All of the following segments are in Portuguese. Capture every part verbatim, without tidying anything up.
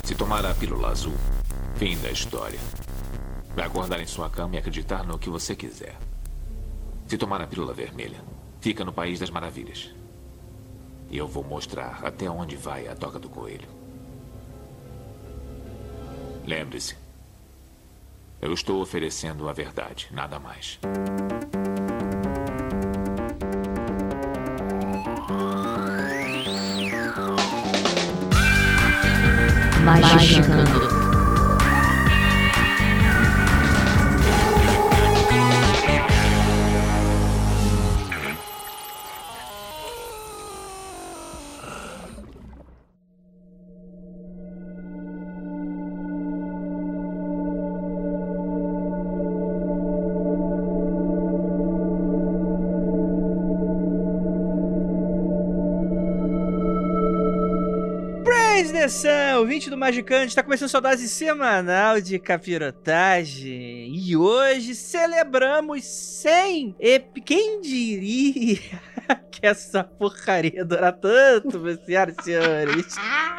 Se tomar a pílula azul, fim da história. Vai acordar em sua cama e acreditar no que você quiser. Se tomar a pílula vermelha, fica no País das Maravilhas. E eu vou mostrar até onde vai a toca do coelho. Lembre-se, eu estou oferecendo a verdade, nada mais. Magicando. Atenção, ouvinte do Magicante, está começando sua dose semanal de capirotagem. E hoje celebramos cem ep... Quem diria que essa porcaria dura tanto, meus senhoras e senhores?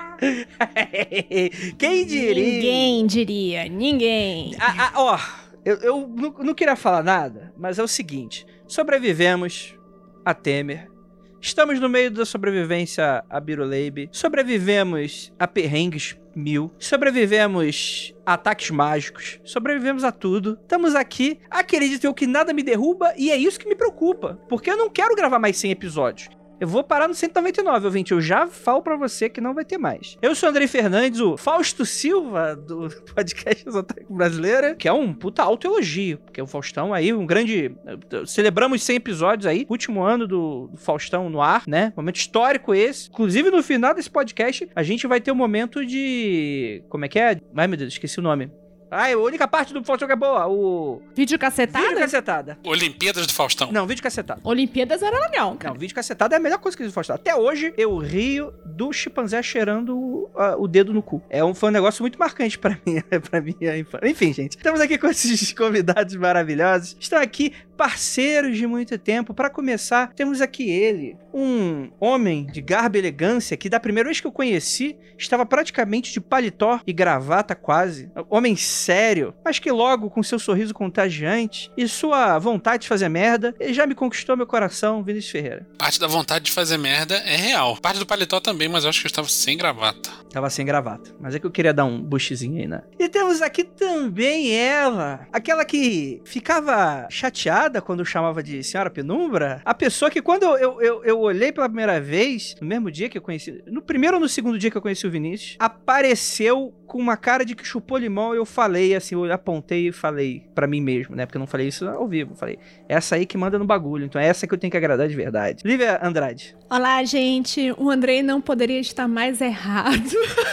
Quem diria? Ninguém diria, ninguém. Ah, ah, ó, eu, eu não, não queria falar nada, mas é o seguinte. Sobrevivemos a Temer. Estamos no meio da sobrevivência a Biruleibe. Sobrevivemos a perrengues mil. Sobrevivemos a ataques mágicos. Sobrevivemos a tudo. Estamos aqui. Acredito eu que nada me derruba e é isso que me preocupa. Porque eu não quero gravar mais cem episódios. Eu vou parar no cento e noventa e nove, ouvinte. Eu já falo pra você que não vai ter mais. Eu sou o Andrei Fernandes, o Fausto Silva do podcast Esotérico Brasileira, que é um puta autoelogio, porque o Faustão aí, um grande... Celebramos cem episódios aí, último ano do, do Faustão no ar, né? Momento histórico esse. Inclusive, no final desse podcast, a gente vai ter um momento de... Como é que é? Ai, meu Deus, esqueci o nome. Ai, a única parte do Faustão que é boa, o... Vídeo cacetada? Vídeo cacetada. Olimpíadas do Faustão. Não, vídeo cacetada. Olimpíadas era legal, cara. Não, vídeo cacetada é a melhor coisa que eles do Faustão. Até hoje, eu rio do chimpanzé cheirando uh, o dedo no cu. É um, foi um negócio muito marcante pra mim, pra minha infância. Enfim, gente, estamos aqui com esses convidados maravilhosos. Estão aqui parceiros de muito tempo. Pra começar, temos aqui ele, um homem de garbo e elegância que da primeira vez que eu conheci, estava praticamente de paletó e gravata quase. Homem sério, mas que logo, com seu sorriso contagiante e sua vontade de fazer merda, ele já me conquistou meu coração, Vinícius Ferreira. Parte da vontade de fazer merda é real. Parte do paletó também, mas eu acho que eu estava sem gravata. Tava sem gravata, mas é que eu queria dar um bushzinho aí, né? E temos aqui também ela, aquela que ficava chateada quando eu chamava de Senhora Penumbra, a pessoa que quando eu, eu, eu, eu olhei pela primeira vez, no mesmo dia que eu conheci, no primeiro ou no segundo dia que eu conheci o Vinícius, apareceu com uma cara de que chupou limão e eu falei assim, eu apontei e falei pra mim mesmo, né? Porque eu não falei isso ao vivo, eu falei, essa aí que manda no bagulho, então é essa que eu tenho que agradar de verdade. Lívia Andrade. Olá, gente, o Andrei não poderia estar mais errado.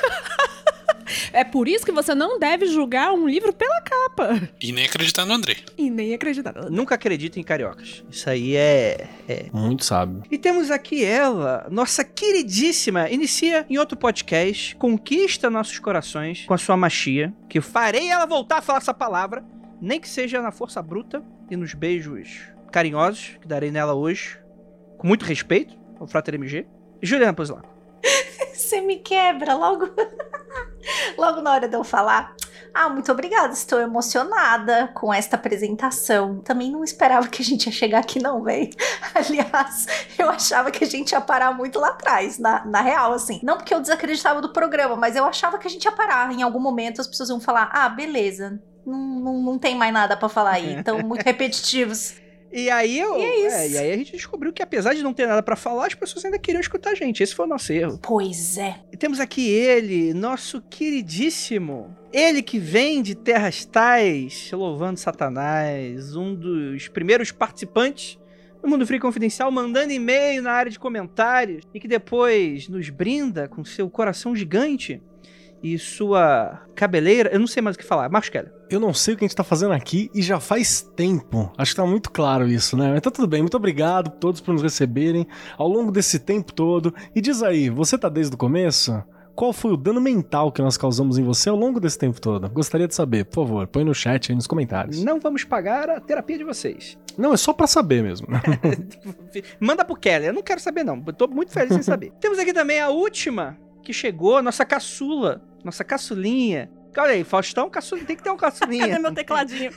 É por isso que você não deve julgar um livro pela capa. E nem acreditar no André. E nem acreditar no André. Nunca acredito em cariocas. Isso aí é... é... Muito sábio. E temos aqui ela, nossa queridíssima, inicia em outro podcast, conquista nossos corações com a sua machia, que farei ela voltar a falar essa palavra, nem que seja na força bruta e nos beijos carinhosos, que darei nela hoje, com muito respeito, ao Frater M G, Juliana Pozlaco. Você me quebra logo... Logo na hora de eu falar, ah, muito obrigada, estou emocionada com esta apresentação. Também não esperava que a gente ia chegar aqui não, velho. Aliás, eu achava que a gente ia parar muito lá atrás, na, na real, assim. Não porque eu desacreditava do programa, mas eu achava que a gente ia parar. Em algum momento as pessoas iam falar, ah, beleza, não, não, não tem mais nada pra falar aí, então muito repetitivos. E aí, eu, e, é isso. É, e aí a gente descobriu que apesar de não ter nada pra falar, as pessoas ainda queriam escutar a gente. Esse foi o nosso erro. Pois é. E temos aqui ele, nosso queridíssimo. Ele que vem de terras tais, louvando Satanás, um dos primeiros participantes do Mundo Freak Confidencial, mandando e-mail na área de comentários e que depois nos brinda com seu coração gigante e sua cabeleira, eu não sei mais o que falar, Marcos Keller. Eu não sei o que a gente tá fazendo aqui e já faz tempo. Acho que tá muito claro isso, né? Mas tá tudo bem, muito obrigado a todos por nos receberem ao longo desse tempo todo. E diz aí, você tá desde o começo? Qual foi o dano mental que nós causamos em você ao longo desse tempo todo? Gostaria de saber, por favor, põe no chat aí nos comentários. Não vamos pagar a terapia de vocês. Não, é só pra saber mesmo. Manda pro Keller, eu não quero saber não, eu tô muito feliz sem saber. Temos aqui também a última que chegou, a nossa caçula nossa caçulinha. Olha aí, Faustão, caçulinha, tem que ter um caçulinha. Cadê meu tecladinho?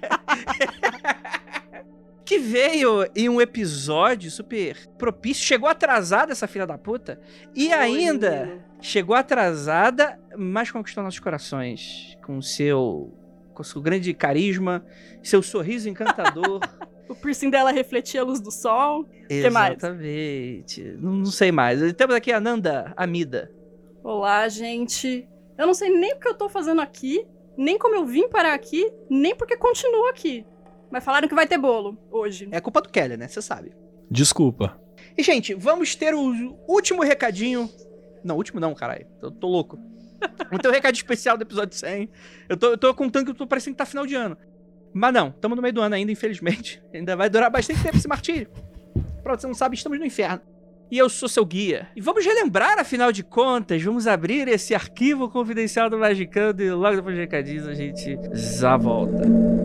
Que veio em um episódio super propício. Chegou atrasada essa filha da puta. E Oi, ainda menino. chegou atrasada, mas conquistou nossos corações. Com seu, com seu grande carisma, seu sorriso encantador. O piercing dela refletia a luz do sol. Que mais? Exatamente. Não, não sei mais. Temos aqui a Nanda Amida. Olá, gente. Eu não sei nem o que eu tô fazendo aqui, nem como eu vim parar aqui, nem porque continuo aqui. Mas falaram que vai ter bolo hoje. É culpa do Kelly, né? Você sabe. Desculpa. E, gente, vamos ter o último recadinho. Não, último não, caralho. Eu tô louco. Vamos ter um recadinho especial do episódio cem. Eu tô, eu tô contando que eu tô parecendo que tá final de ano. Mas não, estamos no meio do ano ainda, infelizmente. Ainda vai durar bastante tempo esse martírio. Pra você não sabe, estamos no inferno. E eu sou seu guia. E vamos relembrar, afinal de contas, vamos abrir esse arquivo confidencial do Magicando e logo depois de recadinhos a gente já volta.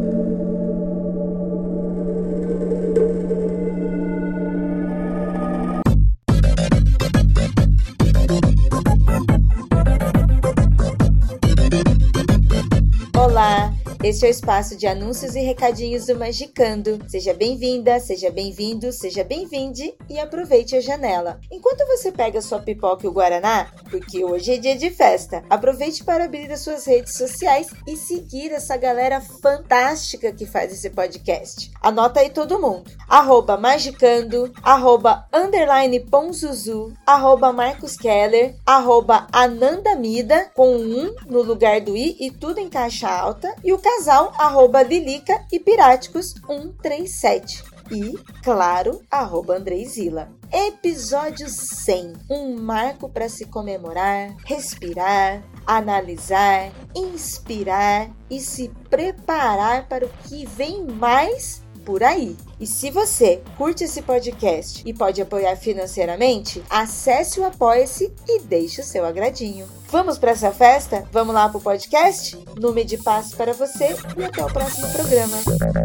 Olá, este é o espaço de anúncios e recadinhos do Magicando. Seja bem-vinda, seja bem-vindo, seja bem-vinde e aproveite a janela. Enquanto você pega sua pipoca e o guaraná, porque hoje é dia de festa, aproveite para abrir as suas redes sociais e seguir essa galera fantástica que faz esse podcast. Anota aí todo mundo. Arroba Magicando, arroba underline Ponzuzu, arroba Marcos Keller, arroba Anandamida, com um no lugar do i e tudo em caixa alta, e o casal arroba Lilica e Piráticos cento e trinta e sete. E, claro, arroba Andreizila. Episódio cem. Um marco para se comemorar, respirar, analisar, inspirar e se preparar para o que vem mais por aí. E se você curte esse podcast e pode apoiar financeiramente, acesse o Apoia-se e deixe o seu agradinho. Vamos para essa festa? Vamos lá pro podcast? Nume de paz para você e até o próximo programa.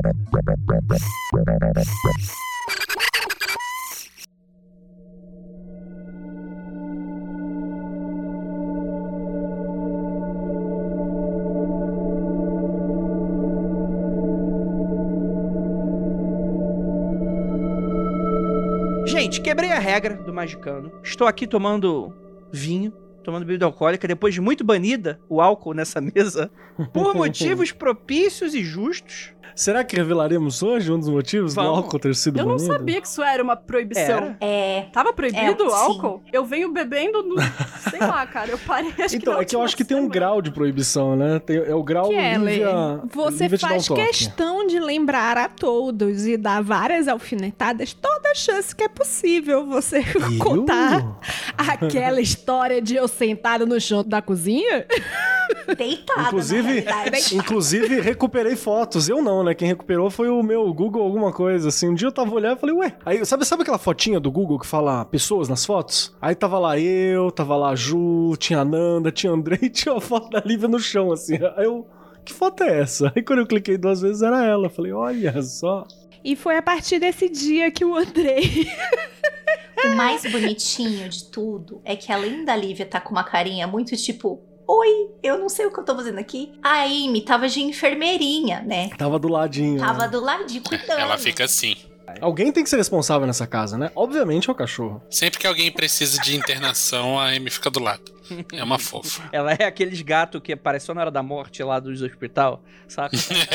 Gente, quebrei a regra do Magicando. Estou aqui tomando vinho, tomando bebida alcoólica, depois de muito banida o álcool nessa mesa, por motivos propícios e justos. Será que revelaremos hoje um dos motivos Vamos. do álcool ter sido Eu não banido? sabia que isso era uma proibição. Era? É. Tava proibido É, o sim. álcool? Eu venho bebendo no... Sei lá, cara. Eu parei, acho Então, que é que eu acho que tem um grau de proibição, né? Tem, é o grau Kelly, Lívia, você Lívia te dá um faz toque. questão de lembrar a todos e dar várias alfinetadas, toda a chance que é possível você Eu? contar aquela história de eu sentada no chão da cozinha. Deitada, Inclusive, na realidade. inclusive, recuperei fotos. Eu não, né? Quem recuperou foi o meu Google alguma coisa, assim. Um dia eu tava olhando e falei, ué... Aí, sabe, sabe aquela fotinha do Google que fala pessoas nas fotos? Aí tava lá eu, tava lá a Ju, tinha a Nanda, tinha a André e tinha uma foto da Lívia no chão, assim. Aí eu... Que foto é essa? Aí quando eu cliquei duas vezes era ela. Eu falei, olha só... E foi a partir desse dia que o Andrei... O mais bonitinho de tudo é que além da Lívia tá com uma carinha muito tipo... Oi, eu não sei o que eu tô fazendo aqui. A Amy tava de enfermeirinha, né? Tava do ladinho. Tava né? do ladinho cuidando. Ela fica assim. Alguém tem que ser responsável nessa casa, né? Obviamente é o cachorro. Sempre que alguém precisa de internação, a Amy fica do lado. É uma fofa. Ela é aqueles gatos que apareceu na hora da morte lá do hospital, saca?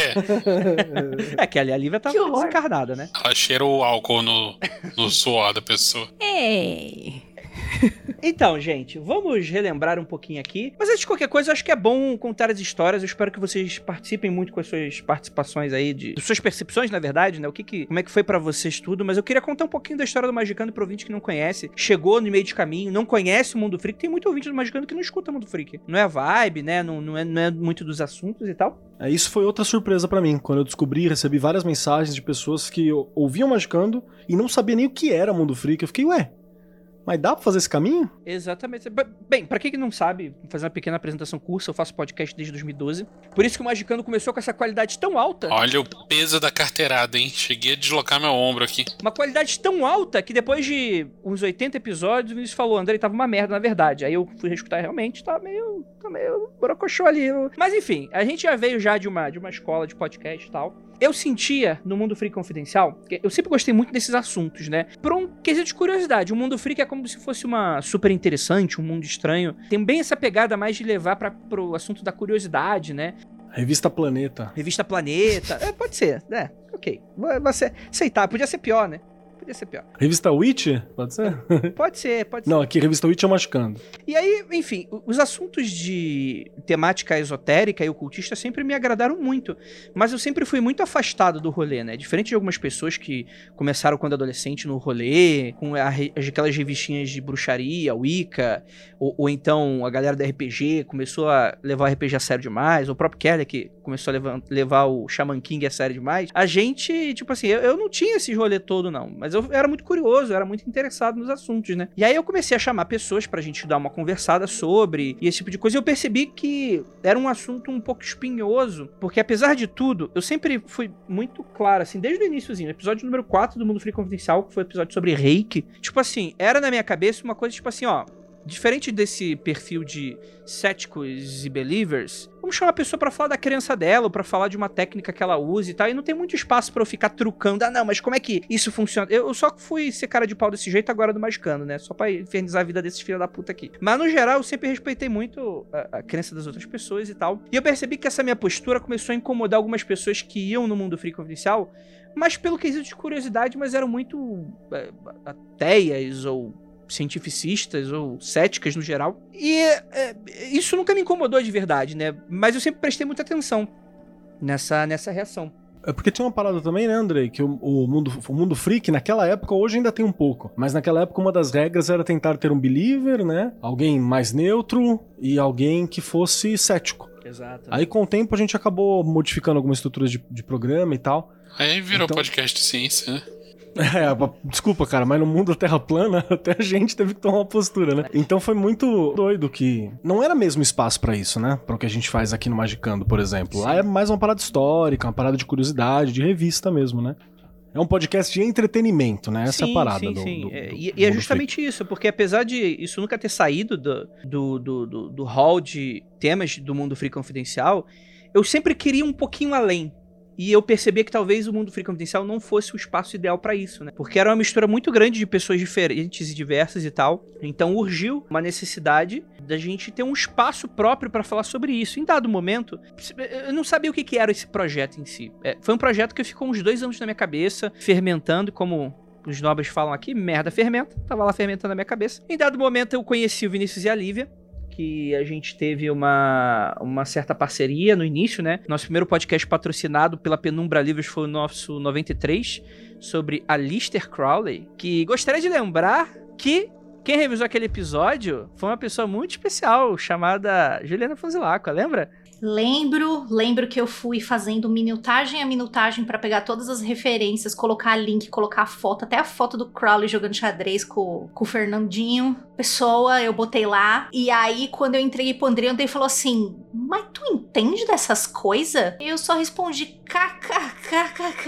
É, É que ali a Lívia tá Que horror. desencarnada, né? ela cheira o álcool no, no suor da pessoa. Ei... Então, gente, vamos relembrar um pouquinho aqui. Mas antes de qualquer coisa, eu acho que é bom contar as histórias. Eu espero que vocês participem muito com as suas participações aí, de suas percepções, na verdade, né? O que que, como é que foi pra vocês tudo. Mas eu queria contar um pouquinho da história do Magicando pro ouvinte que não conhece. Chegou no meio de caminho, não conhece o Mundo Freak. Tem muito ouvinte do Magicando que não escuta o Mundo Freak. Não é a vibe, né? Não, não, é, não é muito dos assuntos e tal. É, isso foi outra surpresa pra mim. Quando eu descobri, recebi várias mensagens de pessoas que ouviam Magicando e não sabia nem o que era Mundo Freak. Eu fiquei, ué... Mas dá pra fazer esse caminho? Exatamente. Bem, pra quem que não sabe, vou fazer uma pequena apresentação cursa, eu faço podcast desde dois mil e doze. Por isso que o Magicando começou com essa qualidade tão alta. Olha o peso da carteirada, hein? Cheguei a deslocar meu ombro aqui. Uma qualidade tão alta que depois de uns oitenta episódios, o Vinícius falou, Andrei, tava uma merda, na verdade. Aí eu fui reescutar realmente, tá meio, tá meio borocochô ali. Mas enfim, a gente já veio já de uma, de uma escola de podcast e tal. Eu sentia, no Mundo Freak Confidencial, que eu sempre gostei muito desses assuntos, né? Por um quesito de curiosidade. O Mundo Freak é como se fosse uma super interessante, um mundo estranho. Tem bem essa pegada mais de levar para pro assunto da curiosidade, né? Revista Planeta. Revista Planeta. É, pode ser. É, ok. Vai ser aceitar. Podia ser pior, né? Podia ser pior. Revista Witch? Pode ser? Pode ser, pode ser. Não, aqui Revista Witch é Machucando. E aí, enfim, os assuntos de temática esotérica e ocultista sempre me agradaram muito. Mas eu sempre fui muito afastado do rolê, né? Diferente de algumas pessoas que começaram quando adolescente no rolê, com a, aquelas revistinhas de bruxaria, Wicca, ou, ou então a galera da R P G começou a levar o R P G a sério demais, ou o próprio Kelly que começou a levar, levar o Shaman King a sério demais. A gente, tipo assim, eu, eu não tinha esse rolê todo, não. Mas eu era muito curioso, eu era muito interessado nos assuntos, né? E aí eu comecei a chamar pessoas pra gente dar uma conversada sobre e esse tipo de coisa. E eu percebi que era um assunto um pouco espinhoso, porque apesar de tudo, eu sempre fui muito claro, assim, desde o iniciozinho, episódio número quatro do Mundo Freak Confidencial, que foi o episódio sobre reiki. Tipo assim, era na minha cabeça uma coisa tipo assim, ó, diferente desse perfil de céticos e believers, vamos chamar a pessoa pra falar da crença dela, ou pra falar de uma técnica que ela usa e tal, e não tem muito espaço pra eu ficar trucando, ah não, mas como é que isso funciona? Eu só fui ser cara de pau desse jeito agora do Magicando, né, só pra infernizar a vida desses filhos da puta aqui. Mas no geral, eu sempre respeitei muito a, a crença das outras pessoas e tal, e eu percebi que essa minha postura começou a incomodar algumas pessoas que iam no Mundo Freak Confidencial, mas pelo quesito de curiosidade, mas eram muito é, ateias ou cientificistas ou céticas no geral. E é, isso nunca me incomodou de verdade, né? Mas eu sempre prestei muita atenção nessa, nessa reação. É porque tinha uma parada também, né, Andrei? Que o, o, mundo, o mundo freak, naquela época, hoje ainda tem um pouco. Mas naquela época, uma das regras era tentar ter um believer, né? Alguém mais neutro e alguém que fosse cético. Exato. Aí, com o tempo, a gente acabou modificando algumas estruturas de, de programa e tal. Aí virou então... podcast de ciência, né? É, desculpa, cara, mas no mundo da Terra plana, até a gente teve que tomar uma postura, né? Então foi muito doido que não era mesmo espaço pra isso, né? Pra o que a gente faz aqui no Magicando, por exemplo. Sim. Lá é mais uma parada histórica, uma parada de curiosidade, de revista mesmo, né? É um podcast de entretenimento, né? Essa sim, é a parada. Sim, do, sim. Do, do, é, do, e, do e é justamente freak. Isso, porque apesar de isso nunca ter saído do, do, do, do, do hall de temas do Mundo Freak Confidencial, eu sempre queria um pouquinho além. E eu percebi que talvez o Mundo Freak Confidencial não fosse o espaço ideal pra isso, né? Porque era uma mistura muito grande de pessoas diferentes e diversas e tal. Então urgiu uma necessidade da gente ter um espaço próprio pra falar sobre isso. Em dado momento, eu não sabia o que, que era esse projeto em si. É, foi um projeto que ficou uns dois anos na minha cabeça, fermentando, como os nobres falam aqui, merda fermenta. Tava lá fermentando na minha cabeça. Em dado momento eu conheci o Vinícius e a Lívia, que a gente teve uma, uma certa parceria no início, né? Nosso primeiro podcast patrocinado pela Penumbra Livros foi o nosso noventa e três, sobre Aleister Crowley, que gostaria de lembrar que quem revisou aquele episódio foi uma pessoa muito especial, chamada Juliana Fonzilaco, lembra? Lembro, lembro que eu fui fazendo minutagem a minutagem pra pegar todas as referências, colocar link, colocar foto, até a foto do Crowley jogando xadrez com, com o Fernandinho. Pessoa, eu botei lá. E aí, quando eu entreguei pro André, o André falou assim, mas tu entende dessas coisas? E eu só respondi, kkkk.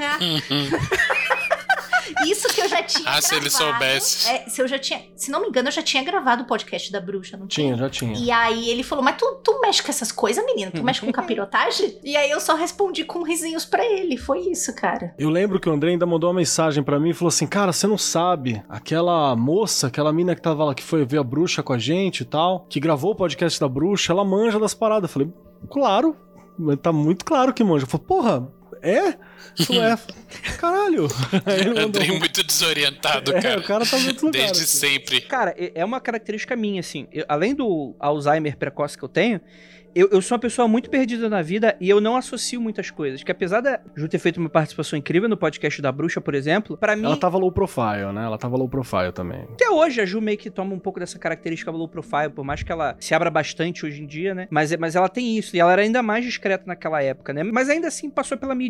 Isso que eu já tinha ah, gravado. se ele soubesse. É, se eu já tinha, se não me engano, eu já tinha gravado o podcast da bruxa, não tinha? Tinha, já tinha. E aí ele falou, mas tu, tu mexe com essas coisas, menina? Tu mexe com capirotagem? E aí eu só respondi com risinhos pra ele. Foi isso, cara. Eu lembro que o André ainda mandou uma mensagem pra mim e falou assim, cara, você não sabe, aquela moça, aquela mina que tava lá, que foi ver a bruxa com a gente e tal, que gravou o podcast da bruxa, ela manja das paradas. Eu falei, claro, tá muito claro que manja. Eu falei, porra, é? Isso é. Caralho. Andrei muito desorientado, é, cara. O cara tá muito lugar, desde assim. sempre. Cara, é uma característica minha, assim. Eu, além do Alzheimer precoce que eu tenho, eu, eu sou uma pessoa muito perdida na vida e eu não associo muitas coisas. Que apesar da Ju ter feito uma participação incrível no podcast da bruxa, por exemplo, pra mim... Ela tava low profile, né? Ela tava low profile também. Até hoje a Ju meio que toma um pouco dessa característica low profile, por mais que ela se abra bastante hoje em dia, né? Mas, mas ela tem isso, e ela era ainda mais discreta naquela época, né? Mas ainda assim passou pela minha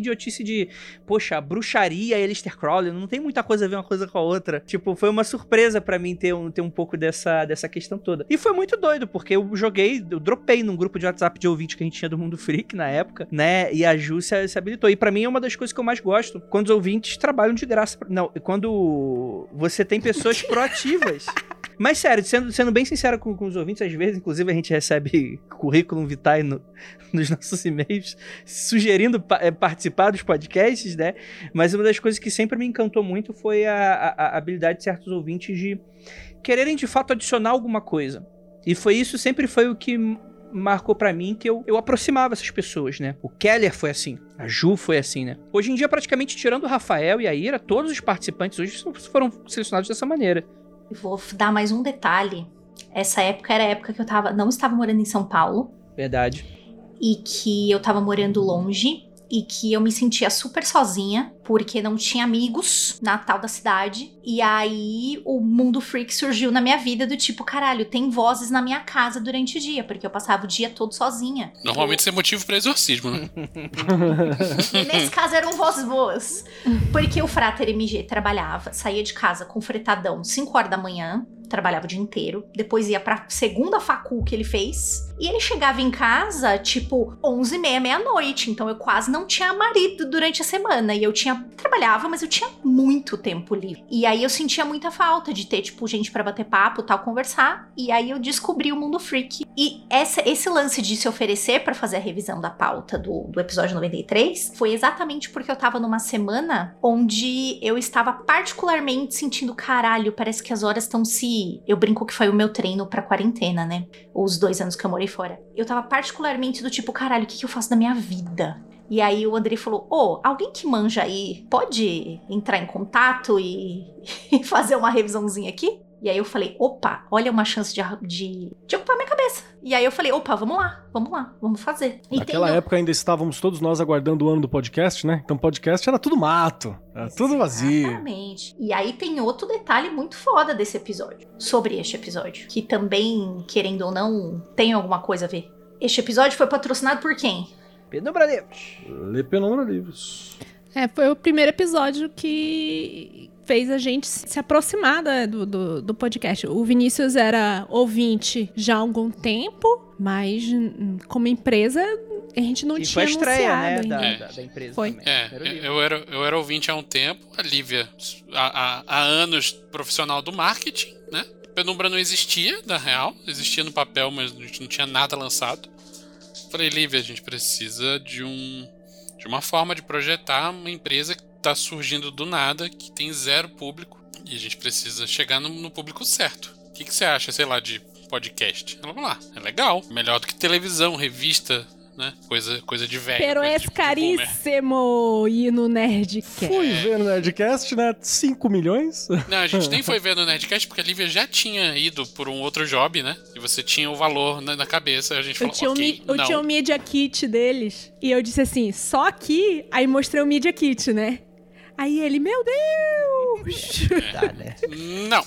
idiotice de, poxa, bruxaria e Aleister Crowley, não tem muita coisa a ver uma coisa com a outra. Tipo, foi uma surpresa pra mim ter um, ter um pouco dessa, dessa questão toda. E foi muito doido, porque eu joguei, eu dropei num grupo de WhatsApp de ouvinte que a gente tinha do Mundo Freak na época, né? E a Ju se, se habilitou. E pra mim é uma das coisas que eu mais gosto, quando os ouvintes trabalham de graça. Não, quando você tem pessoas proativas. Mas sério, sendo, sendo bem sincero com, com os ouvintes, às vezes, inclusive, a gente recebe currículo vitae no, nos nossos e-mails, sugerindo pa- participar dos podcasts, né? Mas uma das coisas que sempre me encantou muito foi a, a, a habilidade de certos ouvintes de quererem, de fato, adicionar alguma coisa. E foi isso, sempre foi o que marcou pra mim, que eu, eu aproximava essas pessoas, né? O Keller foi assim, a Ju foi assim, né? Hoje em dia, praticamente, tirando o Rafael e a Ira, todos os participantes hoje foram selecionados dessa maneira. Vou dar mais um detalhe. Essa época era a época que eu tava, não estava morando em São Paulo. Verdade. E que eu tava morando longe. E que eu me sentia super sozinha, porque não tinha amigos na tal da cidade. E aí o Mundo Freak surgiu na minha vida do tipo, caralho, tem vozes na minha casa durante o dia, porque eu passava o dia todo sozinha. Normalmente isso é motivo pra exorcismo, né? E nesse caso eram vozes boas. Porque o Frater M G trabalhava, saía de casa com fretadão cinco horas da manhã, trabalhava o dia inteiro, depois ia pra segunda facul que ele fez, e ele chegava em casa, tipo, onze e meia, meia-noite, então eu quase não tinha marido durante a semana, e eu tinha, trabalhava, mas eu tinha muito tempo livre. E aí eu sentia muita falta de ter, tipo, gente pra bater papo, tal, conversar, e aí eu descobri o Mundo Freak. E essa, esse lance de se oferecer pra fazer a revisão da pauta do, do episódio noventa e três, foi exatamente porque eu tava numa semana onde eu estava particularmente sentindo, caralho, parece que as horas estão se... Eu brinco que foi o meu treino pra quarentena, né? Os dois anos que eu morei fora. Eu tava particularmente do tipo, caralho, o que, que eu faço da minha vida? E aí o André falou, ô, oh, alguém que manja aí pode entrar em contato e, e fazer uma revisãozinha aqui? E aí eu falei, opa, olha uma chance de, de, de ocupar minha cabeça. E aí eu falei, opa, vamos lá, vamos lá, vamos fazer. E Naquela tem... época ainda estávamos todos nós aguardando o ano do podcast, né? Então podcast era tudo mato, era tudo vazio. Exatamente. E aí tem outro detalhe muito foda desse episódio, sobre este episódio, que também, querendo ou não, tem alguma coisa a ver. Este episódio foi patrocinado por quem? Penumbra Livros. Lê Penumbra Livros. É, foi o primeiro episódio que fez a gente se aproximar da, do, do, do podcast. O Vinícius era ouvinte já há algum tempo, mas como empresa a gente não e tinha foi a estreia, né, anunciado da, ainda. da, da empresa Foi. também. É, eu era, eu era ouvinte há um tempo, a Lívia há, há, há anos profissional do marketing, né? Penumbra não existia, na real, existia no papel, mas a gente não tinha nada lançado. Falei, Lívia, a gente precisa de um de uma forma de projetar uma empresa que tá surgindo do nada, que tem zero público, e a gente precisa chegar no, no público certo. O que, que você acha, sei lá, de podcast? Ela, vamos lá, é legal, melhor do que televisão, revista, né? Coisa, coisa de velho. Pero coisa é de, de caríssimo ir no Nerdcast. Fui ver no Nerdcast, né? cinco milhões. Não, a gente nem foi ver no Nerdcast porque a Lívia já tinha ido por um outro job, né? E você tinha o valor na, na cabeça. A gente Eu falou, tinha, ok, o, eu não. tinha o Media Kit deles. E eu disse assim, só aqui? Aí mostrei o Media Kit, né? Aí ele, meu Deus! Tá, né? Não.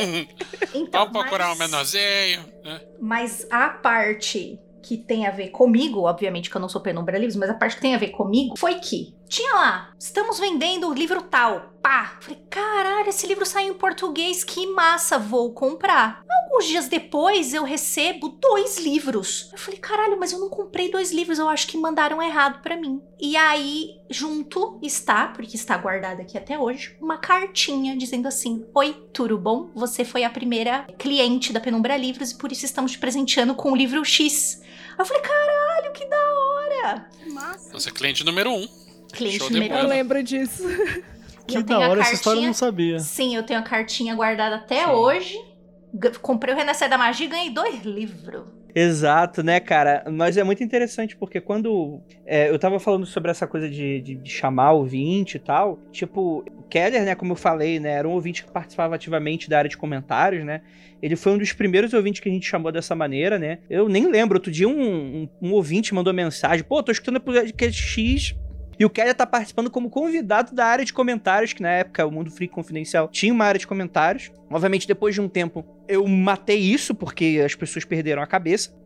Então, Vamos procurar mas... um menorzinho. Né? Mas a parte que tem a ver comigo, obviamente que eu não sou Penumbra Livros, mas a parte que tem a ver comigo foi que tinha lá, estamos vendendo o livro tal, pá. Falei, caralho, esse livro saiu em português, que massa, vou comprar. Alguns dias depois eu recebo dois livros. Eu falei, caralho, mas eu não comprei dois livros, eu acho que mandaram errado pra mim. E aí, junto está, porque está guardada aqui até hoje, uma cartinha dizendo assim, oi, tudo bom? Você foi a primeira cliente da Penumbra Livros e por isso estamos te presenteando com o livro X. Aí eu falei, caralho, que da hora! Que massa. Você é cliente número um. Cliente Show de número bola. Eu um. lembro disso. Que Eu da tenho a hora, essa cartinha. história eu não sabia. Sim, eu tenho a cartinha guardada até hoje. G- comprei o Renascer da Magia e ganhei dois livros. Exato, né, cara? Mas é muito interessante, porque quando é, eu tava falando sobre essa coisa de, de, de chamar ouvinte e tal, tipo, o Keller, né, como eu falei, né, era um ouvinte que participava ativamente da área de comentários, né? Ele foi um dos primeiros ouvintes que a gente chamou dessa maneira, né? Eu nem lembro, outro dia um, um, um ouvinte mandou mensagem, pô, tô escutando o podcast X... E o Keller tá participando como convidado da área de comentários, que na época o Mundo Freak Confidencial tinha uma área de comentários. Obviamente, depois de um tempo, eu matei isso, porque as pessoas perderam a cabeça.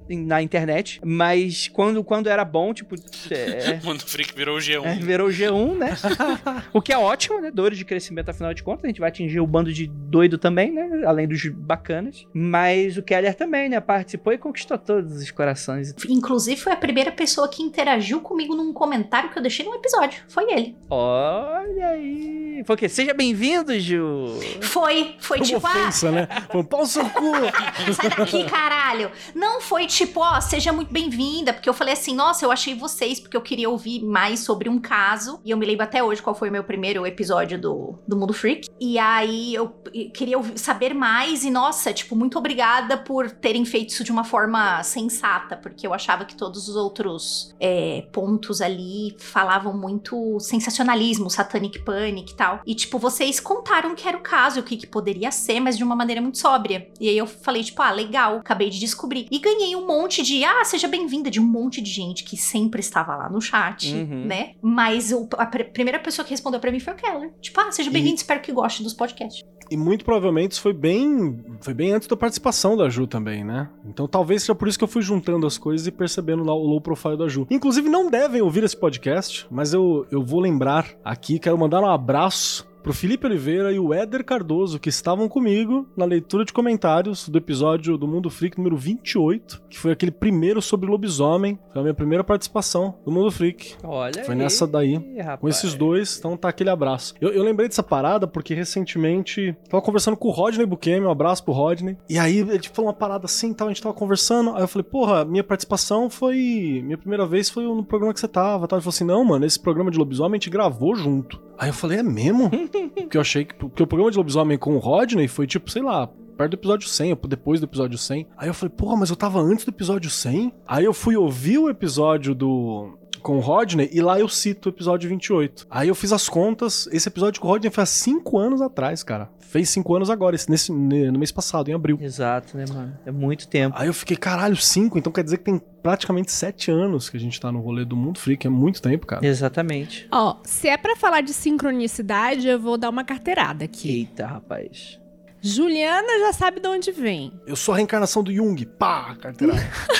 na internet, mas quando, quando era bom, tipo... É, Mundo Freak virou o G um. é, virou o G um, né? O que é ótimo, né? Dores de crescimento, afinal de contas. A gente vai atingir o bando de doido também, né? Além dos bacanas. Mas o Keller também, né? Participou e conquistou todos os corações. Inclusive, foi a primeira pessoa que interagiu comigo num comentário que eu deixei no episódio. Foi ele. Olha aí. Foi o quê? Seja bem-vindo, Ju. Foi, foi Uma tipo, ofensa, né? Foi um pau no seu cu. ah, sai daqui, caralho. Não foi tipo, ó, seja muito bem-vinda, porque eu falei assim, nossa, eu achei vocês, porque eu queria ouvir mais sobre um caso, e eu me lembro até hoje qual foi o meu primeiro episódio do, do Mundo Freak, e aí eu queria ouvir, saber mais, e nossa, tipo, muito obrigada por terem feito isso de uma forma sensata, porque eu achava que todos os outros é, pontos ali falavam muito sensacionalismo, satanic panic e tal, e tipo, vocês contaram que era o caso, o que, que poderia ser, mas de uma maneira muito sóbria, e aí eu falei, tipo, ah, legal, acabei de descobrir, e ganhei um monte de, ah, seja bem-vinda, de um monte de gente que sempre estava lá no chat, Uhum. né, mas o, a pr- primeira pessoa que respondeu pra mim foi o Keller, tipo, ah, seja bem-vindo, E- espero que goste dos podcasts. E muito provavelmente isso foi bem, foi bem antes da participação da Ju também, né? Então talvez seja por isso que eu fui juntando as coisas e percebendo lá o low profile da Ju. Inclusive não devem ouvir esse podcast, mas eu, eu vou lembrar aqui, quero mandar um abraço pro Felipe Oliveira e o Éder Cardoso, que estavam comigo na leitura de comentários do episódio do Mundo Freak número vinte e oito, que foi aquele primeiro sobre lobisomem. Foi a minha primeira participação do Mundo Freak. Olha Foi aí, nessa daí. rapaz. Com esses dois, então tá aquele abraço. Eu, eu lembrei dessa parada porque recentemente tava conversando com o Rodney Buquemi, um abraço pro Rodney. E aí ele falou uma parada assim, tal, a gente tava conversando. Aí eu falei, porra, minha participação foi. Minha primeira vez foi no programa que você tava. Tal. Ele falou assim: não, mano, esse programa de lobisomem a gente gravou junto. Aí eu falei, é mesmo? Porque eu achei que, que o programa de lobisomem com o Rodney foi tipo, sei lá, perto do episódio cem, ou depois do episódio cem. Aí eu falei, porra, mas eu tava antes do episódio cem? Aí eu fui ouvir o episódio do... com o Rodney, e lá eu cito o episódio vinte e oito. Aí eu fiz as contas, esse episódio com o Rodney foi há cinco anos atrás, cara. Fez cinco anos agora, esse, nesse, no mês passado, em abril. Exato, né, mano? É muito tempo. Aí eu fiquei, caralho, cinco? Então quer dizer que tem praticamente sete anos que a gente tá no rolê do Mundo Freak, é muito tempo, cara. Exatamente. Ó, se é pra falar de sincronicidade, eu vou dar uma carteirada aqui. Eita, rapaz. Juliana já sabe de onde vem. Eu sou a reencarnação do Jung, pá, carteirada.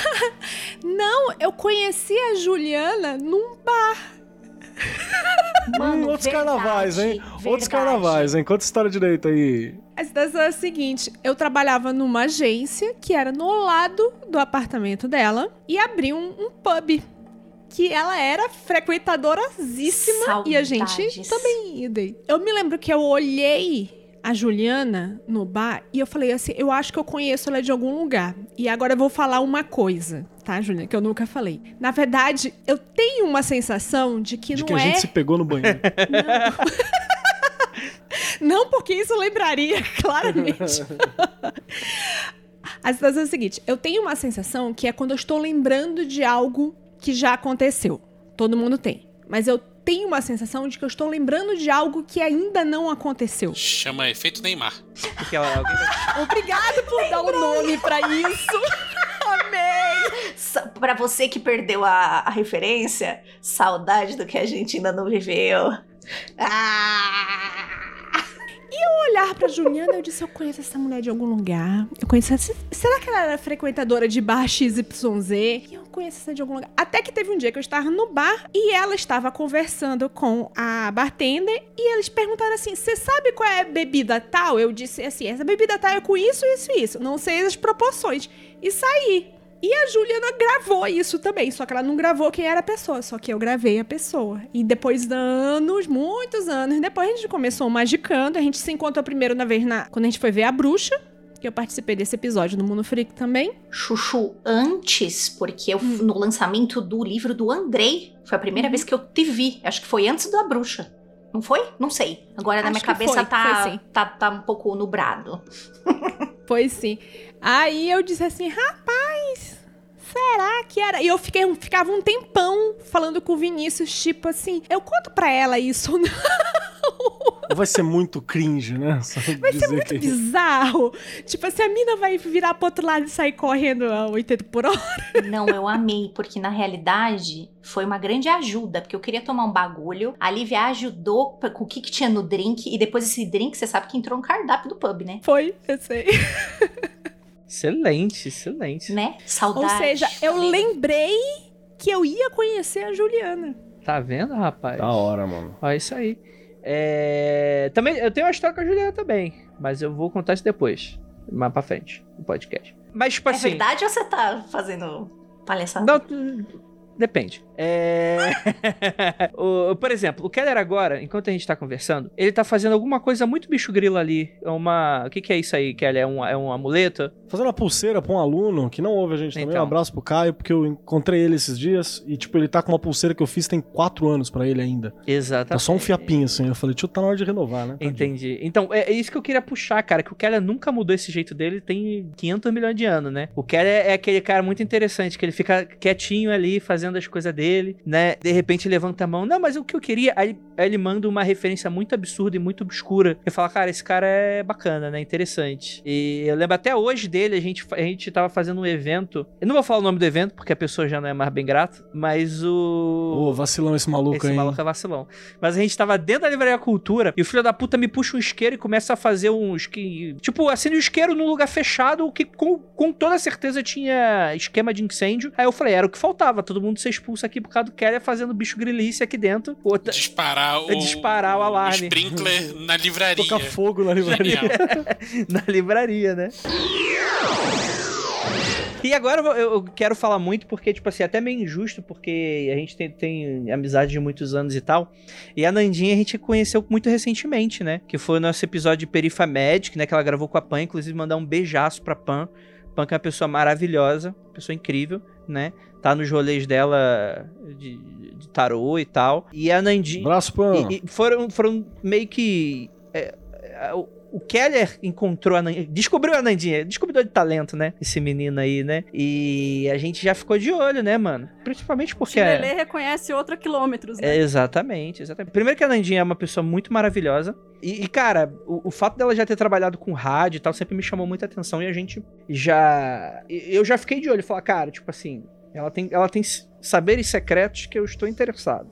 Não, eu conheci a Juliana num bar. Hum, outros carnavais, hein? Outros verdade. carnavais, hein? Conta história direito aí. A situação é a seguinte, eu trabalhava numa agência que era no lado do apartamento dela e abri um, um pub que ela era frequentadorazíssima e a gente Saudades. também ia. Eu me lembro que eu olhei a Juliana no bar e eu falei assim, eu acho que eu conheço ela de algum lugar. E agora eu vou falar uma coisa, tá, Juliana, que eu nunca falei. Na verdade, eu tenho uma sensação de que De não que a é... gente se pegou no banheiro. Não, porque isso lembraria claramente. A situação é a seguinte, eu tenho uma sensação que é quando eu estou lembrando de algo que já aconteceu. Todo mundo tem. Mas eu tenho uma sensação de que eu estou lembrando de algo que ainda não aconteceu. Chama efeito Neymar. Porque ela- alguém vai- Obrigada por dar o nome pra isso. Amei. Sa- Pra você que perdeu a, a referência, saudade do que a gente ainda não viveu. Ah! Olhar pra Juliana, eu disse, eu conheço essa mulher de algum lugar. Eu conheço essa... Será que ela era frequentadora de bar X Y Z? Eu conheço essa de algum lugar. Até que teve um dia que eu estava no bar e ela estava conversando com a bartender e eles perguntaram assim, você sabe qual é a bebida tal? Eu disse assim, essa bebida tal é com isso, isso e isso. Não sei as proporções. E saí. E a Juliana gravou isso também, só que ela não gravou quem era a pessoa, só que eu gravei a pessoa. E depois de anos, muitos anos, depois a gente começou o Magicando, a gente se encontrou primeiro na vez na, quando a gente foi ver a bruxa, que eu participei desse episódio no Mundo Freak também. Chuchu, antes, porque eu, Hum. no lançamento do livro do Andrei, foi a primeira Uhum. vez que eu te vi. Acho que foi antes da bruxa. Não foi? Não sei. Agora na Acho minha que cabeça foi, tá, foi sim. tá, tá um pouco nubrado. Pois sim. Aí eu disse assim, rapaz, será que era? E eu fiquei, ficava um tempão falando com o Vinícius, tipo assim, eu conto pra ela isso ou não? Vai ser muito cringe, né? Só Vai ser dizer muito que... bizarro. Tipo assim, a mina vai virar pro outro lado e sair correndo a oitenta por hora. Não, eu amei, porque na realidade foi uma grande ajuda, porque eu queria tomar um bagulho, a Lívia ajudou pra- com o que, que tinha no drink, e depois esse drink, você sabe que entrou no cardápio do pub, né? Foi, eu sei. Excelente, excelente. Né? Saudade. Ou seja, eu lembrei que eu ia conhecer a Juliana. Tá vendo, rapaz? Da hora, mano. Olha isso aí. É... Também, eu tenho uma história com a Juliana também, mas eu vou contar isso depois, mais pra frente, no podcast. Mas, tipo É assim... verdade ou você tá fazendo palhaçada? Não, tu- depende. É... o, por exemplo, o Keller agora, enquanto a gente tá conversando, ele tá fazendo alguma coisa muito bicho grilo ali. É uma... O que que é isso aí, Keller? É um, é um amuleto? Fazendo uma pulseira pra um aluno que não ouve a gente também. Então. Um abraço pro Caio, porque eu encontrei ele esses dias e, tipo, ele tá com uma pulseira que eu fiz tem quatro anos pra ele ainda. Exatamente. Tá só um fiapinho, assim. Eu falei, tio, tá na hora de renovar, né? Tadinho. Entendi. Então, é, é isso que eu queria puxar, cara, que o Keller nunca mudou esse jeito dele, tem quinhentos milhões de anos, né? O Keller é aquele cara muito interessante, que ele fica quietinho ali, fazendo as coisas dele, né? De repente levanta a mão, não, mas o que eu queria... Aí ele, aí ele manda uma referência muito absurda e muito obscura. Eu falo, cara, esse cara é bacana, né? Interessante. E eu lembro até hoje dele, a gente, a gente tava fazendo um evento, eu não vou falar o nome do evento, porque a pessoa já não é mais bem grata, mas o... Ô, vacilão esse maluco Esse aí. maluco é vacilão. Mas a gente tava dentro da Livraria Cultura e o filho da puta me puxa um isqueiro e começa a fazer uns que... Tipo, acende um isqueiro num lugar fechado que com, com toda certeza tinha esquema de incêndio. Aí eu falei, era o que faltava, todo mundo ser expulso aqui por causa do Keller fazendo bicho grilice aqui dentro. Outra... Disparar o, Disparar o alarme. o sprinkler na livraria. Tocar fogo na livraria. Genial. Na livraria, né? E agora eu, eu quero falar muito porque, tipo assim, é até meio injusto, porque a gente tem, tem amizade de muitos anos e tal. E a Nandinha a gente conheceu muito recentemente, né? Que foi o nosso episódio de Perifa Magic, né? Que ela gravou com a Pan, inclusive mandar um beijaço pra Pan. Pan que é uma pessoa maravilhosa, pessoa incrível, né? Tá nos rolês dela de, de tarô e tal. E a Nandinha... Abraço, Pan. E, e foram, foram meio que... É, é, o, o Keller encontrou a Nandinha, descobriu a Nandinha, descobridor de talento, né? Esse menino aí, né? E a gente já ficou de olho, né, mano? Principalmente porque... O Lelê reconhece outro a quilômetros, né? É, exatamente, exatamente. Primeiro que a Nandinha é uma pessoa muito maravilhosa. E, e cara, o, o fato dela já ter trabalhado com rádio e tal sempre me chamou muita atenção. E a gente já... Eu já fiquei de olho. Falar, cara, tipo assim... Ela tem, ela tem saberes secretos que eu estou interessado.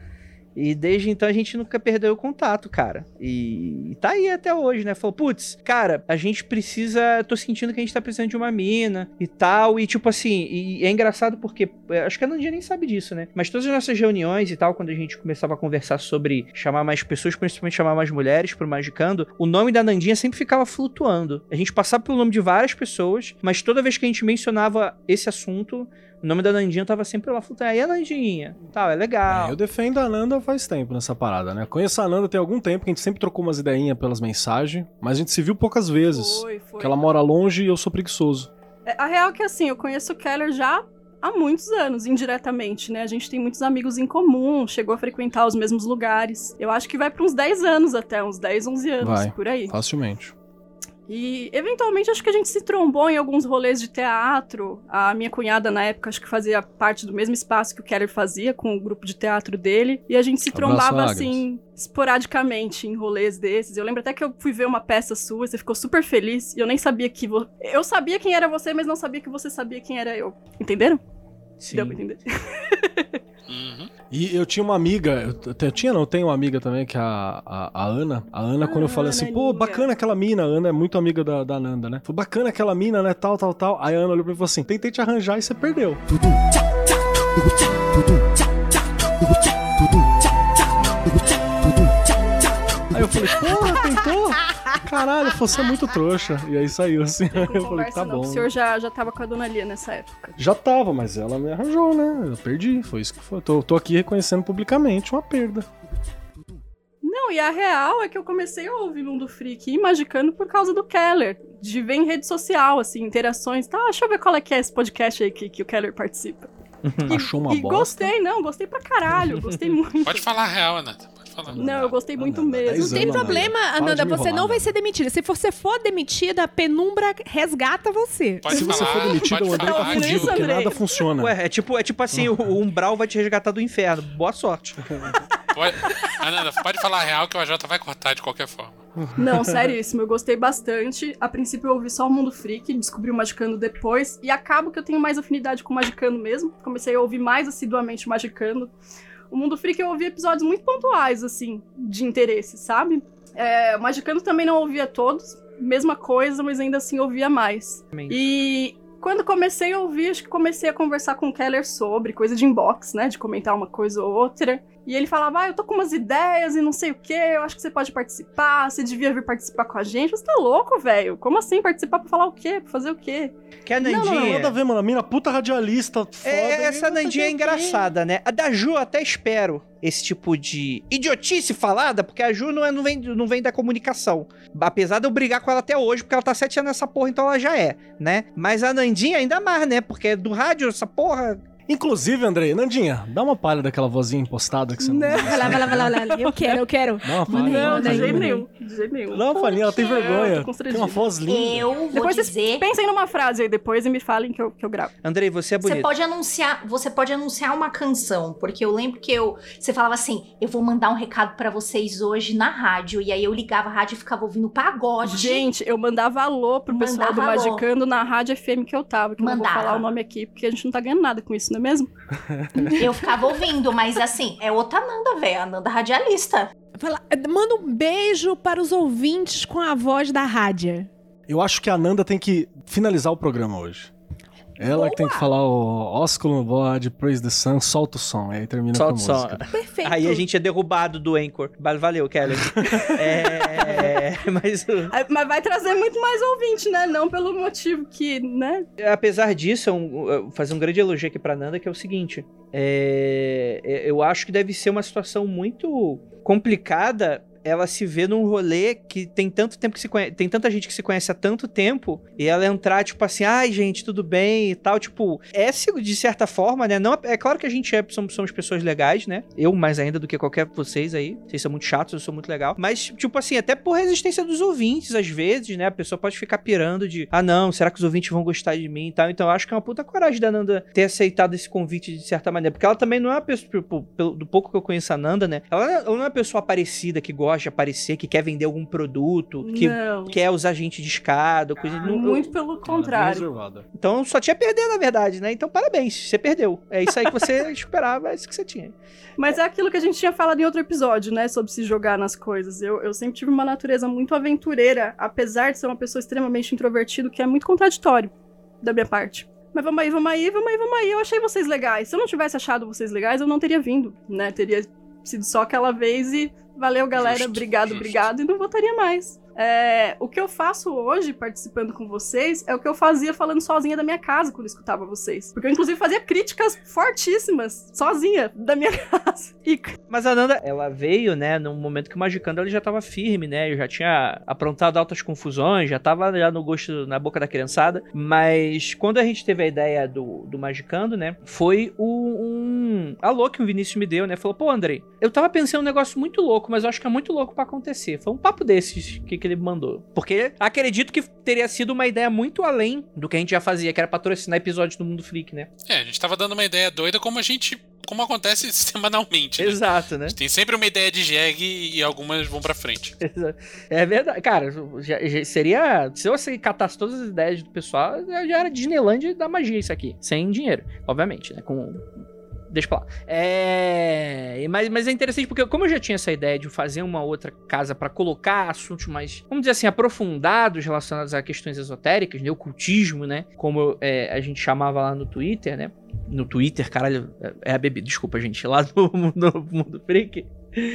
E desde então a gente nunca perdeu o contato, cara. E, e tá aí até hoje, né? Falou, putz, cara, a gente precisa... Tô sentindo que a gente tá precisando de uma mina e tal. E tipo assim, e é engraçado porque... Acho que a Nandinha nem sabe disso, né? Mas todas as nossas reuniões e tal, quando a gente começava a conversar sobre chamar mais pessoas, principalmente chamar mais mulheres pro Magicando, o nome da Nandinha sempre ficava flutuando. A gente passava pelo nome de várias pessoas, mas toda vez que a gente mencionava esse assunto... O nome da Nandinha tava sempre lá falando, aí a Nandinha, tal, é legal. É, eu defendo a Nanda faz tempo nessa parada, né? Conheço a Nanda tem algum tempo, que a gente sempre trocou umas ideinhas pelas mensagens, mas a gente se viu poucas vezes. Foi, foi. Porque ela mora longe e eu sou preguiçoso. É, a real é que assim, eu conheço o Keller já há muitos anos, indiretamente, né? A gente tem muitos amigos em comum, chegou a frequentar os mesmos lugares. Eu acho que vai para uns dez anos até, uns dez, onze anos, Vai, por aí. Facilmente. E, eventualmente, acho que a gente se trombou em alguns rolês de teatro. A minha cunhada, na época, acho que fazia parte do mesmo espaço que o Keller fazia, com o grupo de teatro dele. E a gente se Abraço, trombava, Agnes. assim, esporadicamente em rolês desses. Eu lembro até que eu fui ver uma peça sua, você ficou super feliz, e eu nem sabia que... Vo... Eu sabia quem era você, mas não sabia que você sabia quem era eu. Entenderam? Sim. Deu pra entender? Uhum. E eu tinha uma amiga, eu, eu tinha não, eu tenho uma amiga também, que é a, a, a Ana. A Ana, quando eu falei assim, pô, Ananinha. bacana aquela mina, a Ana é muito amiga da, da Nanda, né? Falei, bacana aquela mina, né, tal, tal, tal. Aí a Ana olhou pra mim e falou assim, tentei te arranjar e você perdeu. Aí eu falei, porra, tentou? Caralho, você é muito trouxa. E aí saiu assim. Com Eu falei, conversa, tá não. bom. O senhor já, já tava com a dona Lia nessa época. Já tava, mas ela me arranjou, né? Eu perdi, foi isso que foi. Tô, tô aqui reconhecendo publicamente uma perda. Não, e a real é que eu comecei a ouvir Mundo Freak e Magicando por causa do Keller. De ver em rede social, assim, interações. Tá, deixa eu ver qual é que é esse podcast aí que, que o Keller participa. E, Achou uma e bosta? gostei, não, gostei pra caralho, gostei muito. Pode falar a real, Ananda. Pode falar. Não, eu gostei muito Ananda, mesmo. dez Não tem anos, problema, Para Ananda, de me você enrolar, não vai Ananda. ser demitida. Se você for demitida, a Penumbra resgata você. Pode Se você falar, for demitido, pode o André tá falar. ouvindo fudido, isso, porque Andrei? nada funciona. Ué, é tipo, é tipo assim, o, o Umbral vai te resgatar do inferno. Boa sorte. Pode... Ananda, pode falar a real que o A J vai cortar de qualquer forma. Não, seríssimo, eu gostei bastante. A princípio eu ouvi só o Mundo Freak, descobri o Magicando depois, e acabo que eu tenho mais afinidade com o Magicando mesmo. Comecei a ouvir mais assiduamente o Magicando. O Mundo Freak eu ouvi episódios muito pontuais, assim, de interesse, sabe? É, o Magicando também não ouvia todos, mesma coisa, mas ainda assim ouvia mais. E quando comecei a ouvir, acho que comecei a conversar com o Keller sobre coisa de inbox, né? De comentar uma coisa ou outra. E ele falava, ah, eu tô com umas ideias e não sei o quê, eu acho que você pode participar, você devia vir participar com a gente. Você tá louco, velho? Como assim participar pra falar o quê? Pra fazer o quê? Que a Nandinha... Não, não, nada a ver, mano. A mina puta radialista, foda. É, essa Nandinha é engraçada, né? A da Ju eu até espero esse tipo de idiotice falada, porque a Ju não, é, não, vem, não vem da comunicação. Apesar de eu brigar com ela até hoje, porque ela tá sete anos nessa porra, então ela já é, né? Mas a Nandinha ainda mais, né? Porque é do rádio, essa porra... Inclusive, Andrei, Nandinha, dá uma palha daquela vozinha impostada que você não... Vai lá, vai lá, vai lá, vai lá. Eu quero, eu quero. Dá uma palha. Não, Manda de aí, jeito manda aí. nenhum. De jeito nenhum. Dá uma palhinha, ela tem Eu vergonha. tô constrangida. Tem uma voz linda. Eu vou Depois dizer... vocês pensem numa frase aí depois e me falem que eu, que eu gravo. Andrei, você é Você bonito. pode anunciar, você pode anunciar uma canção, porque eu lembro que eu, você falava assim, eu vou mandar um recado pra vocês hoje na rádio, e aí eu ligava a rádio e ficava ouvindo pagode. Gente, eu mandava alô pro pessoal do Mandava alô. Magicando na rádio F M que eu tava, que eu não vou Mandava. falar o nome aqui, porque a gente não tá ganhando nada com isso, não é mesmo? Eu ficava ouvindo, mas assim, é outra Nanda, velho, a Nanda radialista. Fala, manda um beijo para os ouvintes com a voz da rádio. Eu acho que a Nanda tem que finalizar o programa hoje. Ela Boa. que tem que falar o Oscar no bode, Praise the Sun, solta o som. Aí termina Solta com o a som. música. Perfeito. Aí a gente é derrubado do Anchor. Valeu, Kelly. é... Mas... Aí- Mas vai trazer muito mais ouvinte, né? Não pelo motivo que, né? Apesar disso, eu, eu vou fazer um grande elogio aqui pra Nanda, que é o seguinte. É, é, eu acho que deve ser uma situação muito complicada ela se vê num rolê que tem tanto tempo que se conhece, tem tanta gente que se conhece há tanto tempo, e ela entrar, tipo assim, ai, gente, tudo bem e tal, tipo, é de certa forma, né, não, é claro que a gente é, somos, somos pessoas legais, né, eu mais ainda do que qualquer de vocês aí, vocês são muito chatos, eu sou muito legal, mas, tipo assim, até por resistência dos ouvintes, às vezes, né, a pessoa pode ficar pirando de, ah, não, será que os ouvintes vão gostar de mim e tal, então eu acho que é uma puta coragem da Nanda ter aceitado esse convite de certa maneira, porque ela também não é uma pessoa, tipo, pelo, do pouco que eu conheço a Nanda, né, ela, ela não é uma pessoa aparecida que gosta de aparecer, que quer vender algum produto, que Não. quer usar gente de escada, coisa não, Muito pelo contrário. Então só tinha a perder, na verdade, né? Então parabéns, você perdeu. É isso aí que você esperava, é isso que você tinha. Mas é aquilo que a gente tinha falado em outro episódio, né? Sobre se jogar nas coisas. Eu, eu sempre tive uma natureza muito aventureira, apesar de ser uma pessoa extremamente introvertida, que é muito contraditório da minha parte. Mas vamos aí, vamos aí, vamos aí, vamos aí. Eu achei vocês legais. Se eu não tivesse achado vocês legais, eu não teria vindo, né? Teria sido só aquela vez e valeu, galera, Justo, obrigado, justo. obrigado, e não voltaria mais. É, o que eu faço hoje, participando com vocês, é o que eu fazia falando sozinha da minha casa quando eu escutava vocês. Porque eu, inclusive, fazia críticas fortíssimas, sozinha, da minha casa. E Mas a Nanda, ela veio, né, num momento que o Magicando ele já tava firme, né? Eu já tinha aprontado altas confusões, já tava já no gosto, na boca da criançada. Mas quando a gente teve a ideia do, do Magicando, né, foi o, um alô que o Vinícius me deu, né? Falou, pô, Andrei, eu tava pensando um negócio muito louco, mas eu acho que é muito louco pra acontecer. Foi um papo desses que que ele mandou. Porque acredito que teria sido uma ideia muito além do que a gente já fazia, que era patrocinar episódios do Mundo Freak, né? É, a gente tava dando uma ideia doida como a gente... Como acontece semanalmente, né? Exato, né? Tem sempre uma ideia de jegue e algumas vão pra frente. É verdade. Cara, já, já seria... Se você catasse todas as ideias do pessoal, já já era Disneyland da magia isso aqui. Sem dinheiro, obviamente, né? Com... Deixa pra lá. É... Mas, mas é interessante porque, como eu já tinha essa ideia de fazer uma outra casa pra colocar assuntos mais, vamos dizer assim, aprofundados relacionados a questões esotéricas, né? Ocultismo, né? Como é, a gente chamava lá no Twitter, né? No Twitter, caralho, é a bebida, desculpa, gente, lá no, no Mundo Freak.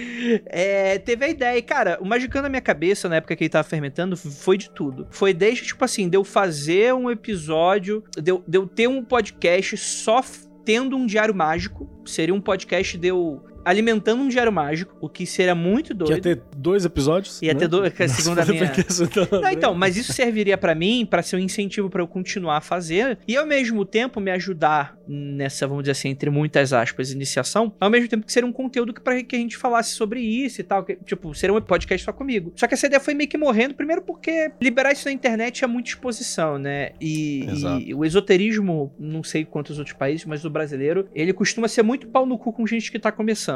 É, teve a ideia, e cara, o Magicando na minha cabeça, na época que ele tava fermentando, foi de tudo. Foi desde, tipo assim, de eu fazer um episódio, de eu, de eu ter um podcast só tendo um diário mágico, seria um podcast de eu alimentando um diário mágico, o que seria muito doido. Ia ter dois episódios. Ia né? ter dois, segundo a minha... Não, Não, então, mas isso serviria pra mim, pra ser um incentivo pra eu continuar a fazer, e ao mesmo tempo me ajudar nessa, vamos dizer assim, entre muitas aspas, iniciação, ao mesmo tempo que seria um conteúdo que, pra que a gente falasse sobre isso e tal, que, tipo, seria um podcast só comigo. Só que essa ideia foi meio que morrendo, primeiro porque liberar isso na internet é muita exposição, né? E, e o esoterismo, não sei quantos outros países, mas o brasileiro, ele costuma ser muito pau no cu com gente que tá começando.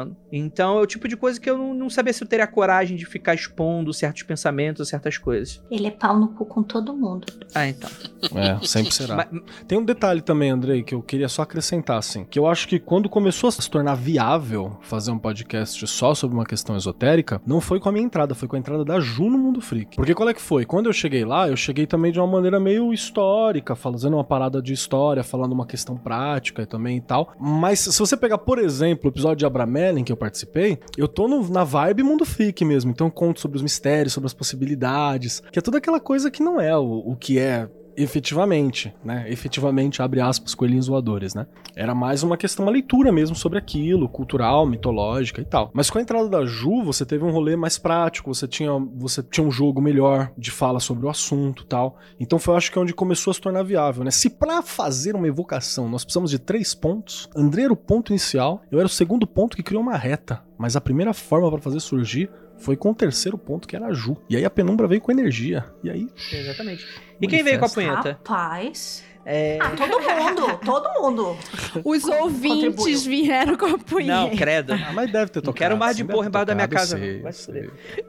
começando. Então é o tipo de coisa que eu não, não sabia se eu teria coragem de ficar expondo certos pensamentos, certas coisas. Ele é pau no cu com todo mundo. Ah, então. É, sempre será. Mas- Tem um detalhe também, Andrei, que eu queria só acrescentar, assim, que eu acho que quando começou a se tornar viável fazer um podcast só sobre uma questão esotérica, não foi com a minha entrada, foi com a entrada da Ju no Mundo Freak. Porque qual é que foi? Quando eu cheguei lá, eu cheguei também de uma maneira meio histórica, fazendo uma parada de história, falando uma questão prática e também e tal. Mas se você pegar, por exemplo, o episódio de Abramelin que eu participei, eu tô no- na vibe Mundo Freak mesmo, então eu conto sobre os mistérios, sobre as possibilidades, que é toda aquela coisa que não é o, o que é efetivamente, né? Efetivamente, abre aspas, coelhinhos voadores, né? Era mais uma questão, uma leitura mesmo sobre aquilo, cultural, mitológica e tal. Mas com a entrada da Ju, você teve um rolê mais prático, você tinha, você tinha um jogo melhor de fala sobre o assunto e tal. Então foi, acho que, onde começou a se tornar viável, né? Se pra fazer uma evocação nós precisamos de três pontos, André era o ponto inicial, eu era o segundo ponto que criou uma reta. Mas a primeira forma pra fazer surgir foi com o terceiro ponto, que era a Ju. E aí a penumbra veio com energia. E aí... Exatamente. E quem veio com a punheta? Rapaz. É... Ah, todo mundo, todo mundo. Os ouvintes contribuiu. vieram com a punheta. Não, credo. Ah, mas deve ter Não tocado. quero mais de sim, porra deve ter embaixo da minha tocado, casa, eu sei, não. Vai eu se sei. fuder.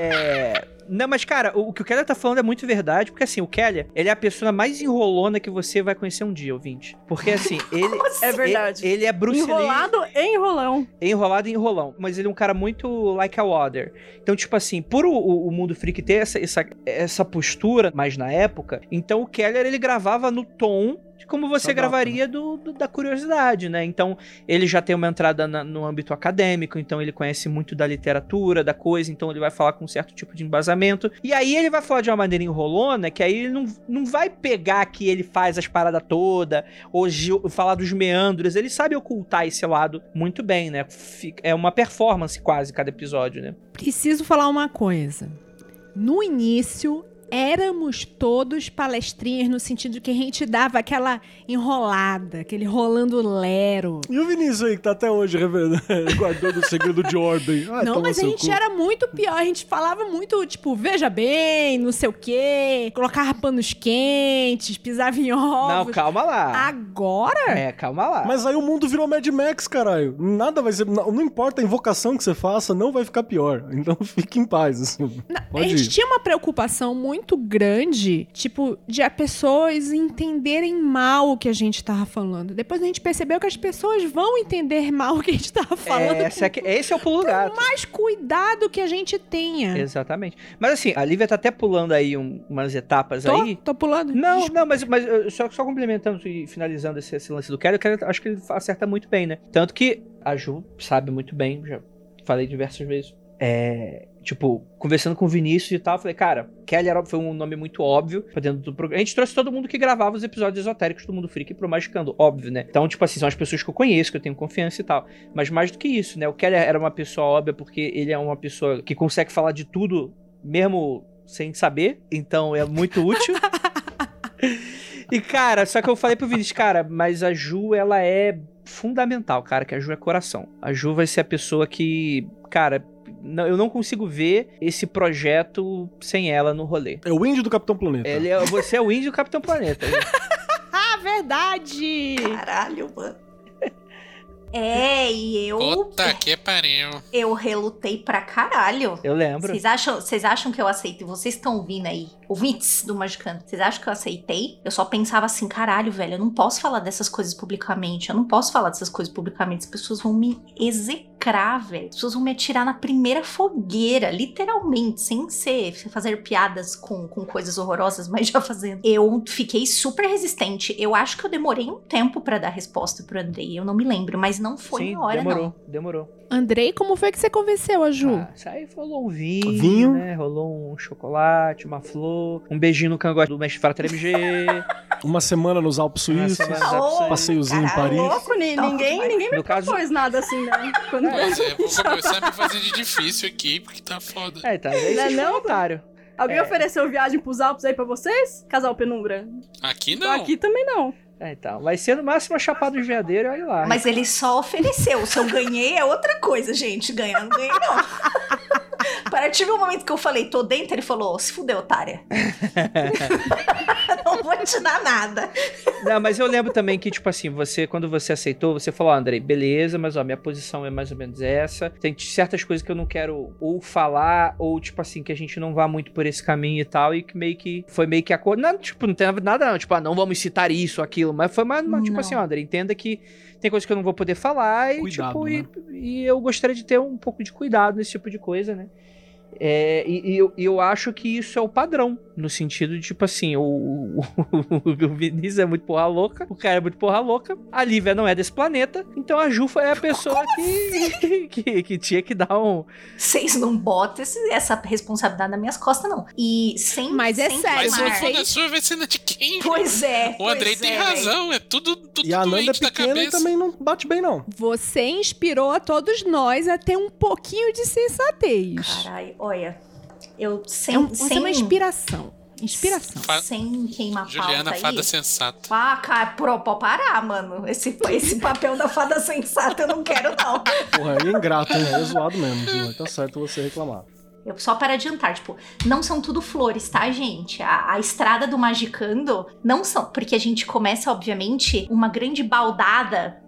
É... Não, mas cara, o, o que o Keller tá falando é muito verdade, porque assim, o Keller, ele é a pessoa mais enrolona que você vai conhecer um dia, ouvinte. Porque assim, ele... É verdade. Ele, ele é Bruce Lee... Enrolado e enrolão. Enrolado e enrolão. Mas ele é um cara muito like a water. Então, tipo assim, por o, o, o Mundo Freak ter essa, essa, essa postura mais na época, então o Keller, ele gravava no tom de como você Só dá, gravaria do, do- da curiosidade, né? Então, ele já tem uma entrada na- no âmbito acadêmico, então ele conhece muito da literatura, da coisa, então ele vai falar com um certo tipo de embasamento. E aí ele vai falar de uma maneira enrolona, que aí ele não, não vai pegar que ele faz as paradas todas, ou ge- falar dos meandros, ele sabe ocultar esse lado muito bem, né? Fica- É uma performance quase cada episódio, né? Preciso falar uma coisa. No início, éramos todos palestrinhas no sentido que a gente dava aquela enrolada, aquele rolando lero. E o Vinícius aí, que tá até hoje revelando, guardando o segredo de ordem. Ai, Não, toma mas a seu gente cu. era muito pior. A gente falava muito, tipo, veja bem, não sei o quê, colocava panos quentes, pisava em ovos. Não, calma lá. Agora? É, calma lá. Mas aí o mundo virou Mad Max, caralho. Nada vai ser... Não, não importa a invocação que você faça, não vai ficar pior. Então fique em paz, assim. Não, a Pode gente ir. tinha uma preocupação muito grande, tipo, de as pessoas entenderem mal o que a gente tava falando. Depois a gente percebeu que as pessoas vão entender mal o que a gente tava falando. É, esse, aqui- esse é o pulo do gato. Mais cuidado que a gente tenha. Exatamente. Mas assim, a Lívia tá até pulando aí um- umas etapas Tô, aí. tô pulando. Não, não, mas, mas uh, só, só complementando e finalizando esse, esse lance do Keller, o Keller, acho que ele acerta muito bem, né? Tanto que a Ju sabe muito bem, já falei diversas vezes. É, tipo, conversando com o Vinícius e tal, eu falei, cara, Keller era- foi um nome muito óbvio pra dentro do programa. A gente trouxe todo mundo que gravava os episódios esotéricos do Mundo Freak pro Magicando, óbvio, né? Então, tipo assim, são as pessoas que eu conheço, que eu tenho confiança e tal. Mas mais do que isso, né? O Keller era uma pessoa óbvia porque ele é uma pessoa que consegue falar de tudo, mesmo sem saber. Então, é muito útil. E, cara, só que eu falei pro Vinícius, cara, mas a Ju, ela é fundamental, cara, que a Ju é coração. A Ju vai ser a pessoa que, cara, não- eu não consigo ver esse projeto sem ela no rolê. É o índio do Capitão Planeta. Ele é, você é o índio Capitão Planeta. Ah, verdade! Caralho, mano. É, e eu. Puta que pariu. Eu relutei pra caralho. Eu lembro. Vocês acham, vocês acham que eu aceito? Vocês estão ouvindo aí, ouvintes do Magicando, vocês acham que eu aceitei? Eu só pensava assim, caralho, velho, eu não posso falar dessas coisas publicamente. Eu não posso falar dessas coisas publicamente. As pessoas vão me execrar, velho. As pessoas vão me atirar na primeira fogueira, literalmente, sem ser fazer piadas com, com coisas horrorosas, mas já fazendo. Eu fiquei super resistente. Eu acho que eu demorei um tempo pra dar resposta pro Andrei. Eu não me lembro, mas não foi Sim, na hora, demorou, não. demorou. Andrei, como foi que você convenceu a Ju? Ah, isso aí rolou um vinho, Vinho. né? Rolou um chocolate, uma flor, um beijinho no cangote do mestre Frater M G. Uma semana nos Alpes Uma Suíços. semana nos Alpes Suíços. Passeiozinho em caralho. Paris. Louco, ni- Top ninguém, demais. ninguém me No caso- propôs nada assim, né? Quando Pois é, vou começar a me fazer de difícil aqui, porque tá foda. É, tá. Aí Não é vocês não, foram otário. Alguém É. ofereceu viagem pros Alpes aí pra vocês? Casal Penumbra? Aqui não. Aqui também não. É, então. Vai ser no máximo a Chapada dos Veadeiros, olha lá. Mas ele só ofereceu. Se eu ganhei é outra coisa, gente. Ganhar não ganhei, não. A partir do momento que eu falei, tô dentro, ele falou, se fudeu, otária. Não não vou te dar nada. Não, mas eu lembro também que, tipo assim, você, quando você aceitou, você falou, ah, Andrei, beleza, mas ó, minha posição é mais ou menos essa. Tem certas coisas que eu não quero ou falar, ou, tipo assim, que a gente não vá muito por esse caminho e tal, e que meio que foi meio que a coisa. Não, tipo, não tem nada, não. Tipo, ah, não vamos citar isso, aquilo. Mas foi mais, mais tipo Não. assim, ó, Andrei, entenda que tem coisas que eu não vou poder falar e, Cuidado, tipo, né? e, e eu gostaria de ter um pouco de cuidado nesse tipo de coisa, né? É, e, e eu, e eu acho que isso é o padrão, no sentido de, tipo assim, o, o, o Vinícius é muito porra louca, o cara é muito porra louca, a Lívia não é desse planeta, então a Jufa é a pessoa que, que, que tinha que dar um... Vocês não botam esse- essa responsabilidade nas minhas costas, não. E sem. Mas é sem sério, Mas se não queimar- for da sua, vai ser na de quem? Pois é. O Andrei pois tem é, razão, é tudo, tudo E a Ananda é doente da pequena e cabeça. também não bate bem, não. Você inspirou a todos nós a ter um pouquinho de sensatez. Caralho, olha. Eu sem. É um- você sem é uma inspiração. Inspiração. Fa- Sem queimar Juliana, pauta fada aí. sensata. Ah, cara, pro, pode parar, mano. Esse, esse papel da fada sensata eu não quero, não. Porra, aí é ingrato, hein? É zoado mesmo, Gil. Tá certo você reclamar. Eu, só para adiantar, tipo, não são tudo flores, tá, gente? A, a estrada do Magicando não são. Porque a gente começa, obviamente, uma grande baldada.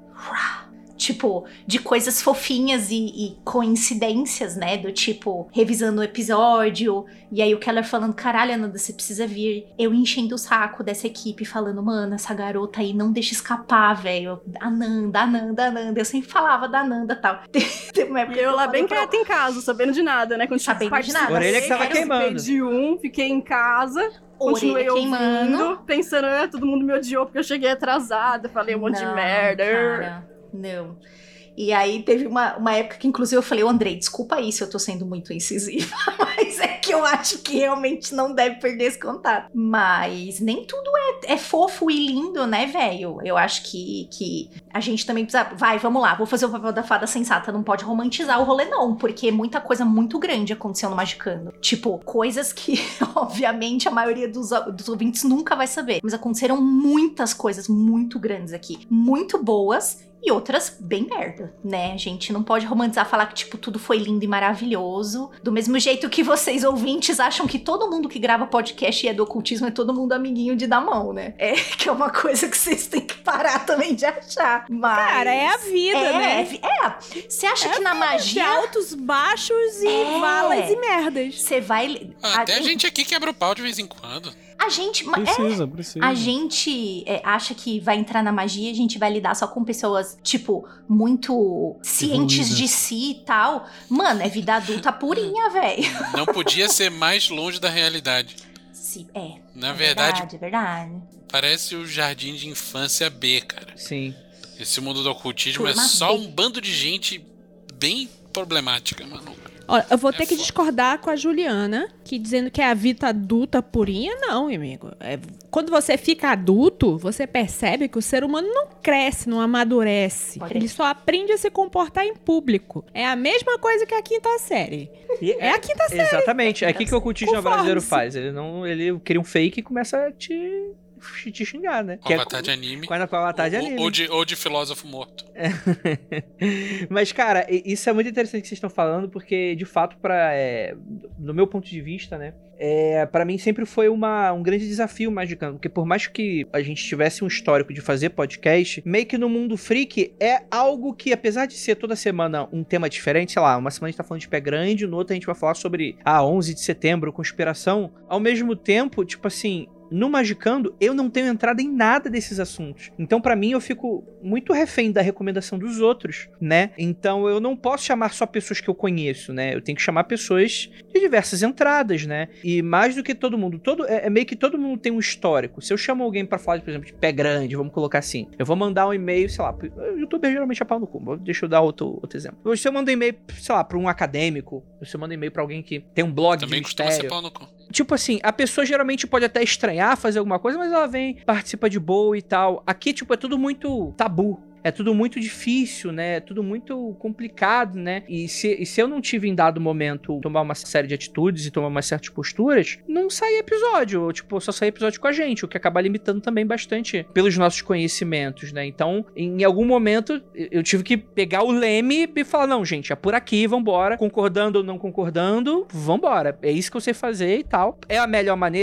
Tipo, de coisas fofinhas e, e coincidências, né? Do tipo, revisando o episódio. E aí o Keller falando, caralho, Ananda, você precisa vir. Eu enchendo o saco dessa equipe, falando, mano, essa garota aí não deixa escapar, velho. Ananda, Ananda, Ananda. Eu sempre falava da Ananda e tal. Teve uma época E eu que lá bem falei pra- sim. Em casa, sabendo de nada, né? Quando Sabendo de participei, nada. Orelha que tava participei queimando. de um, fiquei em casa, continuei Orelha queimando. ouvindo, pensando, ah, todo mundo me odiou porque eu cheguei atrasada, falei um monte de Não, merda. Cara, não. E aí teve uma, uma época que, inclusive, eu falei, ô Andrei, desculpa aí se eu tô sendo muito incisiva, mas é que eu acho que realmente não deve perder esse contato. Mas nem tudo é, é fofo e lindo, né, velho? Eu acho que, que a gente também precisa... Vai, vamos lá, vou fazer o papel da fada sensata. Não pode romantizar o rolê, não, porque muita coisa muito grande aconteceu no Magicando. Tipo, coisas que, obviamente, a maioria dos, dos ouvintes nunca vai saber. Mas aconteceram muitas coisas muito grandes aqui. Muito boas e outras bem merda, né? A gente não pode romantizar, falar que, tipo, tudo foi lindo e maravilhoso. Do mesmo jeito que vocês, ouvintes, acham que todo mundo que grava podcast e é do ocultismo é todo mundo amiguinho de dar mão, né? É que é uma coisa que vocês têm que parar também de achar. Mas... Cara, é a vida, é, né? É, você acha que na De magia altos, baixos e É. valas e merdas. você vai... Até a gente aqui quebra o pau de vez em quando. A gente... é, Precisa, precisa. A gente é, acha que vai entrar na magia e a gente vai lidar só com pessoas, tipo, muito cientes Evoluídas. de si e tal. Mano, é vida adulta purinha, velho. Não podia ser mais longe da realidade. Se- É. Na é verdade, verdade, é verdade. parece o jardim de infância B, cara. Sim. Esse mundo do ocultismo é Turma só B. um bando de gente bem problemática, mano. Ó, eu vou ter É que foda. discordar com a Juliana, que dizendo que é a vida adulta purinha, não, amigo. É, quando você fica adulto, você percebe que o ser humano não cresce, não amadurece. Pode Ele ser. só aprende a se comportar em público. É a mesma coisa que a quinta série. E- É a quinta série. Exatamente. É aqui que o ocultismo Conforme-se. brasileiro faz. Ele não, ele cria um fake e começa a te, te xingar, né? Com Que é avatar de anime. com a com a avatar de Ou- anime. Ou de, ou de filósofo morto. Mas, cara, i- isso é muito interessante que vocês estão falando, porque, de fato, pra, é, do meu ponto de vista, né, é, para mim sempre foi uma, um grande desafio o Magicando, porque por mais que a gente tivesse um histórico de fazer podcast, meio que no mundo freak é algo que, apesar de ser toda semana um tema diferente, sei lá, uma semana a gente tá falando de pé grande, no outro a gente vai falar sobre a onze de setembro, conspiração, ao mesmo tempo, tipo assim... No Magicando, eu não tenho entrada em nada desses assuntos. Então, pra mim, eu fico muito refém da recomendação dos outros, né? Então, eu não posso chamar só pessoas que eu conheço, né? Eu tenho que chamar pessoas de diversas entradas, né? E mais do que todo mundo, todo, é, é meio que todo mundo tem um histórico. Se eu chamo alguém pra falar, por exemplo, de pé grande, vamos colocar assim, eu vou mandar um e-mail, sei lá, pro- o youtuber geralmente é pau no cu, deixa eu dar outro, outro exemplo. Se eu mando um e-mail, sei lá, pra um acadêmico, se eu mando um e-mail pra alguém que tem um blog Também de costuma mistério... ser pau no cu. Tipo assim, a pessoa geralmente pode até estranhar fazer alguma coisa, mas ela vem, participa de boa e tal. Aqui, tipo, é tudo muito tabu. É tudo muito difícil, né? É tudo muito complicado, né? E se, e se eu não tive em dado momento tomar uma série de atitudes e tomar umas certas posturas, não sai episódio. Ou, tipo, só sai episódio com a gente, o que acaba limitando também bastante pelos nossos conhecimentos, né? Então, em algum momento, eu tive que pegar o leme e falar, não, gente, é por aqui, vambora. Concordando ou não concordando, vambora. É isso que eu sei fazer e tal. É a melhor maneira?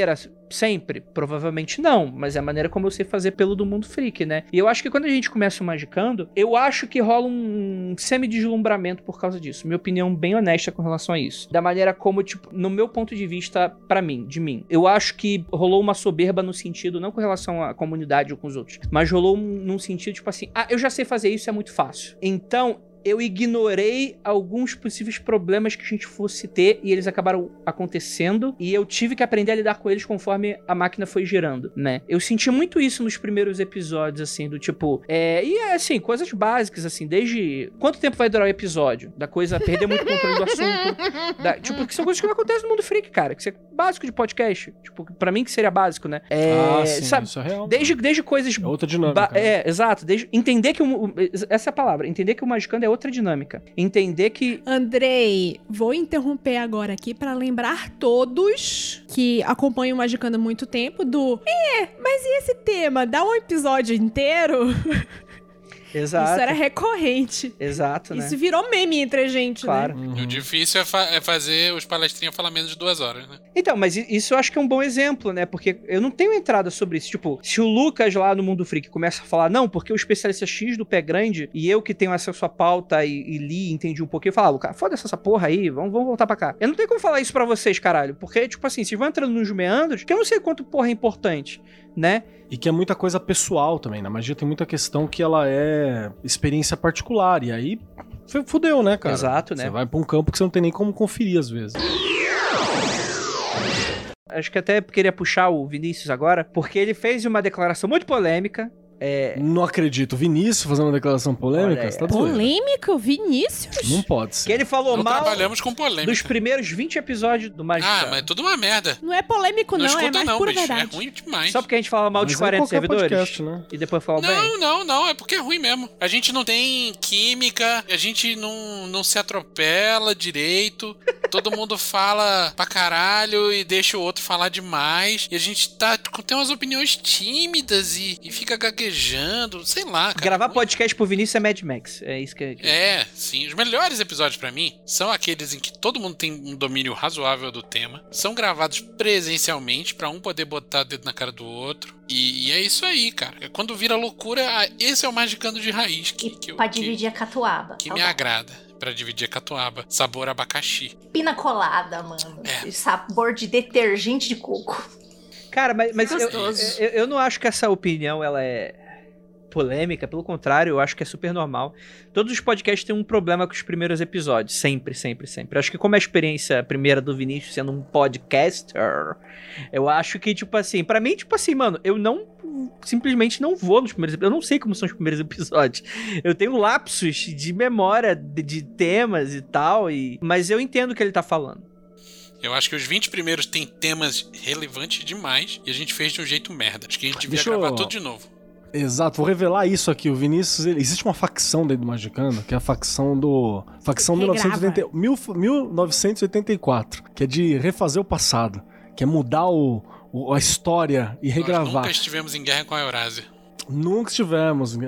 sempre? Provavelmente não, mas é a maneira como eu sei fazer pelo do Mundo Freak, né? E eu acho que quando a gente começa o Magicando, eu acho que rola um semi-deslumbramento por causa disso. Minha opinião bem honesta com relação a isso. Da maneira como, tipo, no meu ponto de vista, pra mim, de mim, eu acho que rolou uma soberba no sentido, não com relação à comunidade ou com os outros, mas rolou um, num sentido, tipo assim, ah, eu já sei fazer isso, é muito fácil. Então, eu ignorei alguns possíveis problemas que a gente fosse ter e eles acabaram acontecendo e eu tive que aprender a lidar com eles conforme a máquina foi girando, né? Eu senti muito isso nos primeiros episódios, assim, do tipo... É, e, assim, coisas básicas, assim, desde... Quanto tempo vai durar o episódio? Da coisa perder muito controle do assunto. Da, tipo, que são coisas que não acontecem no Mundo Freak, cara. Que isso é básico de podcast. Tipo, pra mim que seria básico, né? É, ah, sim, sabe, isso é real. Desde, desde coisas... É outra dinâmica. Né? É, exato. Desde, entender que... O, essa é a palavra. Entender que o Magicando é outra dinâmica. Entender que... Andrei, vou interromper agora aqui para lembrar todos que acompanham o Magicando há muito tempo do... É, mas e esse tema? Dá um episódio inteiro? Exato. Isso era recorrente. Exato, né? Isso virou meme entre a gente, claro. né? Uhum. E o difícil é, fa é fazer os palestrinhos falar menos de duas horas, né? Então, mas isso eu acho que é um bom exemplo, né? Porque eu não tenho entrada sobre isso. Tipo, se o Lucas lá no Mundo Freak começa a falar, não, porque o especialista X do Pé Grande e eu que tenho acesso à pauta e, e li, entendi um pouquinho, eu falo, ah, Lucas, foda-se essa porra aí, vamos, vamos voltar pra cá. Eu não tenho como falar isso pra vocês, caralho. Porque, tipo assim, vocês vão entrando nos meandros, que eu não sei quanto porra é importante, né? E que é muita coisa pessoal também. Na magia tem muita questão que ela é experiência particular. E aí, fudeu, né, cara? Exato, né? Você vai pra um campo que você não tem nem como conferir, às vezes. Acho que até queria puxar o Vinícius agora, porque ele fez uma declaração muito polêmica. É... Não acredito. Vinícius fazendo uma declaração polêmica? Olha, você tá doido? Polêmica? O Vinícius? Não pode ser. Que ele falou Não mal trabalhamos com polêmica. dos primeiros vinte episódios do Magicando. Ah, mas é tudo uma merda. Não é polêmico, Não, não, escuta é mais não, pura bicho. verdade. É ruim demais. Só porque a gente fala mal Mas dos é quarenta qualquer servidores podcast, né? e depois fala bem. Não, não, não. É porque é ruim mesmo. A gente não tem química, a gente não, não se atropela direito. Todo mundo fala pra caralho e deixa o outro falar demais. E a gente tá, tem umas opiniões tímidas e, e fica gaguejando. Sei lá, cara. Gravar podcast pro Vinícius é Mad Max. É isso que... que... É, sim. Os melhores episódios pra mim são aqueles em que todo mundo tem um domínio razoável do tema. São gravados presencialmente pra um poder botar o dedo na cara do outro. E, e é isso aí, cara. Quando vira loucura, esse é o Magicando de raiz. Que, que eu, pra que, dividir a catuaba. Que me agrada. Pra dividir a catuaba. Sabor abacaxi. Pina colada, mano. É. Sabor de detergente de coco. Cara, mas, mas eu, Gostoso. eu, eu não acho que essa opinião, ela é... polêmica, pelo contrário, eu acho que é super normal. Todos os podcasts têm um problema com os primeiros episódios, sempre, sempre, sempre. Eu acho que como a experiência primeira do Vinícius sendo um podcaster, eu acho que, tipo assim, pra mim, tipo assim, mano, eu não, simplesmente não vou nos primeiros episódios, eu não sei como são os primeiros episódios. Eu tenho lapsos de memória de, de temas e tal, e... mas eu entendo o que ele tá falando. Eu acho que os vinte primeiros têm temas relevantes demais e a gente fez de um jeito merda. Acho que a gente devia Deixa eu- gravar tudo de novo. Exato, vou revelar isso aqui. O Vinícius, ele- existe uma facção dentro do Magicando, que é a facção do... Facção mil novecentos e oitenta, mil, mil novecentos e oitenta e quatro, que é de refazer o passado, que é mudar o, o- a história e Nós regravar. nunca estivemos em guerra com a Eurásia. Nunca estivemos.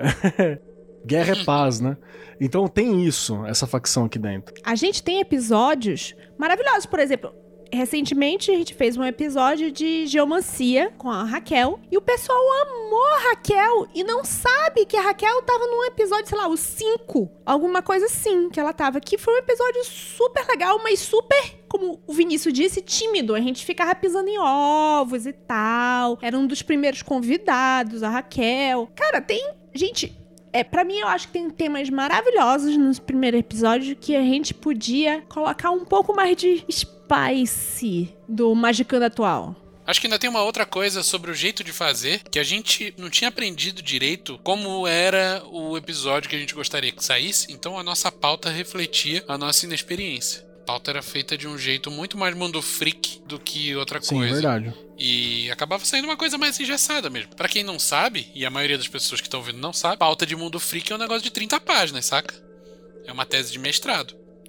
é, Guerra é paz, né? Então tem isso, essa facção aqui dentro. A gente tem episódios maravilhosos, por exemplo. Recentemente a gente fez um episódio de geomancia com a Raquel e o pessoal amou a Raquel e não sabe que a Raquel tava num episódio, sei lá, o cinco, alguma coisa assim que ela tava, que foi um episódio super legal, mas super, como o Vinícius disse, tímido. A gente ficava pisando em ovos e tal. Era um dos primeiros convidados, a Raquel. Cara, tem... Gente... É, pra mim, eu acho que tem temas maravilhosos nos primeiros episódios que a gente podia colocar um pouco mais de spice do Magicando atual. Acho que ainda tem uma outra coisa sobre o jeito de fazer, que a gente não tinha aprendido direito como era o episódio que a gente gostaria que saísse, então a nossa pauta refletia a nossa inexperiência. A pauta era feita de um jeito muito mais mundo freak do que outra Sim, coisa. verdade. E acabava saindo uma coisa mais engessada mesmo. Pra quem não sabe, e a maioria das pessoas que estão ouvindo não sabe, pauta de mundo freak é um negócio de trinta páginas, saca? É uma tese de mestrado.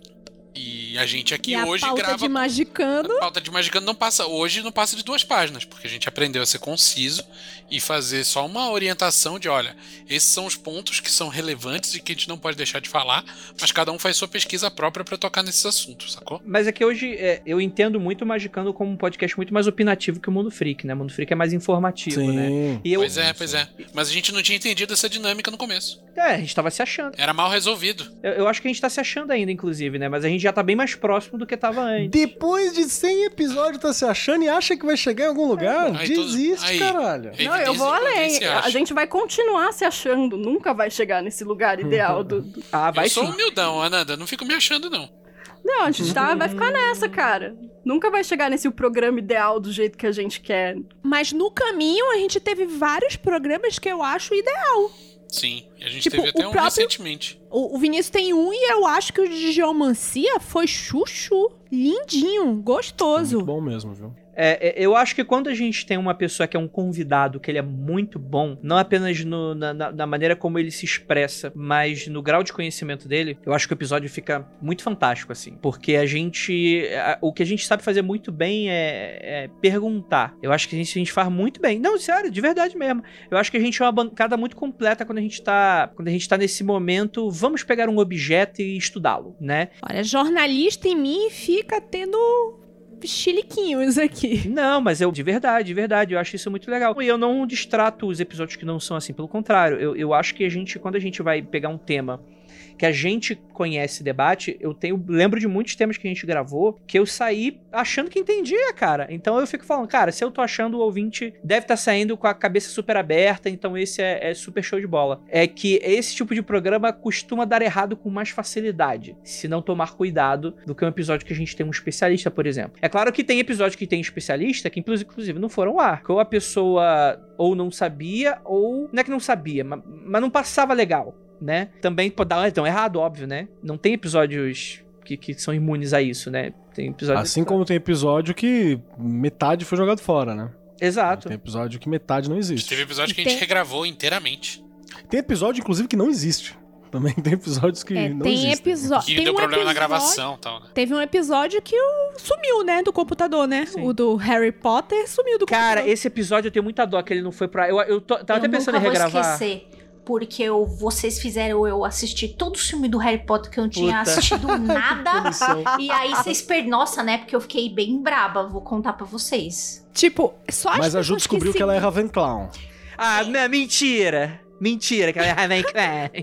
E a gente aqui E a hoje pauta grava... de Magicando... A pauta de Magicando não passa... Hoje não passa de duas páginas, porque a gente aprendeu a ser conciso e fazer só uma orientação de, olha, esses são os pontos que são relevantes e que a gente não pode deixar de falar, mas cada um faz sua pesquisa própria pra tocar nesses assuntos, sacou? Mas é que hoje é, eu entendo muito o Magicando como um podcast muito mais opinativo que o Mundo Freak, né? O Mundo Freak é mais informativo, Sim. né? E eu, Pois é, pois é. Mas a gente não tinha entendido essa dinâmica no começo. É, a gente tava se achando. Era mal resolvido. Eu, eu acho que a gente tá se achando ainda, inclusive, né? Mas a gente já tá bem mais próximo do que tava antes. Depois de cem episódios, tá se achando e acha que vai chegar em algum lugar? Aí tudo- Desiste, aí- caralho. aí- Não, eu vou Evidência- além. evidência A acha. gente vai continuar se achando. Nunca vai chegar nesse lugar ideal do. do- Ah, vai Eu sou sim. humildão, Ananda. Não fico me achando, não. Não, a gente tá, vai ficar nessa, cara. Nunca vai chegar nesse programa ideal do jeito que a gente quer. Mas no caminho a gente teve vários programas que eu acho ideal. Sim. E a gente Tipo, teve até o um próprio- recentemente. O, o Vinícius tem um e eu acho que o de Geomancia foi chuchu. Lindinho, gostoso. Muito bom mesmo, viu? É, é, eu acho que quando a gente tem uma pessoa que é um convidado, que ele é muito bom, não apenas no- na, na- na maneira como ele se expressa, mas no grau de conhecimento dele, eu acho que o episódio fica muito fantástico, assim. Porque a gente... a- o que a gente sabe fazer muito bem é, é perguntar. Eu acho que a gente, a gente faz muito bem. Não, sério, de verdade mesmo. Eu acho que a gente é uma bancada muito completa quando a gente tá, quando a gente tá nesse momento, vamos pegar um objeto e estudá-lo, né? Olha, jornalista em mim fica tendo chiliquinhos aqui. Não, mas eu, de verdade, de verdade, eu acho isso muito legal. E eu não distrato os episódios que não são assim, pelo contrário, eu, eu acho que a gente, quando a gente vai pegar um tema que a gente conhece e debate, eu tenho, lembro de muitos temas que a gente gravou, que eu saí achando que entendia, cara. Então eu fico falando, cara, se eu tô achando, o ouvinte deve estar saindo com a cabeça super aberta, então esse é, é super show de bola. É que esse tipo de programa costuma dar errado com mais facilidade, se não tomar cuidado, do que um episódio que a gente tem um especialista, por exemplo. É claro que tem episódio que tem especialista que inclusive não foram ao ar, que ou a pessoa ou não sabia, ou não é que não sabia, mas, mas não passava legal, né? Também pode dar então errado, óbvio, né? Não tem episódios que, que são imunes a isso, né? Tem episódios... Assim como tem episódio que metade foi jogado fora, né? Exato. Tem episódio que metade não existe. Teve episódio que a gente Tem- regravou inteiramente. Tem episódio, inclusive, que não existe. Também tem episódios que É, não tem existem. episódio. Que Tem deu um problema na episódio- gravação e tal, né? Teve um episódio que o sumiu, né? Do computador, né? Sim. O do Harry Potter sumiu do Cara, computador. esse episódio eu tenho muita dó que ele não foi pra... Eu, eu tô- tava eu até pensando nunca em vou regravar. esquecer, porque eu, vocês fizeram eu assistir todo o filme do Harry Potter que eu não tinha Puta. assistido nada. Punição. E aí vocês perderam. Nossa, né? Porque eu fiquei bem braba. Vou contar pra vocês. Tipo, só as Mas a Ju pessoas descobriu que, que ela é segui- Ravenclaw. Ah, não, mentira! Mentira, que ela é...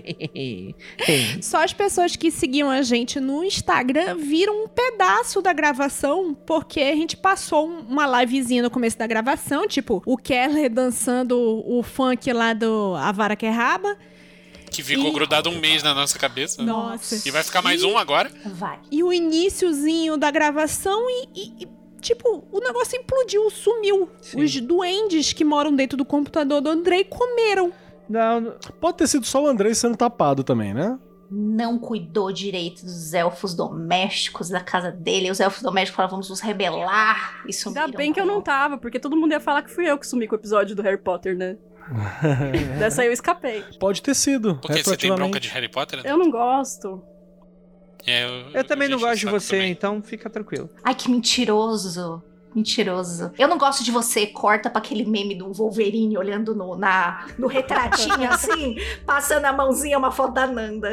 Só as pessoas que seguiam a gente no Instagram viram um pedaço da gravação, porque a gente passou um- uma livezinha no começo da gravação, tipo, o Keller dançando o funk lá do A Vara Que é Raba. Que ficou E- grudado um mês na nossa cabeça. Nossa. E vai ficar mais um agora. Vai. E o iniciozinho da gravação e, e- e, tipo, o negócio implodiu, sumiu. Sim. Os duendes que moram dentro do computador do Andrei comeram. Não, não- Pode ter sido só o Andrei sendo tapado também, né? Não cuidou direito dos elfos domésticos da casa dele. Os elfos domésticos falaram, vamos nos rebelar. E Ainda sumiram bem que eu com- não tava, porque todo mundo ia falar que fui eu que sumi com o episódio do Harry Potter, né? Dessa aí eu escapei. Pode ter sido. Porque você tem retroativamente. bronca de Harry Potter? né? Eu não gosto. É, eu também eu não enchi o gosto de saco você, também. então fica tranquilo. Ai, que mentiroso. Mentiroso. Eu não gosto de você. Corta pra aquele meme do Wolverine olhando no, na, no retratinho assim, passando a mãozinha, uma foto da Nanda.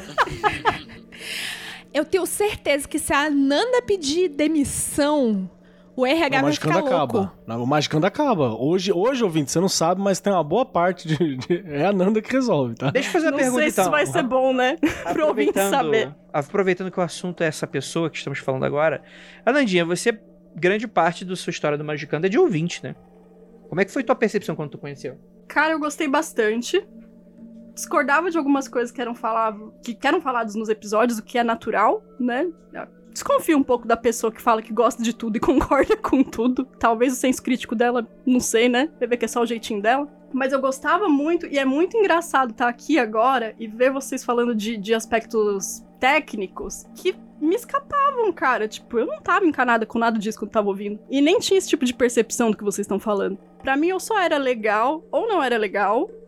Eu tenho certeza que se a Nanda pedir demissão, o R H O vai Magicando ficar louco. acaba. Não, o Magicando acaba. Hoje, hoje, ouvinte, você não sabe, mas tem uma boa parte de... de- É a Nanda que resolve, tá? Deixa eu fazer uma Não pergunta, sei se então. isso vai ser bom, né? Pro ouvinte saber. Aproveitando que o assunto é essa pessoa que estamos falando agora. Anandinha, você, grande parte da sua história do Magicando é de ouvinte, né? Como é que foi tua percepção quando tu conheceu? Cara, eu gostei bastante. Discordava de algumas coisas que eram, falava, que, que eram faladas nos episódios, o que é natural, né? Desconfio um pouco da pessoa que fala que gosta de tudo e concorda com tudo. Talvez o senso crítico dela, não sei, né? Vai ver que é só o jeitinho dela. Mas eu gostava muito, e é muito engraçado estar aqui agora e ver vocês falando de, de aspectos técnicos que me escapavam, cara. Tipo, eu não tava encanada com nada disso quando tava ouvindo. E nem tinha esse tipo de percepção do que vocês estão falando. Pra mim, eu só era legal, ou não era legal,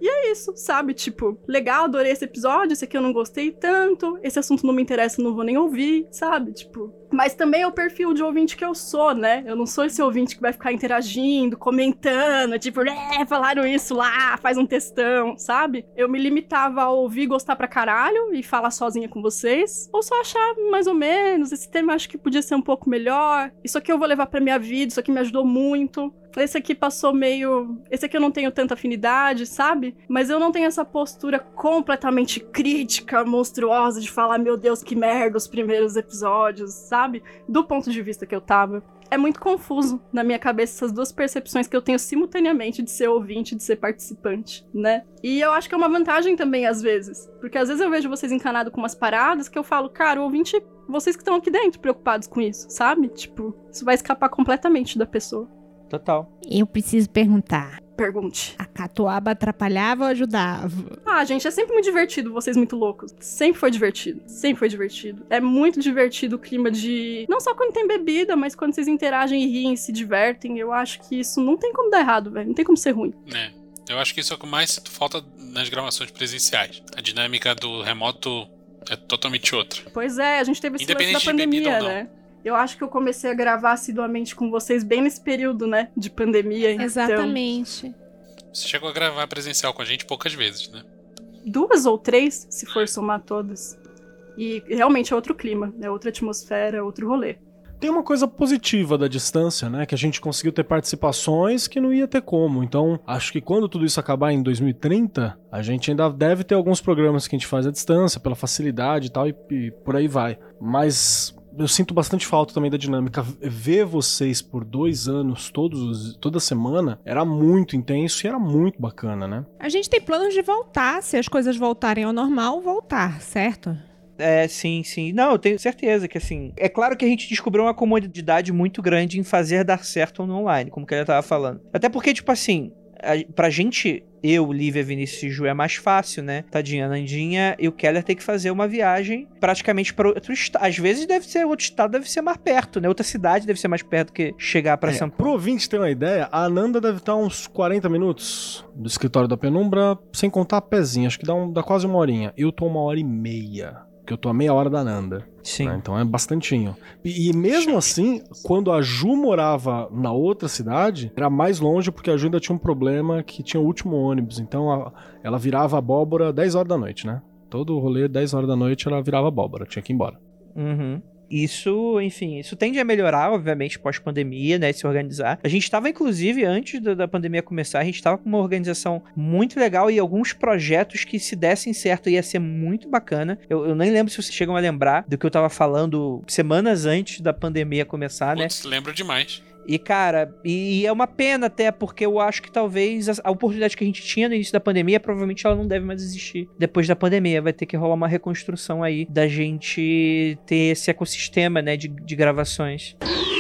E é isso, sabe? Tipo, legal, adorei esse episódio, esse aqui eu não gostei tanto, esse assunto não me interessa, não vou nem ouvir, sabe? Tipo... Mas também é o perfil de ouvinte que eu sou, né? Eu não sou esse ouvinte que vai ficar interagindo, comentando, tipo, é, falaram isso lá, faz um textão, sabe? Eu me limitava a ouvir, gostar pra caralho e falar sozinha com vocês. Ou só achar mais ou menos, esse tema eu acho que podia ser um pouco melhor. Isso aqui eu vou levar pra minha vida, isso aqui me ajudou muito. Esse aqui passou meio... Esse aqui eu não tenho tanta afinidade, sabe? Mas eu não tenho essa postura completamente crítica, monstruosa, de falar, meu Deus, que merda, os primeiros episódios, sabe? Do ponto de vista que eu tava. É muito confuso na minha cabeça essas duas percepções que eu tenho simultaneamente de ser ouvinte e de ser participante, né? E eu acho que é uma vantagem também, às vezes. Porque às vezes eu vejo vocês encanados com umas paradas que eu falo, cara, o ouvinte... Vocês que estão aqui dentro preocupados com isso, sabe? Tipo, isso vai escapar completamente da pessoa. Total. Eu preciso perguntar. Pergunte. A catuaba atrapalhava ou ajudava? Ah, gente, é sempre muito divertido, vocês muito loucos. Sempre foi divertido. Sempre foi divertido. É muito divertido o clima de... Não só quando tem bebida, mas quando vocês interagem e riem e se divertem. Eu acho que isso não tem como dar errado, velho. Não tem como ser ruim. É. Eu acho que isso é o que mais sinto falta nas gravações presenciais. A dinâmica do remoto é totalmente outra. Pois é, a gente teve esse lance da Independente de pandemia, bebida ou não. né? Eu acho que eu comecei a gravar assiduamente com vocês bem nesse período, né? De pandemia. Então, Exatamente. Você chegou a gravar presencial com a gente poucas vezes, né? duas ou três, se for somar todas. E realmente é outro clima, é outra atmosfera, é outro rolê. Tem uma coisa positiva da distância, né? Que a gente conseguiu ter participações que não ia ter como. Então, acho que quando tudo isso acabar em dois mil e trinta, a gente ainda deve ter alguns programas que a gente faz à distância, pela facilidade e tal, e, e por aí vai. Mas... eu sinto bastante falta também da dinâmica. Ver vocês por dois anos, todos, toda semana, era muito intenso e era muito bacana, né? A gente tem planos de voltar, se as coisas voltarem ao normal, voltar, certo? É, sim, sim. Não, eu tenho certeza que, assim... É claro que a gente descobriu uma comodidade muito grande em fazer dar certo no online, como que ela tava falando. Até porque, tipo assim, a, pra gente... Eu, Lívia, Vinícius e Ju é mais fácil, né? Tadinha, Nandinha e o Keller tem que fazer uma viagem praticamente para outro estado. Às vezes deve ser outro estado, deve ser mais perto, né? Outra cidade deve ser mais perto que chegar pra é, São Paulo. Pro ouvinte ter uma ideia, a Ananda deve estar uns quarenta minutos do escritório da Penumbra, sem contar a pezinha. Acho que dá, um, dá quase uma horinha. Eu tô uma hora e meia. Que eu tô a meia hora da Nanda. Sim. Né? Então é bastantinho. E, e mesmo assim, quando a Ju morava na outra cidade, era mais longe porque a Ju ainda tinha um problema que tinha o último ônibus. Então a, ela virava abóbora dez horas da noite, né? Todo o rolê, dez horas da noite, ela virava abóbora. Tinha que ir embora. Uhum. Isso, enfim, isso tende a melhorar, obviamente, pós-pandemia, né, se organizar. A gente estava, inclusive, antes da, da pandemia começar, a gente estava com uma organização muito legal e alguns projetos que, se dessem certo, ia ser muito bacana. Eu, eu nem lembro se vocês chegam a lembrar do que eu estava falando semanas antes da pandemia começar, né? Putz, lembro demais. E, cara, e, e é uma pena até, porque eu acho que talvez a, a oportunidade que a gente tinha no início da pandemia, provavelmente ela não deve mais existir depois da pandemia. Vai ter que rolar uma reconstrução aí da gente ter esse ecossistema, né, de, de gravações.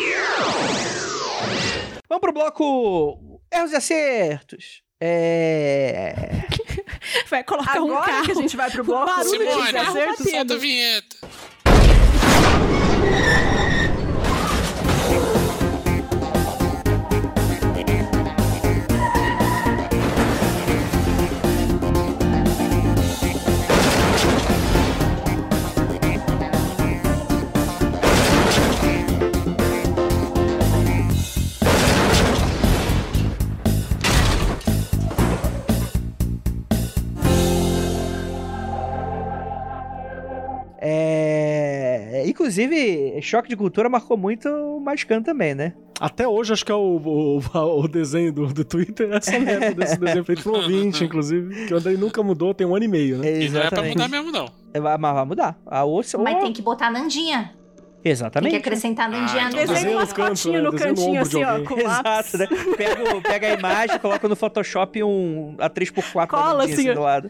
Vamos pro bloco erros e acertos. É... Vai colocar Agora um carro. que a gente vai pro bloco, Barulho de Simone, carro batendo. solta a vinheta. É... Inclusive, Choque de Cultura marcou muito o Magicano também, né? Até hoje, acho que é o, o, o desenho do, do Twitter, essa merda desse desenho feito pro ouvinte, inclusive, que o Andrei nunca mudou, tem um ano e meio, né? E não é pra mudar mesmo, não. É, mas vai mudar. A ouça, Mas oh... tem que botar a Nandinha. Exatamente. Tem que acrescentar a Nandinha Ah, no então Desenha Desenho umas no canto, fotinhas né? no Desenha no cantinho, ombro de assim, ó, alguém. com lápis. Exato, né? Pega, o- pega a imagem, coloca no Photoshop um A três por quatro Cola, assim, assim, do lado.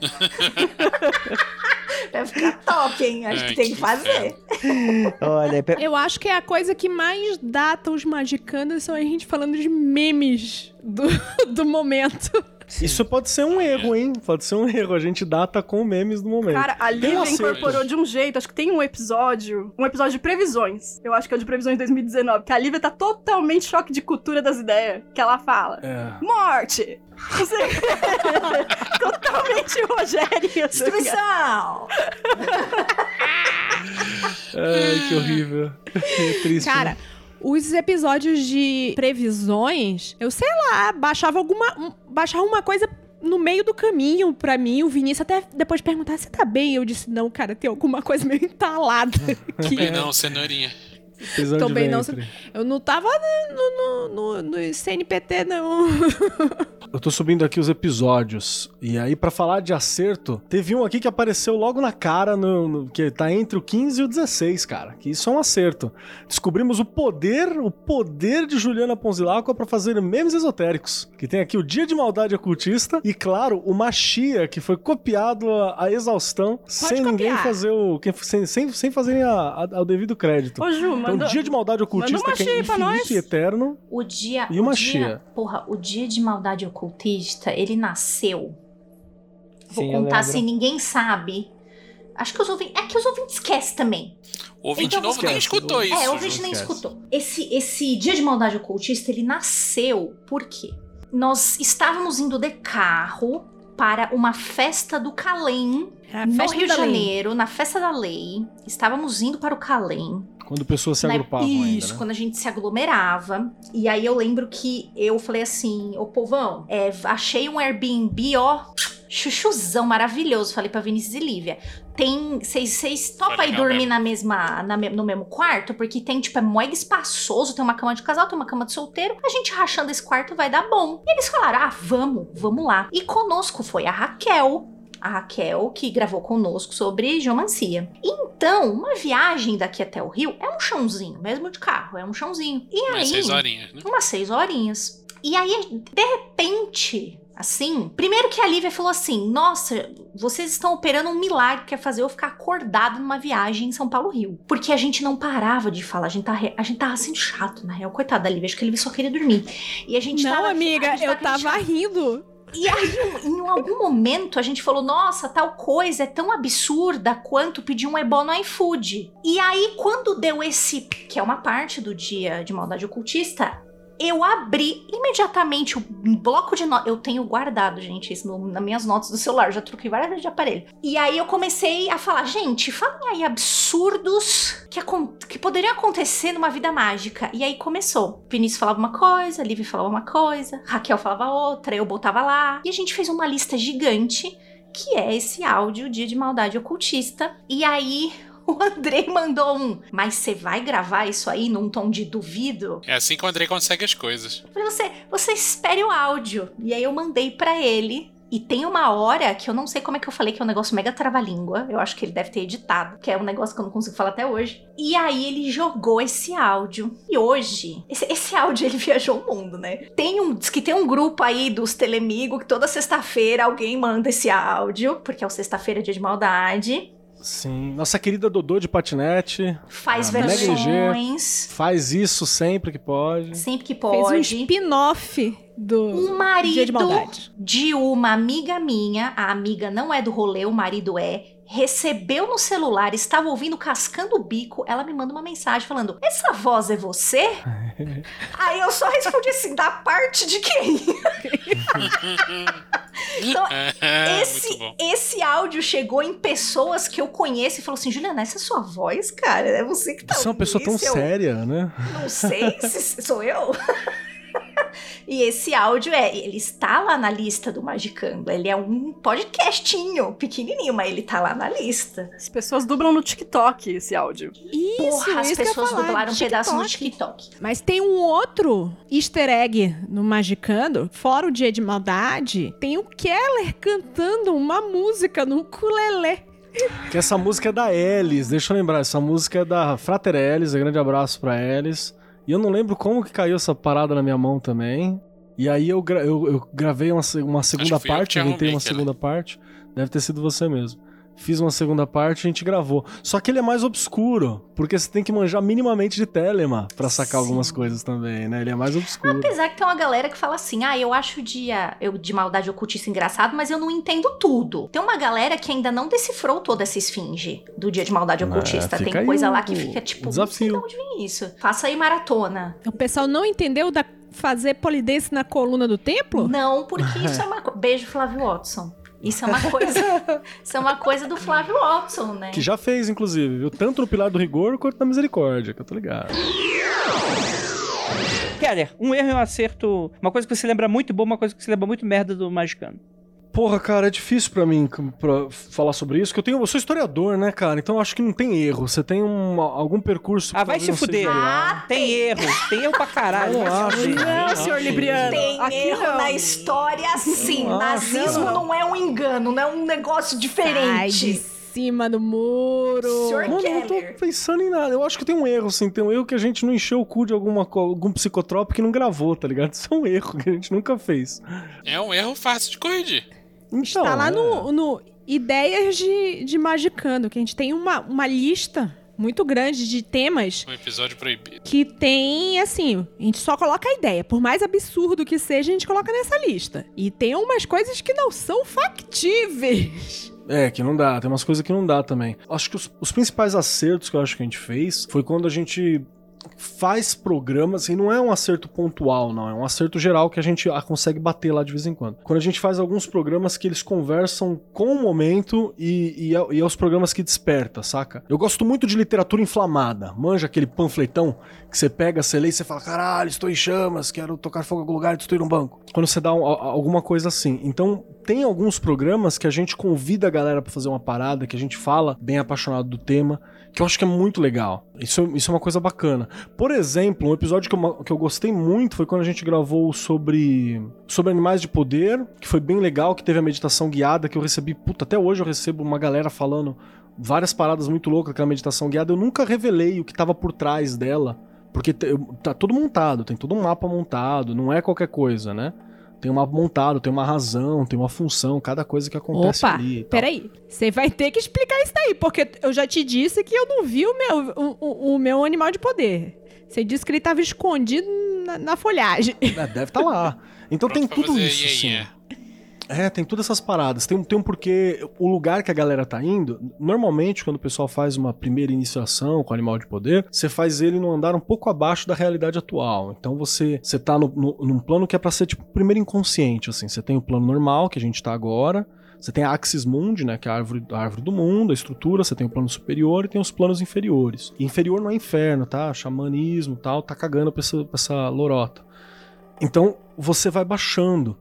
Vai ficar top, hein? Acho Ai, que tem que que fazer. Olha, pe- Eu acho que é a coisa que mais data os magicanos são a gente falando de memes do, do momento. Sim. Isso pode ser um erro, hein? Pode ser um erro. A gente data com memes do momento. Cara, a Tem Lívia acerto. incorporou de um jeito, acho que tem um episódio, um episódio de previsões. Eu acho que é o de previsões de dois mil e dezenove, que a Lívia tá totalmente choque de cultura das ideias, que ela fala. É. Morte! Você... totalmente Rogério. Destruição! Ai, que horrível. É triste. Cara, né? os episódios de previsões, eu sei lá, baixava alguma. Um, baixava uma coisa no meio do caminho pra mim. O Vinícius até depois perguntar: você tá bem? Eu disse: não, cara, tem alguma coisa meio entalada aqui. Bem não, cenourinha. Prisão de Também não. ventre. Eu não tava no, no, no, no C N P T, não. Eu tô subindo aqui os episódios. E aí, pra falar de acerto, teve um aqui que apareceu logo na cara, no, no- que tá entre o quinze e o dezesseis, cara. Que isso é um acerto. Descobrimos o poder, o poder de Juliana Ponzilacqua pra fazer memes esotéricos. Que tem aqui o Dia de Maldade Ocultista e, claro, o Machia, que foi copiado a, a exaustão, sem ninguém copiar. fazer o... que- sem, sem, sem fazerem a, a- o devido crédito. Ô, Ju, Então, manda... Dia de Maldade Ocultista, manda uma que é chia pra infinito nós. e eterno. O dia. E o uma dia, chia. Porra, o dia de maldade ocultista, ele nasceu. Vou Sim, eu contar lembro. assim, ninguém sabe. Acho que os ouvintes. É que os ouvintes esquecem também. O ouvinte Então, novo nem esquece. escutou isso. é, o Ju. ouvinte nem esquece. escutou. Esse, esse dia de maldade ocultista, ele nasceu por quê? Nós estávamos indo de carro para uma festa do Calem, Era a no festa Rio de da lei. Janeiro, na festa da lei. Estávamos indo para o Calem. Quando pessoas se Na- agrupavam Isso, ainda, né? quando a gente se aglomerava. E aí eu lembro que eu falei assim, ô povão, é, achei um Airbnb, ó, chuchuzão, maravilhoso. Falei pra Vinícius e Lívia. Tem, vocês topam Foi aí legal dormir mesmo. na mesma, na me- no mesmo quarto? Porque tem, tipo, é mega espaçoso, tem uma cama de casal, tem uma cama de solteiro. A gente rachando esse quarto vai dar bom. E eles falaram, ah, vamos, vamos lá. E conosco foi a Raquel, a Raquel, que gravou conosco sobre geomancia. Então, uma viagem daqui até o Rio é um chãozinho, mesmo de carro, é um chãozinho. E Umas aí, seis horinhas, né? umas seis horinhas. E aí, de repente, assim, primeiro que a Lívia falou assim, nossa, vocês estão operando um milagre que é fazer eu ficar acordado numa viagem em São Paulo-Rio. Porque a gente não parava de falar, a gente, tá, re- a gente tava sendo chato, na real. Coitada da Lívia, acho que a Lívia só queria dormir. E a gente Não, tava... amiga, a gente eu tava chato. rindo. E aí, em, em algum momento, a gente falou, nossa, tal coisa é tão absurda quanto pedir um ebó no iFood. E aí, quando deu esse, que é uma parte do dia de maldade ocultista, eu abri imediatamente o bloco de notas. Eu tenho guardado, gente, isso no, nas minhas notas do celular. Já troquei várias vezes de aparelho. E aí eu comecei a falar, gente, falem aí absurdos que, acon- que poderiam acontecer numa vida mágica. E aí começou. Vinícius falava uma coisa, Lívia falava uma coisa, Raquel falava outra, eu botava lá. E a gente fez uma lista gigante, que é esse áudio Dia de Maldade Ocultista. E aí... O Andrei mandou um, mas você vai gravar isso aí num tom de duvido? É assim que o Andrei consegue as coisas. Eu falei, você, você espere o áudio. E aí eu mandei pra ele. E tem uma hora que eu não sei como é que eu falei, que é um negócio mega trava-língua. Eu acho que ele deve ter editado, que é um negócio que eu não consigo falar até hoje. E aí ele jogou esse áudio. E hoje, esse, esse áudio ele viajou o mundo, né? Tem um, diz que tem um grupo aí dos Telemigos que toda sexta-feira alguém manda esse áudio, porque é o sexta-feira, dia de maldade. Sim. Nossa querida Dodô de patinete Faz Ah, Mega versões, faz isso sempre que pode. sempre que Fez pode. um spin-off do Um marido Dia de Maldade. de uma amiga minha, a amiga não é do rolê, o marido é, recebeu no celular, estava ouvindo Cascando o Bico, ela me manda uma mensagem falando, essa voz é você? Aí eu só respondi assim, da parte de quem? Então, É, esse, muito bom. esse áudio chegou em pessoas que eu conheço e falou assim, Juliana, essa é sua voz, cara? É você que tá Você é uma pessoa tão ouvindo isso?" Eu, séria, né? Não sei se sou eu. E esse áudio é, ele está lá na lista do Magicando. Ele é um podcastinho pequenininho, mas ele tá lá na lista. As pessoas dublam no TikTok esse áudio. Isso, Porra, as isso que eu ia pessoas falar, dublaram um pedaço no TikTok. TikTok. Mas tem um outro easter egg no Magicando, fora o Dia de Maldade, tem o Keller cantando uma música no ukulele. Que essa música é da Elis, deixa eu lembrar, essa música é da Frater Elis, um grande abraço pra Elis. E eu não lembro como que caiu essa parada na minha mão também. E aí eu, gra- eu, eu gravei uma, se- uma segunda fui eu que parte, te inventei arrumei, uma cara. segunda parte. Deve ter sido você mesmo. fiz uma segunda parte e a gente gravou. Só que ele é mais obscuro, porque você tem que manjar minimamente de Telema pra sacar Sim. algumas coisas também, né? Ele é mais obscuro. Apesar que tem uma galera que fala assim, ah, eu acho de, uh, eu, de maldade ocultista engraçado, mas eu não entendo tudo. Tem uma galera que ainda não decifrou toda essa esfinge do Dia de Maldade Ocultista. É, tem coisa lá que fica tipo, desafio. Não sei de onde vem isso. Faça aí maratona. O pessoal não entendeu da fazer polidense na coluna do templo? Não, porque isso é uma coisa... Beijo, Flávio Watson. Isso é uma coisa... isso é uma coisa do Flávio Watson, né? Que já fez, inclusive, viu? Tanto no Pilar do Rigor quanto na Misericórdia, que eu tô ligado. Keller, um erro e um acerto... Uma coisa que você lembra muito boa, uma coisa que você lembra muito merda do Magicano. Porra, cara, é difícil pra mim pra falar sobre isso, porque eu, tenho, eu sou historiador, né, cara? Então eu acho que não tem erro. Você tem um, algum percurso... Ah, vai se fuder. Ah, tem erro. Tem erro pra caralho. Não, não acho. Não, senhor Libriano. Tem Aqui erro não. na história, sim. Não Nazismo acho. não é um engano, não é um negócio diferente. Ai, de cima do muro. Senhor Mano, eu não tô pensando em nada. Eu acho que tem um erro, assim. Tem um erro que a gente não encheu o cu de alguma, algum psicotrópico que não gravou, tá ligado? Isso é um erro que a gente nunca fez. É um erro fácil de corrigir. Então, Tá lá é... no, no Ideias de, de Magicando, que a gente tem uma, uma lista muito grande de temas. Um episódio proibido. Que tem, assim, a gente só coloca a ideia. Por mais absurdo que seja, a gente coloca nessa lista. E tem umas coisas que não são factíveis. É, que não dá. Tem umas coisas que não dá também. Acho que os, os principais acertos que eu acho que a gente fez foi quando a gente faz programas, e não é um acerto pontual, não, é um acerto geral que a gente consegue bater lá de vez em quando. Quando a gente faz alguns programas que eles conversam com o momento e, e, é, e é os programas que desperta, saca? Eu gosto muito de literatura inflamada. Manja aquele panfletão que você pega, você lê e você fala, caralho, estou em chamas, quero tocar fogo em algum lugar e destruir um banco. Quando você dá um, alguma coisa assim. Então, tem alguns programas que a gente convida a galera pra fazer uma parada, que a gente fala bem apaixonado do tema, que eu acho que é muito legal. Isso, isso é uma coisa bacana. Por exemplo, um episódio que eu, que eu gostei muito foi quando a gente gravou sobre, sobre animais de poder, que foi bem legal, que teve a meditação guiada, que eu recebi, puta, até hoje eu recebo uma galera falando várias paradas muito loucas daquela meditação guiada. Eu nunca revelei o que tava por trás dela, porque tá tudo montado, tem todo um mapa montado, não é qualquer coisa, né? Tem um mapa montado, tem uma razão, tem uma função, cada coisa que acontece Opa, ali. Opa, peraí. Você vai ter que explicar isso daí, porque eu já te disse que eu não vi o meu, o, o, o meu animal de poder. Você disse que ele estava escondido na, na folhagem. É, deve estar tá lá. Então Pronto tem tudo fazer, isso, yeah, sim. yeah. É, tem todas essas paradas. Tem, tem um porquê. O lugar que a galera tá indo, normalmente, quando o pessoal faz uma primeira iniciação com animal de poder, você faz ele num andar um pouco abaixo da realidade atual. Então você, você tá no, no, num plano que é pra ser tipo primeiro inconsciente, assim. Você tem o plano normal, que a gente tá agora. Você tem a Axis Mundi, né, que é a árvore, a árvore do mundo, a estrutura. Você tem o plano superior e tem os planos inferiores. E inferior não é inferno, tá? Xamanismo e tal, tá cagando pra essa, pra essa lorota. Então você vai baixando.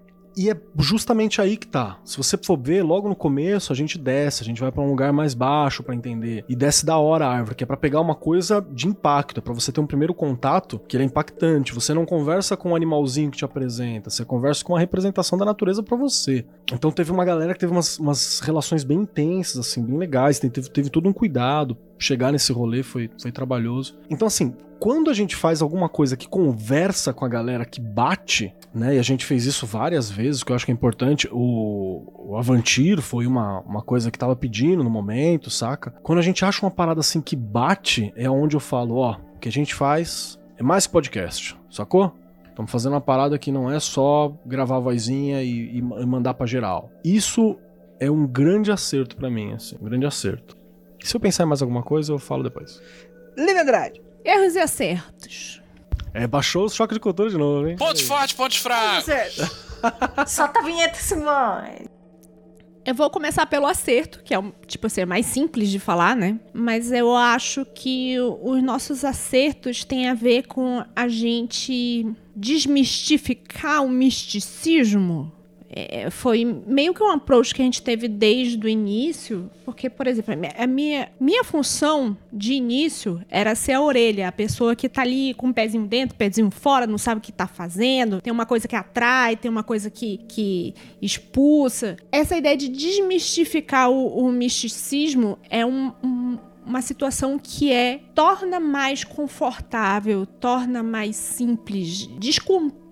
E é justamente aí que tá. Se você for ver, logo no começo a gente desce, a gente vai pra um lugar mais baixo pra entender. E desce da hora a árvore, que é pra pegar uma coisa de impacto, é pra você ter um primeiro contato que ele é impactante. Você não conversa com o animalzinho que te apresenta, você conversa com a representação da natureza pra você. Então teve uma galera que teve umas, umas relações bem intensas, assim, bem legais, teve, teve todo um cuidado. Chegar nesse rolê foi, foi trabalhoso. Então, assim, quando a gente faz alguma coisa que conversa com a galera que bate, né? E a gente fez isso várias vezes, que eu acho que é importante. O, o Avantir foi uma, uma coisa que tava pedindo no momento, saca? Quando a gente acha uma parada assim que bate, é onde eu falo, ó, o que a gente faz é mais que podcast, sacou? Estamos fazendo uma parada que não é só gravar a vozinha e, e mandar pra geral. Isso é um grande acerto pra mim, assim, um grande acerto. Se eu pensar em mais alguma coisa, eu falo depois. Lívia Andrade. Erros e acertos. É, baixou o choque de cultura de novo, hein? Pontos fortes, pontos fracos. Solta a vinheta, Simone. Eu vou começar pelo acerto, que é, um, tipo assim, mais simples de falar, né? Mas eu acho que os nossos acertos têm a ver com a gente desmistificar o misticismo. É, foi meio que um approach que a gente teve desde o início, porque, por exemplo, a minha, minha função de início era ser a orelha, a pessoa que tá ali com o pezinho dentro, o pezinho fora, não sabe o que tá fazendo, tem uma coisa que atrai, tem uma coisa que, que expulsa. Essa ideia de desmistificar o, o misticismo é um, um uma situação que é, torna mais confortável, torna mais simples, descom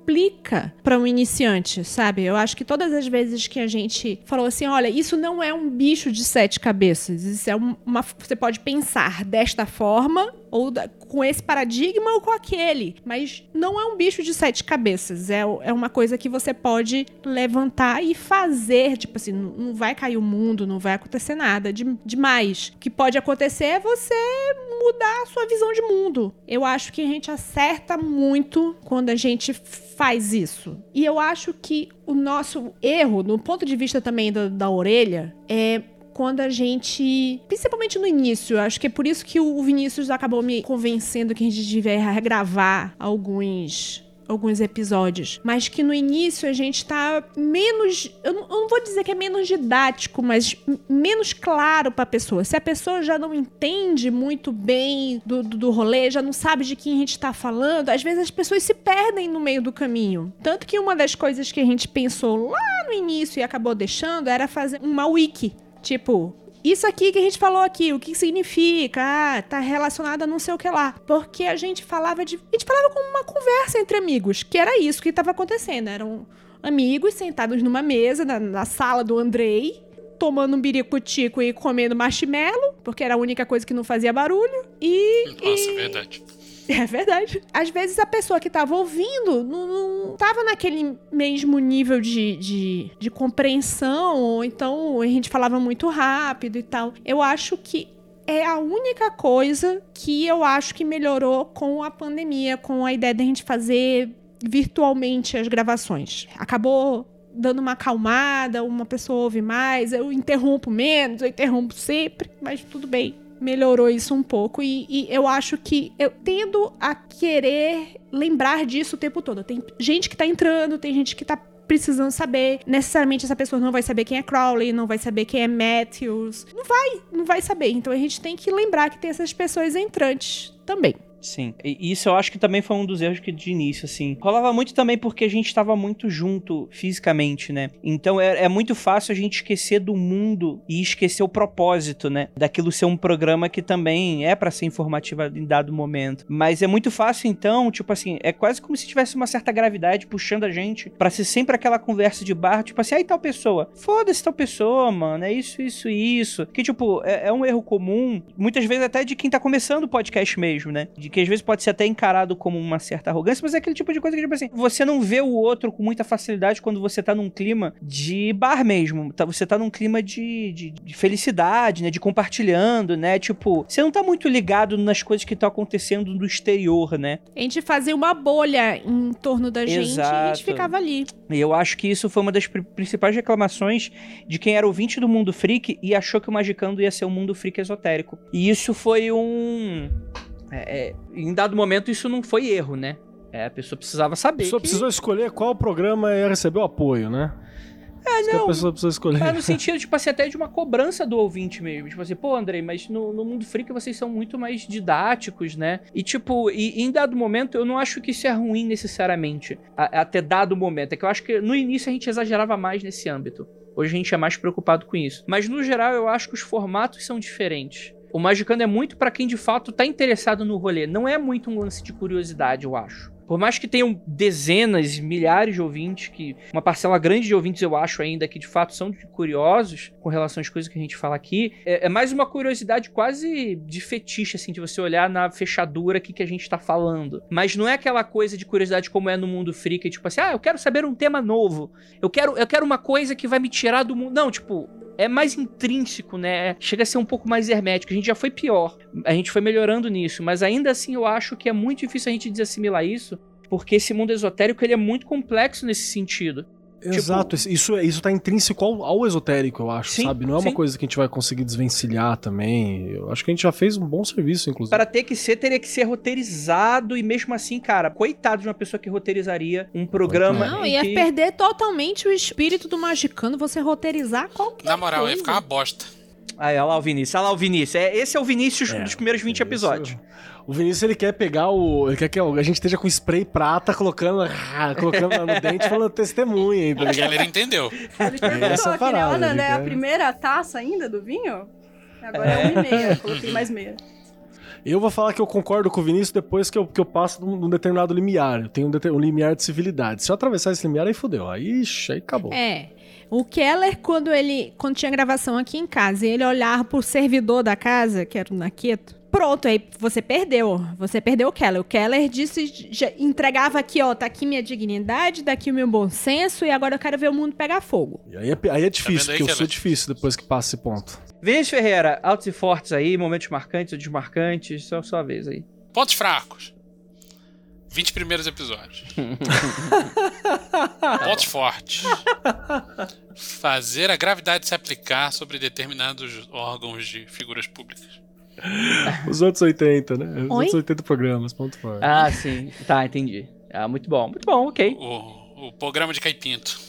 complica para um iniciante, sabe? Eu acho que todas as vezes que a gente falou assim, olha, isso não é um bicho de sete cabeças, isso é uma... Você pode pensar desta forma, ou da, com esse paradigma ou com aquele, mas não é um bicho de sete cabeças, é, é uma coisa que você pode levantar e fazer, tipo assim, não, não vai cair o mundo, não vai acontecer nada de, demais. O que pode acontecer é você mudar a sua visão de mundo. Eu acho que a gente acerta muito quando a gente faz isso. E eu acho que o nosso erro, no ponto de vista também da, da orelha, é quando a gente, principalmente no início, acho que é por isso que o Vinícius acabou me convencendo que a gente devia regravar alguns, alguns episódios, mas que no início a gente tá menos, eu não, eu não vou dizer que é menos didático, mas menos claro pra pessoa. Se a pessoa já não entende muito bem do, do, do rolê, já não sabe de quem a gente tá falando, às vezes as pessoas se perdem no meio do caminho. Tanto que uma das coisas que a gente pensou lá no início e acabou deixando era fazer uma wiki. Tipo, isso aqui que a gente falou aqui, o que significa? Ah, tá relacionado a não sei o que lá. Porque a gente falava de... A gente falava como uma conversa entre amigos, que era isso que estava acontecendo. Eram amigos sentados numa mesa, na, na sala do Andrei, tomando um biricutico e comendo marshmallow, porque era a única coisa que não fazia barulho. E... Nossa, e... verdade. É verdade. Às vezes a pessoa que tava ouvindo não, não tava naquele mesmo nível de, de, de compreensão, ou então a gente falava muito rápido e tal. Eu acho que é a única coisa que eu acho que melhorou com a pandemia, com a ideia de a gente fazer virtualmente as gravações. Acabou dando uma acalmada, uma pessoa ouve mais, eu interrompo menos, eu interrompo sempre, mas tudo bem. Melhorou isso um pouco e, e eu acho que eu tendo a querer lembrar disso o tempo todo. Tem gente que tá entrando, tem gente que tá precisando saber. Necessariamente essa pessoa não vai saber quem é Crowley, não vai saber quem é Matthews. Não vai, não vai saber. Então a gente tem que lembrar que tem essas pessoas entrantes também. Sim, e isso eu acho que também foi um dos erros que de início, assim, rolava muito também porque a gente tava muito junto fisicamente, né, então é, é muito fácil a gente esquecer do mundo e esquecer o propósito, né, daquilo ser um programa que também é pra ser informativo em dado momento, mas é muito fácil então, tipo assim, é quase como se tivesse uma certa gravidade puxando a gente pra ser sempre aquela conversa de bar, tipo assim, aí tal pessoa, foda-se tal pessoa, mano, é isso, isso, isso, que tipo, é, é um erro comum, muitas vezes até de quem tá começando o podcast mesmo, né, de que às vezes pode ser até encarado como uma certa arrogância, mas é aquele tipo de coisa que, tipo assim, você não vê o outro com muita facilidade quando você tá num clima de bar mesmo, tá? Você tá num clima de, de, de felicidade, né, de compartilhando, né, tipo, você não tá muito ligado nas coisas que estão acontecendo no exterior, né. A gente fazia uma bolha em torno da gente Exato. E a gente ficava ali. E eu acho que isso foi uma das pr- principais reclamações de quem era ouvinte do Mundo Freak e achou que o Magicando ia ser um Mundo Freak esotérico. E isso foi um... É, é, em dado momento isso não foi erro, né? É, a pessoa precisava saber. A pessoa que... precisou escolher qual programa ia receber o apoio, né? É, Isso não. que a pessoa precisou escolher. É no sentido, tipo assim, até de uma cobrança do ouvinte mesmo. Tipo assim, pô, Andrei, mas no, no Mundo Freak vocês são muito mais didáticos, né? E tipo, e, em dado momento, eu não acho que isso é ruim necessariamente. A, até dado momento. É que eu acho que no início a gente exagerava mais nesse âmbito. Hoje a gente é mais preocupado com isso. Mas no geral, eu acho que os formatos são diferentes. O Magicando é muito pra quem de fato tá interessado no rolê. Não é muito um lance de curiosidade, eu acho. Por mais que tenham dezenas, milhares de ouvintes, que uma parcela grande de ouvintes eu acho ainda que de fato são curiosos com relação às coisas que a gente fala aqui, é, é mais uma curiosidade quase de fetiche, assim, de você olhar na fechadura aqui que a gente tá falando. Mas não é aquela coisa de curiosidade como é no Mundo Freak, tipo assim, ah, eu quero saber um tema novo, eu quero, eu quero uma coisa que vai me tirar do mundo. Não, tipo... É mais intrínseco, né? Chega a ser um pouco mais hermético. A gente já foi pior. A gente foi melhorando nisso. Mas ainda assim eu acho que é muito difícil a gente desassimilar isso, porque esse mundo esotérico ele é muito complexo nesse sentido. Exato, tipo... isso, isso tá intrínseco ao, ao esotérico, eu acho, sim, sabe? Não é sim. uma coisa que a gente vai conseguir desvencilhar também. Eu acho que a gente já fez um bom serviço, inclusive. Para ter que ser, teria que ser roteirizado, e mesmo assim, cara, coitado de uma pessoa que roteirizaria um programa. Não, em ia que... perder totalmente o espírito do Magicando você roteirizar qualquer Na moral, coisa. ia ficar uma bosta. Aí, olha lá o Vinícius, olha lá o Vinícius. É, esse é o Vinícius É, dos primeiros vinte episódios. O Vinícius, ele quer pegar o... Ele quer que a gente esteja com spray prata, colocando, colocando no dente, falando testemunha, tá A ligado? galera entendeu. Ele perguntou Essa aqui, parada, né? Ana, ele né? A quer- primeira taça ainda do vinho? Agora é uma e meia, coloquei mais meia. Eu vou falar que eu concordo com o Vinícius depois que eu, que eu passo num, num determinado limiar. Eu tenho um, deter, um limiar de civilidade. Se eu atravessar esse limiar, aí fudeu. Aí, ixi, aí acabou. É. O Keller, quando ele quando tinha gravação aqui em casa, e ele olhava pro servidor da casa, que era o Naqueto, pronto, aí você perdeu. Você perdeu o Keller. O Keller disse, já entregava aqui, ó, tá aqui minha dignidade, daqui o meu bom senso, e agora eu quero ver o mundo pegar fogo. E aí é, aí é difícil, Tá aí, porque eu sou Keller? difícil depois que passa esse ponto. Vinícius Ferreira, altos e fortes aí, momentos marcantes ou desmarcantes, só a sua vez aí. Pontos fracos. vinte primeiros episódios. Pontos fortes. Fazer a gravidade se aplicar sobre determinados órgãos de figuras públicas. Os outros oitenta, né? Os Oi? outros oitenta programas, ponto forte. Ah, sim. Tá, entendi. Ah, muito bom, muito bom, ok. O, o programa de Caipinto.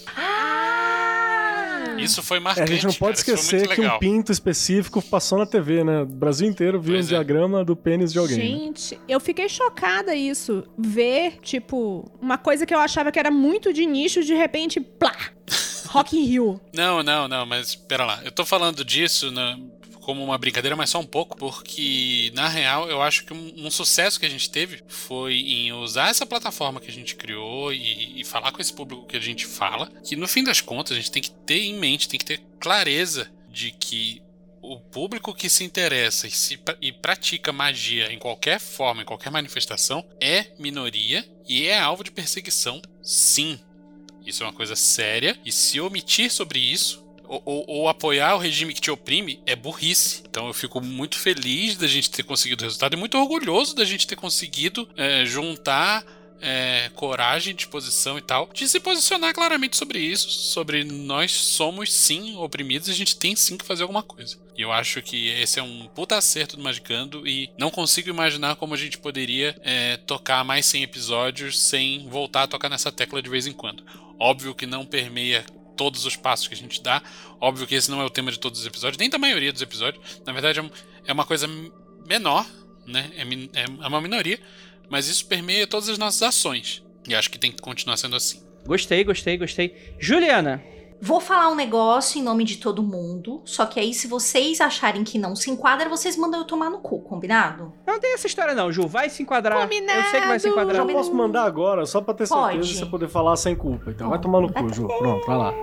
Isso foi É, a marcante. gente não pode cara, isso foi esquecer muito que legal. um pinto específico passou na T V, né? O Brasil inteiro viu Pois um é. diagrama do pênis de alguém. né? Gente, eu fiquei chocada isso. Ver, tipo, uma coisa que eu achava que era muito de nicho, de repente, plá! Rock in Rio. Não, não, não, mas pera lá. Eu tô falando disso na- como uma brincadeira, mas só um pouco, porque, na real, eu acho que um, um sucesso que a gente teve foi em usar essa plataforma que a gente criou e, e falar com esse público que a gente fala, que no fim das contas a gente tem que ter em mente, tem que ter clareza de que o público que se interessa e, se, e pratica magia em qualquer forma, em qualquer manifestação, é minoria e é alvo de perseguição, sim. Isso é uma coisa séria, e se omitir sobre isso, ou, ou, ou apoiar o regime que te oprime, é burrice. Então eu fico muito feliz da gente ter conseguido o resultado, e muito orgulhoso da gente ter conseguido é, juntar é, coragem, disposição e tal, de se posicionar claramente sobre isso, sobre nós somos sim oprimidos e a gente tem sim que fazer alguma coisa. E eu acho que esse é um puta acerto do Magicando, e não consigo imaginar como a gente poderia é, tocar mais cem episódios sem voltar a tocar nessa tecla de vez em quando. Óbvio que não permeia todos os passos que a gente dá, óbvio que esse não é o tema de todos os episódios, nem da maioria dos episódios, na verdade é uma coisa menor, né? é, min- é uma minoria, mas isso permeia todas as nossas ações, e acho que tem que continuar sendo assim. Gostei, gostei, gostei. Juliana, Vou falar um negócio em nome de todo mundo, só que aí se vocês acharem que não se enquadra, vocês mandam eu tomar no cu, combinado? não tem essa história não, Ju, vai se enquadrar. Combinado. Eu sei que vai se Eu enquadrar. já posso mandar agora, só pra ter certeza Pode. de você poder falar sem culpa. Então vai tomar no cu, Ju. Pronto, vai lá.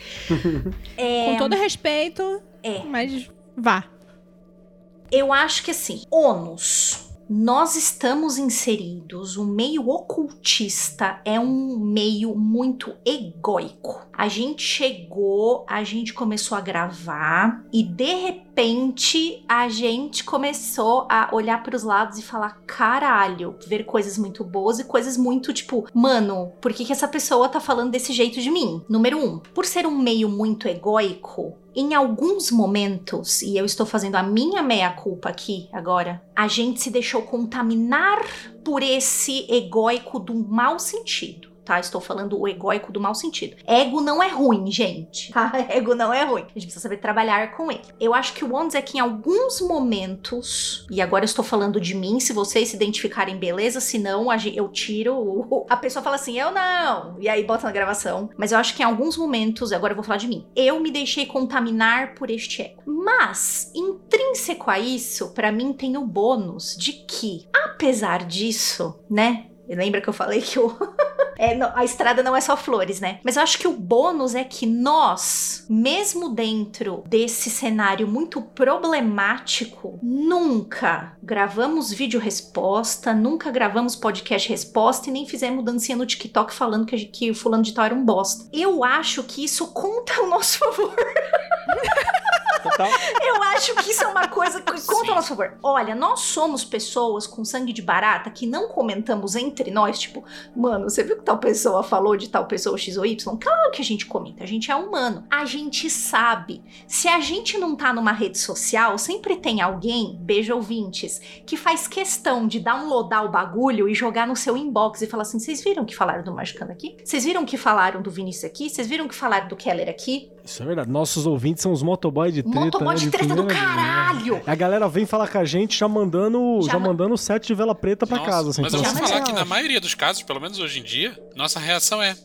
É, Com todo respeito, É. mas vá. Eu acho que assim, ônus. Nós estamos inseridos, o meio ocultista é um meio muito egóico. A gente chegou, a gente começou a gravar e de repente a gente começou a olhar para os lados e falar, caralho, ver coisas muito boas e coisas muito tipo, mano, por que que essa pessoa tá falando desse jeito de mim? Número um, por ser um meio muito egóico, em alguns momentos, e eu estou fazendo a minha meia-culpa aqui agora, a gente se deixou contaminar por esse egóico do mau sentido. Tá, estou falando o egóico do mau sentido. Ego não é ruim, gente. Tá? Ego não é ruim. A gente precisa saber trabalhar com ele. Eu acho que o ônus é que em alguns momentos, e agora eu estou falando de mim, se vocês se identificarem, beleza, se não, a gen- eu tiro. o- A pessoa fala assim, eu não. E aí bota na gravação. Mas eu acho que em alguns momentos, agora eu vou falar de mim, eu me deixei contaminar por este ego. Mas, intrínseco a isso, pra mim tem o bônus de que, apesar disso, né? Lembra que eu falei que o... É, não, a estrada não é só flores, né? Mas eu acho que o bônus é que nós, mesmo dentro desse cenário muito problemático, nunca gravamos vídeo resposta, nunca gravamos podcast resposta e nem fizemos dancinha no TikTok falando que, a gente- que o fulano de tal era um bosta. Eu acho que isso conta ao nosso favor. Total. Eu acho que isso é uma coisa que Sim. conta a nosso favor. Olha, nós somos pessoas com sangue de barata que não comentamos entre nós, tipo, mano, você viu que tal pessoa falou de tal pessoa X ou Y? Claro que a gente comenta, a gente é humano. A gente sabe. Se a gente não tá numa rede social, sempre tem alguém, beijo ouvintes, que faz questão de downloadar o bagulho e jogar no seu inbox e falar assim, vocês viram que falaram do Magicando aqui? Vocês viram que falaram do Vinícius aqui? Vocês viram que falaram do Keller aqui? Isso é verdade. Nossos ouvintes são os motoboy de treta. Motoboy né, de treta do primeira linha. caralho! A galera vem falar com a gente já mandando, já Já ma- mandando o set de vela preta pra Nossa, casa. Assim, mas eu então, vou Já falar mandou. que na maioria dos casos, pelo menos hoje em dia, nossa reação é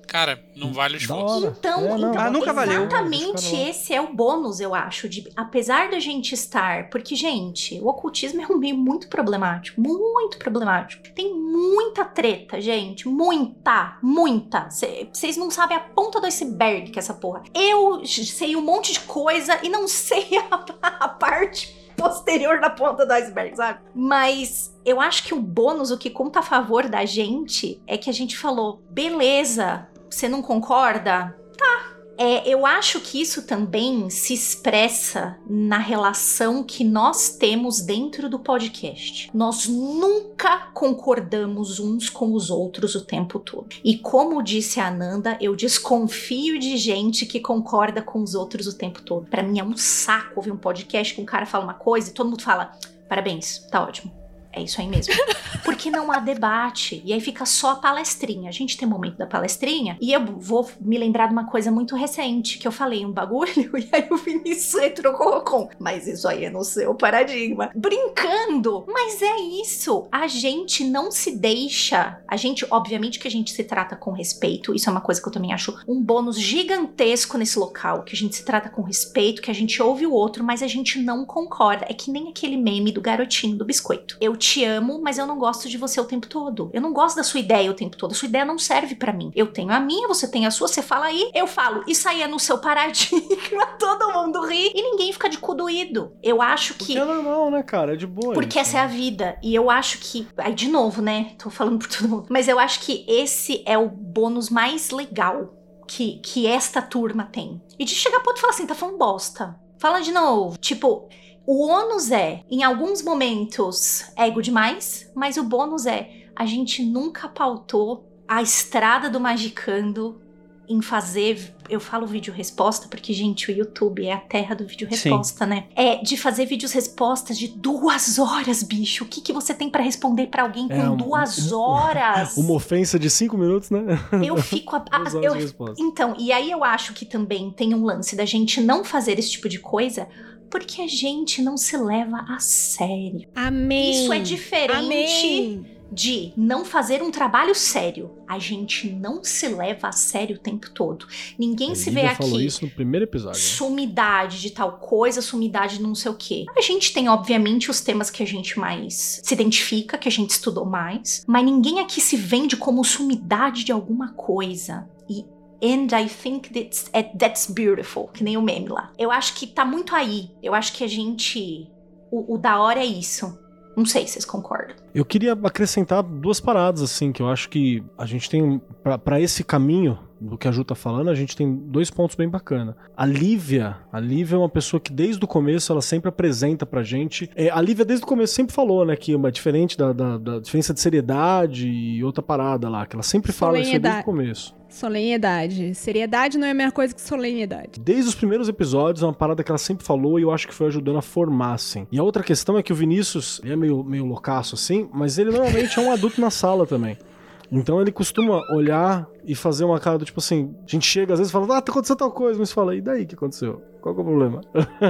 Cara, não vale o Da esforço. hora. Então, É, não, então Ah, nunca valeu. exatamente esse é o bônus, eu acho, de apesar da gente estar, porque gente, o ocultismo é um meio muito problemático, muito problemático. Tem muita treta, gente, muita, muita. Vocês não sabem a ponta do iceberg que é essa porra. Eu sei um monte de coisa e não sei a, a parte posterior da ponta do iceberg, sabe? Mas eu acho que o bônus, o que conta a favor da gente, é que a gente falou, beleza, você não concorda? Tá. É, eu acho que isso também se expressa na relação que nós temos dentro do podcast. Nós nunca concordamos uns com os outros o tempo todo. E como disse a Ananda, eu desconfio de gente que concorda com os outros o tempo todo. Pra mim é um saco ouvir um podcast que um cara fala uma coisa e todo mundo fala, parabéns, tá ótimo. É isso aí mesmo. Porque não há debate. E aí fica só a palestrinha. A gente tem um momento da palestrinha. E eu vou me lembrar de uma coisa muito recente. Que eu falei um bagulho. E aí o Vinícius entrou com... Mas isso aí é no seu paradigma. Brincando. Mas é isso. A gente não se deixa... A gente, obviamente que a gente se trata com respeito. Isso é uma coisa que eu também acho um bônus gigantesco nesse local. Que a gente se trata com respeito. Que a gente ouve o outro. Mas a gente não concorda. É que nem aquele meme do garotinho do biscoito. Eu te amo, mas eu não gosto de você o tempo todo. Eu não gosto da sua ideia o tempo todo. A sua ideia não serve pra mim. Eu tenho a minha, você tem a sua, você fala aí, eu falo. Isso aí é no seu paradigma, todo mundo ri e ninguém fica de cu doído. Eu acho que... Porque é normal, né, cara? É de boa. Porque isso, essa é a vida. E eu acho que... Aí, de novo, né? Tô falando por todo mundo. Mas eu acho que esse é o bônus mais legal que, que esta turma tem. E de chegar pro outro e falar assim, tá falando bosta. Fala de novo. Tipo... O ônus é, em alguns momentos, ego demais, mas o bônus é, a gente nunca pautou a estrada do Magicando em fazer, eu falo vídeo resposta, porque, gente, o YouTube é a terra do vídeo resposta, né? É de fazer vídeos respostas de duas horas, bicho. O que, que você tem pra responder pra alguém com É, um- duas um- horas? Uma ofensa de cinco minutos, né? Eu fico... A, a, Duas horas eu, de resposta. então, e aí eu acho que também tem um lance da gente não fazer esse tipo de coisa... Porque a gente não se leva a sério. Amém. Isso é diferente Amém. de não fazer um trabalho sério. A gente não se leva a sério o tempo todo. Ninguém A se vê Lívia aqui. falou isso no primeiro episódio. Né? Sumidade de tal coisa, sumidade de não sei o quê. A gente tem, obviamente, os temas que a gente mais se identifica, que a gente estudou mais. Mas ninguém aqui se vende como sumidade de alguma coisa. E And I think that's, that's beautiful, que nem o meme lá. Eu acho que tá muito aí. Eu acho que a gente... O, o da hora é isso. Não sei se vocês concordam. Eu queria acrescentar duas paradas, assim, que eu acho que a gente tem, pra, pra esse caminho do que a Ju tá falando, a gente tem dois pontos bem bacanas. A Lívia, a Lívia é uma pessoa que desde o começo ela sempre apresenta pra gente. É, a Lívia desde o começo sempre falou, né, que é diferente da, da, da diferença de seriedade e outra parada lá, que ela sempre fala isso aí desde o começo. Solenidade. Seriedade não é a mesma coisa que solenidade. Desde os primeiros episódios, é uma parada que ela sempre falou e eu acho que foi ajudando a formar, assim. E a outra questão é que o Vinícius, ele é meio, meio loucaço, assim, mas ele normalmente é um adulto na sala também. Então ele costuma olhar e fazer uma cara do tipo assim, a gente chega às vezes e fala, ah, tá acontecendo tal coisa, mas fala, e daí o que aconteceu? Qual que é o problema?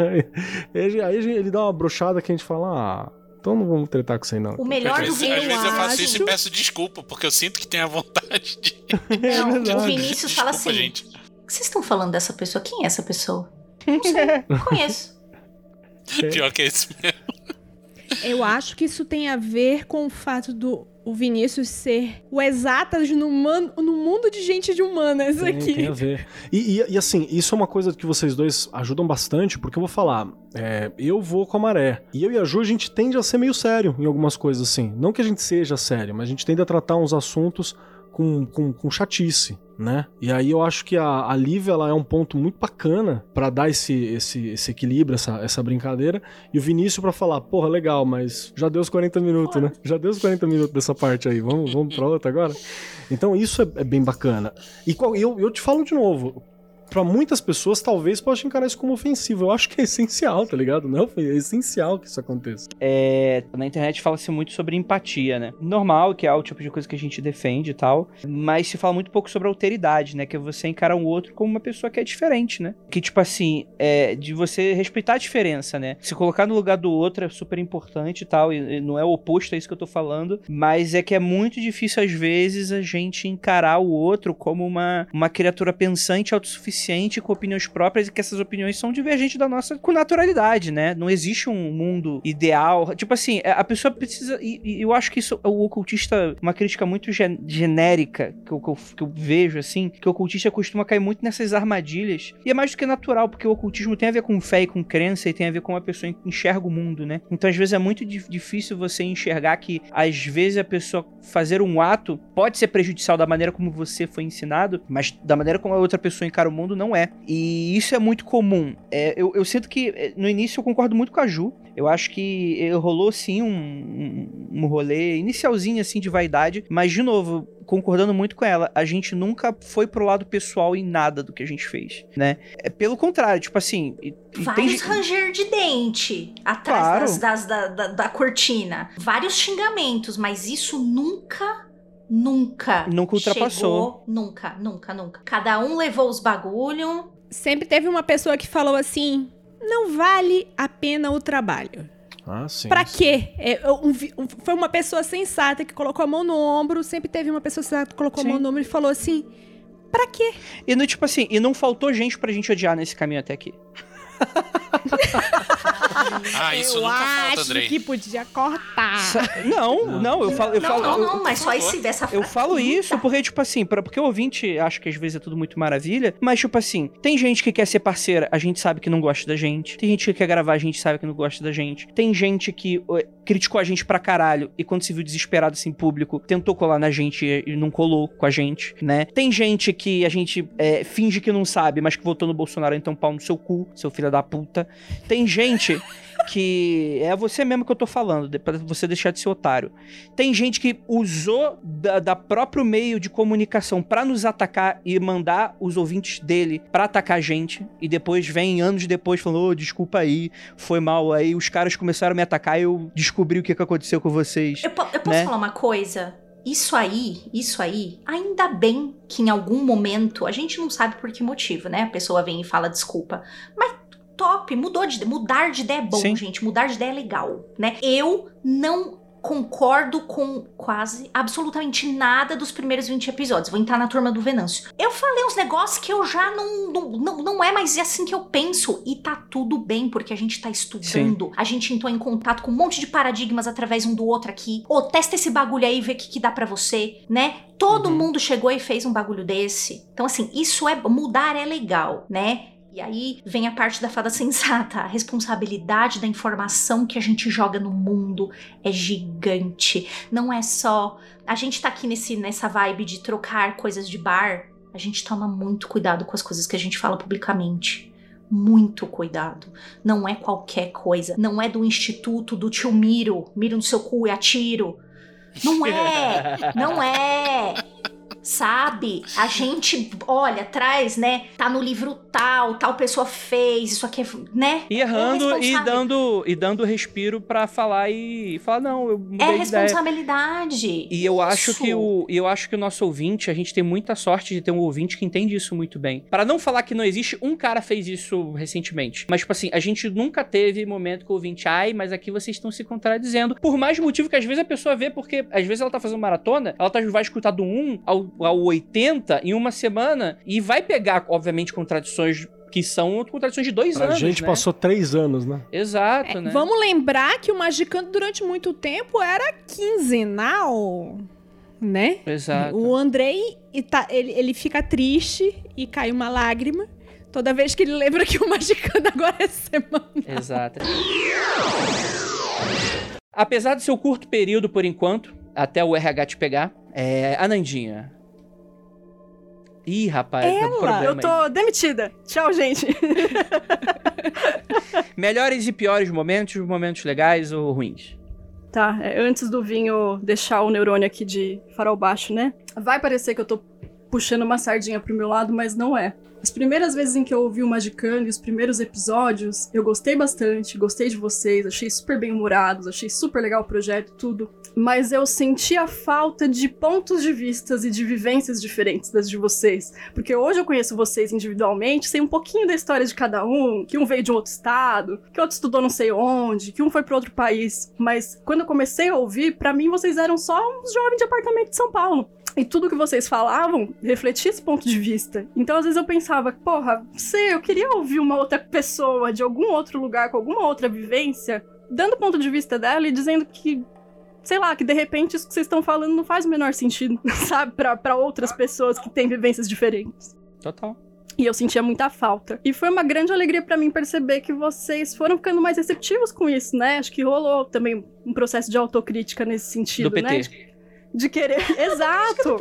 Aí ele dá uma brochada que a gente fala, ah, então não vamos tretar com isso aí não. O melhor Às do vezes, às vezes eu faço acho- isso e peço desculpa, porque eu sinto que tenho a vontade de. Não, verdade. o Vinícius fala Desculpa, assim, gente. o que vocês estão falando dessa pessoa? Quem é essa pessoa? Não sei, não conheço. Pior que esse mesmo. Eu acho que isso tem a ver com o fato do o Vinícius ser o exatas no, man, no mundo de gente de humanas Tem, aqui. tem a ver. E, e- e, assim, isso é uma coisa que vocês dois ajudam bastante, porque eu vou falar, é, eu vou com a maré. E eu e a Ju, a gente tende a ser meio sério em algumas coisas, assim. Não que a gente seja sério, mas a gente tende a tratar uns assuntos com, com, com chatice, né? E aí eu acho que a, a Lívia, ela é um ponto muito bacana pra dar esse, esse, esse equilíbrio, essa, essa brincadeira. E o Vinícius pra falar, porra, legal, mas já deu os quarenta minutos, né? Já deu os quarenta minutos dessa parte aí, vamos, vamos pra outra agora? Então isso é, é bem bacana. E qual- eu, eu te falo de novo, pra muitas pessoas, talvez possa encarar isso como ofensivo. Eu acho que é essencial, tá ligado? Não, é essencial que isso aconteça. É, na internet fala-se muito sobre empatia, né? Normal, que é o tipo de coisa que a gente defende e tal, mas se fala muito pouco sobre alteridade, né? Que é você encarar um outro como uma pessoa que é diferente, né? Que, tipo assim, é de você respeitar a diferença, né? Se colocar no lugar do outro é super importante e tal, e, e não é o oposto a isso que eu tô falando, mas é que é muito difícil, às vezes, a gente encarar o outro como uma, uma criatura pensante, autossuficiente, com opiniões próprias, e que essas opiniões são divergentes da nossa com naturalidade, né? Não existe um mundo ideal. Tipo assim, a pessoa precisa... E, e eu acho que isso, o ocultista, uma crítica muito gen- genérica que eu, que, eu, que eu vejo, assim, que o ocultista costuma cair muito nessas armadilhas. E é mais do que natural, porque o ocultismo tem a ver com fé e com crença, e tem a ver com uma pessoa enxerga o mundo, né? Então, às vezes, é muito di- difícil você enxergar que, às vezes, a pessoa fazer um ato pode ser prejudicial da maneira como você foi ensinado, mas da maneira como a outra pessoa encara o mundo, não é. E isso é muito comum. É, eu, eu sinto que, no início, eu concordo muito com a Ju. Eu acho que rolou, sim, um, um, um rolê inicialzinho, assim, de vaidade, mas, de novo, concordando muito com ela, a gente nunca foi pro lado pessoal em nada do que a gente fez, né? É, pelo contrário, tipo assim... E, e vários tem... ranger de dente atrás Claro. das, das, da, da, da cortina. Vários xingamentos, mas isso nunca... Nunca. Nunca ultrapassou. Chegou, nunca, nunca, nunca. Cada um levou os bagulho. Sempre teve uma pessoa que falou assim, não vale a pena o trabalho. Ah, sim. Pra sim. quê? É, um, um, foi uma pessoa sensata que colocou a mão no ombro, sempre teve uma pessoa sensata que colocou Sim. a mão no ombro e falou assim, pra quê? E no, tipo assim, e não faltou gente pra gente odiar nesse caminho até aqui. Ah, isso eu nunca falta, acho Andrei. que podia cortar. Sa- Não, não, eu falo... Eu não, falo não, eu- não, mas só esse dessa Eu frase. falo isso porque, tipo assim, pra, porque o ouvinte acha que às vezes é tudo muito maravilha, mas, tipo assim, tem gente que quer ser parceira, a gente sabe que não gosta da gente. Tem gente que quer gravar, a gente sabe que não gosta da gente. Tem gente que uh, criticou a gente pra caralho e quando se viu desesperado, assim, público, tentou colar na gente e, e não colou com a gente, né? Tem gente que a gente é, finge que não sabe, mas que votou no Bolsonaro, então pau no seu cu, seu filho da puta. Tem gente... que é você mesmo que eu tô falando, pra você deixar de ser otário. Tem gente que usou da, da próprio meio de comunicação pra nos atacar e mandar os ouvintes dele pra atacar a gente, e depois vem anos depois falando, ô, oh, desculpa aí, foi mal, aí os caras começaram a me atacar e eu descobri o que, que aconteceu com vocês. Eu, po- eu posso né? falar uma coisa? Isso aí, isso aí, ainda bem que em algum momento, a gente não sabe por que motivo, né? A pessoa vem e fala desculpa, mas top, mudou de mudar de ideia é bom, Sim. gente, mudar de ideia é legal, né? Eu não concordo com quase absolutamente nada dos primeiros vinte episódios. Vou entrar na turma do Venâncio. Eu falei uns negócios que eu já não, não, não, não é mais assim que eu penso. E tá tudo bem, porque a gente tá estudando. Sim. A gente entrou em contato com um monte de paradigmas através um do outro aqui. Ô, testa esse bagulho aí e vê o que, que dá pra você, né? Todo uhum. mundo chegou e fez um bagulho desse. Então, assim, isso é... Mudar é legal, né? E aí vem a parte da fada sensata. A responsabilidade da informação que a gente joga no mundo é gigante. Não é só... A gente tá aqui nesse, nessa vibe de trocar coisas de bar. A gente toma muito cuidado com as coisas que a gente fala publicamente. Muito cuidado. Não é qualquer coisa. Não é do instituto do tio Miro. Miro no seu cu e atiro. Não é! Não é! Sabe? A gente olha atrás, né? Tá no livro tal, tal pessoa fez, isso aqui é, né? E errando é e dando e dando respiro pra falar e falar, não, eu mudei É de responsabilidade. ideia. E eu acho isso. que o eu acho que o nosso ouvinte, a gente tem muita sorte de ter um ouvinte que entende isso muito bem. Para não falar que não existe, um cara fez isso recentemente. Mas, tipo assim, a gente nunca teve momento que o ouvinte, ai, mas aqui vocês estão se contradizendo. Por mais motivo que às vezes a pessoa vê, porque às vezes ela tá fazendo maratona, ela tá, vai escutar do um ao ao oitenta em uma semana e vai pegar, obviamente, contradições que são contradições de dois pra anos, A gente né? passou três anos, né? Exato, É, né? vamos lembrar que o Magicando durante muito tempo era quinzenal, né? Exato. O Andrei, ele, ele fica triste e cai uma lágrima toda vez que ele lembra que o Magicando agora é semanal. Exato. Apesar do seu curto período, por enquanto, até o R H te pegar, é... Anandinha. Ih, rapaz, tá Ela, problema Eu tô aí. demitida. Tchau, gente. Melhores e piores momentos, momentos legais ou ruins? Tá, é, antes do vinho deixar o neurônio aqui de farol baixo, né? Vai parecer que eu tô puxando uma sardinha pro meu lado, mas não é. As primeiras vezes em que eu ouvi o Magicando e os primeiros episódios, eu gostei bastante, gostei de vocês, achei super bem-humorados, achei super legal o projeto e tudo. Mas eu senti a falta de pontos de vistas e de vivências diferentes das de vocês. Porque hoje eu conheço vocês individualmente, sei um pouquinho da história de cada um, que um veio de um outro estado, que outro estudou não sei onde, que um foi para outro país. Mas quando eu comecei a ouvir, pra mim vocês eram só uns jovens de apartamento de São Paulo. E tudo que vocês falavam refletia esse ponto de vista. Então, às vezes, eu pensava, porra, sei, eu queria ouvir uma outra pessoa de algum outro lugar, com alguma outra vivência, dando o ponto de vista dela e dizendo que, sei lá, que de repente isso que vocês estão falando não faz o menor sentido, sabe? Pra, pra outras pessoas que têm vivências diferentes. Total. E eu sentia muita falta. E foi uma grande alegria pra mim perceber que vocês foram ficando mais receptivos com isso, né? Acho que rolou também um processo de autocrítica nesse sentido, Do P T. né? De... De querer. Exato!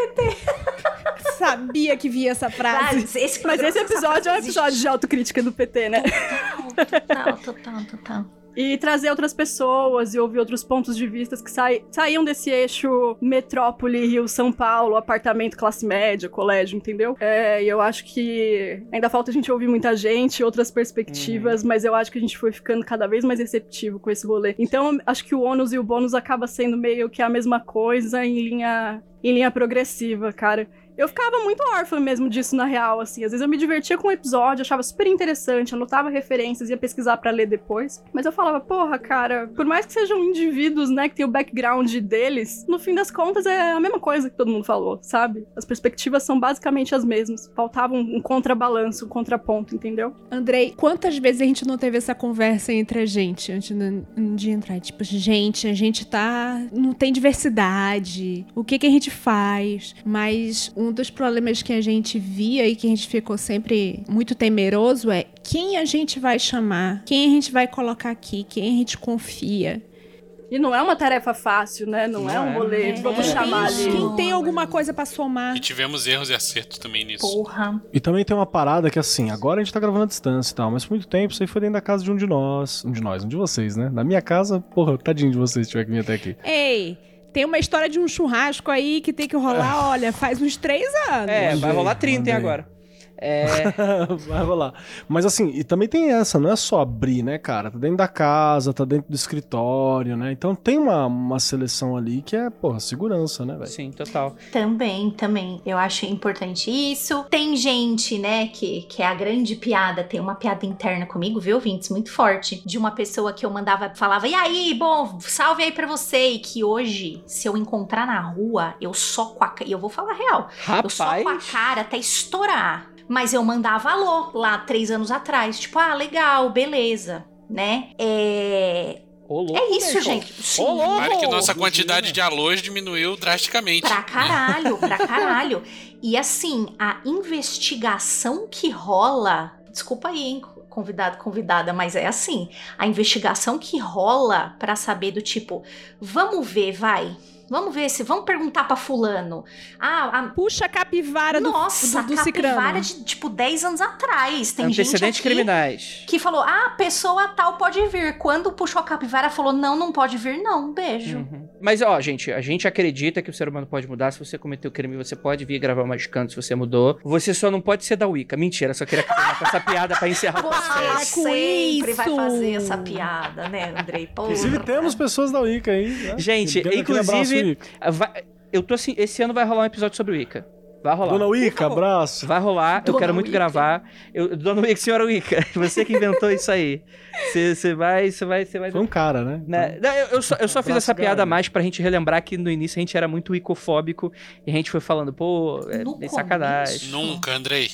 Sabia que via essa frase. Ah, esse Mas esse episódio é um existe. episódio de autocrítica do P T, né? Total, total, total. E trazer outras pessoas e ouvir outros pontos de vista que sai, saíam desse eixo metrópole, Rio, São Paulo, apartamento, classe média, colégio, entendeu? É, e eu acho que ainda falta a gente ouvir muita gente, outras perspectivas, uhum. Mas eu acho que a gente foi ficando cada vez mais receptivo com esse rolê. Então, acho que o ônus e o bônus acaba sendo meio que a mesma coisa em linha, em linha progressiva, cara. Eu ficava muito órfã mesmo disso, na real, assim. Às vezes eu me divertia com o episódio, achava super interessante, anotava referências, ia pesquisar pra ler depois. Mas eu falava, porra, cara, por mais que sejam indivíduos, né, que tem o background deles, no fim das contas é a mesma coisa que todo mundo falou, sabe? As perspectivas são basicamente as mesmas. Faltava um, um contrabalanço, um contraponto, entendeu? Andrei, quantas vezes a gente não teve essa conversa entre a gente antes de, de entrar? Tipo, gente, a gente tá... não tem diversidade. O que que a gente faz? Mas... Um dos problemas que a gente via e que a gente ficou sempre muito temeroso é quem a gente vai chamar, quem a gente vai colocar aqui, quem a gente confia. E não é uma tarefa fácil, né? Não, não é um rolê, é, vamos é, chamar ali. Quem tem alguma coisa pra somar. E tivemos erros e acertos também nisso. Porra. E também tem uma parada que, assim, agora a gente tá gravando à distância e tal, mas por muito tempo isso aí foi dentro da casa de um de nós. Um de nós, um de vocês, né? Na minha casa, porra, tadinho de vocês se tiver que vir até aqui. Ei... Tem uma história de um churrasco aí que tem que rolar, olha, faz uns três anos. É, vai rolar trinta, hein, agora. É... Vai rolar. Mas assim, e também tem essa, não é só abrir, né, cara? Tá dentro da casa, tá dentro do escritório, né? Então tem uma, uma seleção ali que é, porra, segurança, né, velho? Sim, total. Também, também. Eu acho importante isso. Tem gente, né, que, que é a grande piada, tem uma piada interna comigo, viu, ouvintes? Muito forte. De uma pessoa que eu mandava, falava, e aí, bom, salve aí pra você. E que hoje, se eu encontrar na rua, eu soco a cara. E eu vou falar a real. Rapaz. Eu soco a cara até estourar. Mas eu mandava alô lá três anos atrás. Tipo, ah, legal, beleza, né? É... Ô, louco, é isso, né, gente. Sim. Ô, louco. Claro que nossa quantidade de alôs diminuiu drasticamente. Pra caralho, pra caralho. E assim, a investigação que rola... Desculpa aí, hein, convidado, convidada, mas é assim. A investigação que rola pra saber do tipo... Vamos ver, vai... Vamos ver se... Vamos perguntar pra fulano. Ah, a... Puxa a capivara do Nossa, do, do a capivara cicrano. de, tipo, dez anos atrás. Tem Antecedentes gente aqui criminais. que falou, ah, a pessoa tal pode vir. Quando puxou a capivara, falou, não, não pode vir não, beijo. Uhum. Mas, ó, gente, a gente acredita que o ser humano pode mudar. Se você cometeu crime, você pode vir gravar o Magicando se você mudou. Você só não pode ser da Wicca. Mentira, só queria acabar com essa piada pra encerrar o Você podcast. sempre isso. vai fazer essa piada, né, Andrei? Porra. Inclusive temos pessoas da Wicca aí. Né? Gente, Aquele inclusive, abraço, Wicca. vai- eu tô assim, esse ano vai rolar um episódio sobre Wicca. Vai rolar. Dona Wicca, Por favor. abraço. Vai rolar, eu Dona quero muito Wicca. gravar. Eu, Dona Wicca, senhora Wicca, você que inventou isso aí. Você você vai, você vai, você vai... Foi um cara, né? Né? Não, eu, eu só, eu só fiz Abraço, essa piada galera. mais pra gente relembrar que no início a gente era muito wicofóbico e a gente foi falando, pô, é No bem sacanagem. começo. Nunca, Andrei.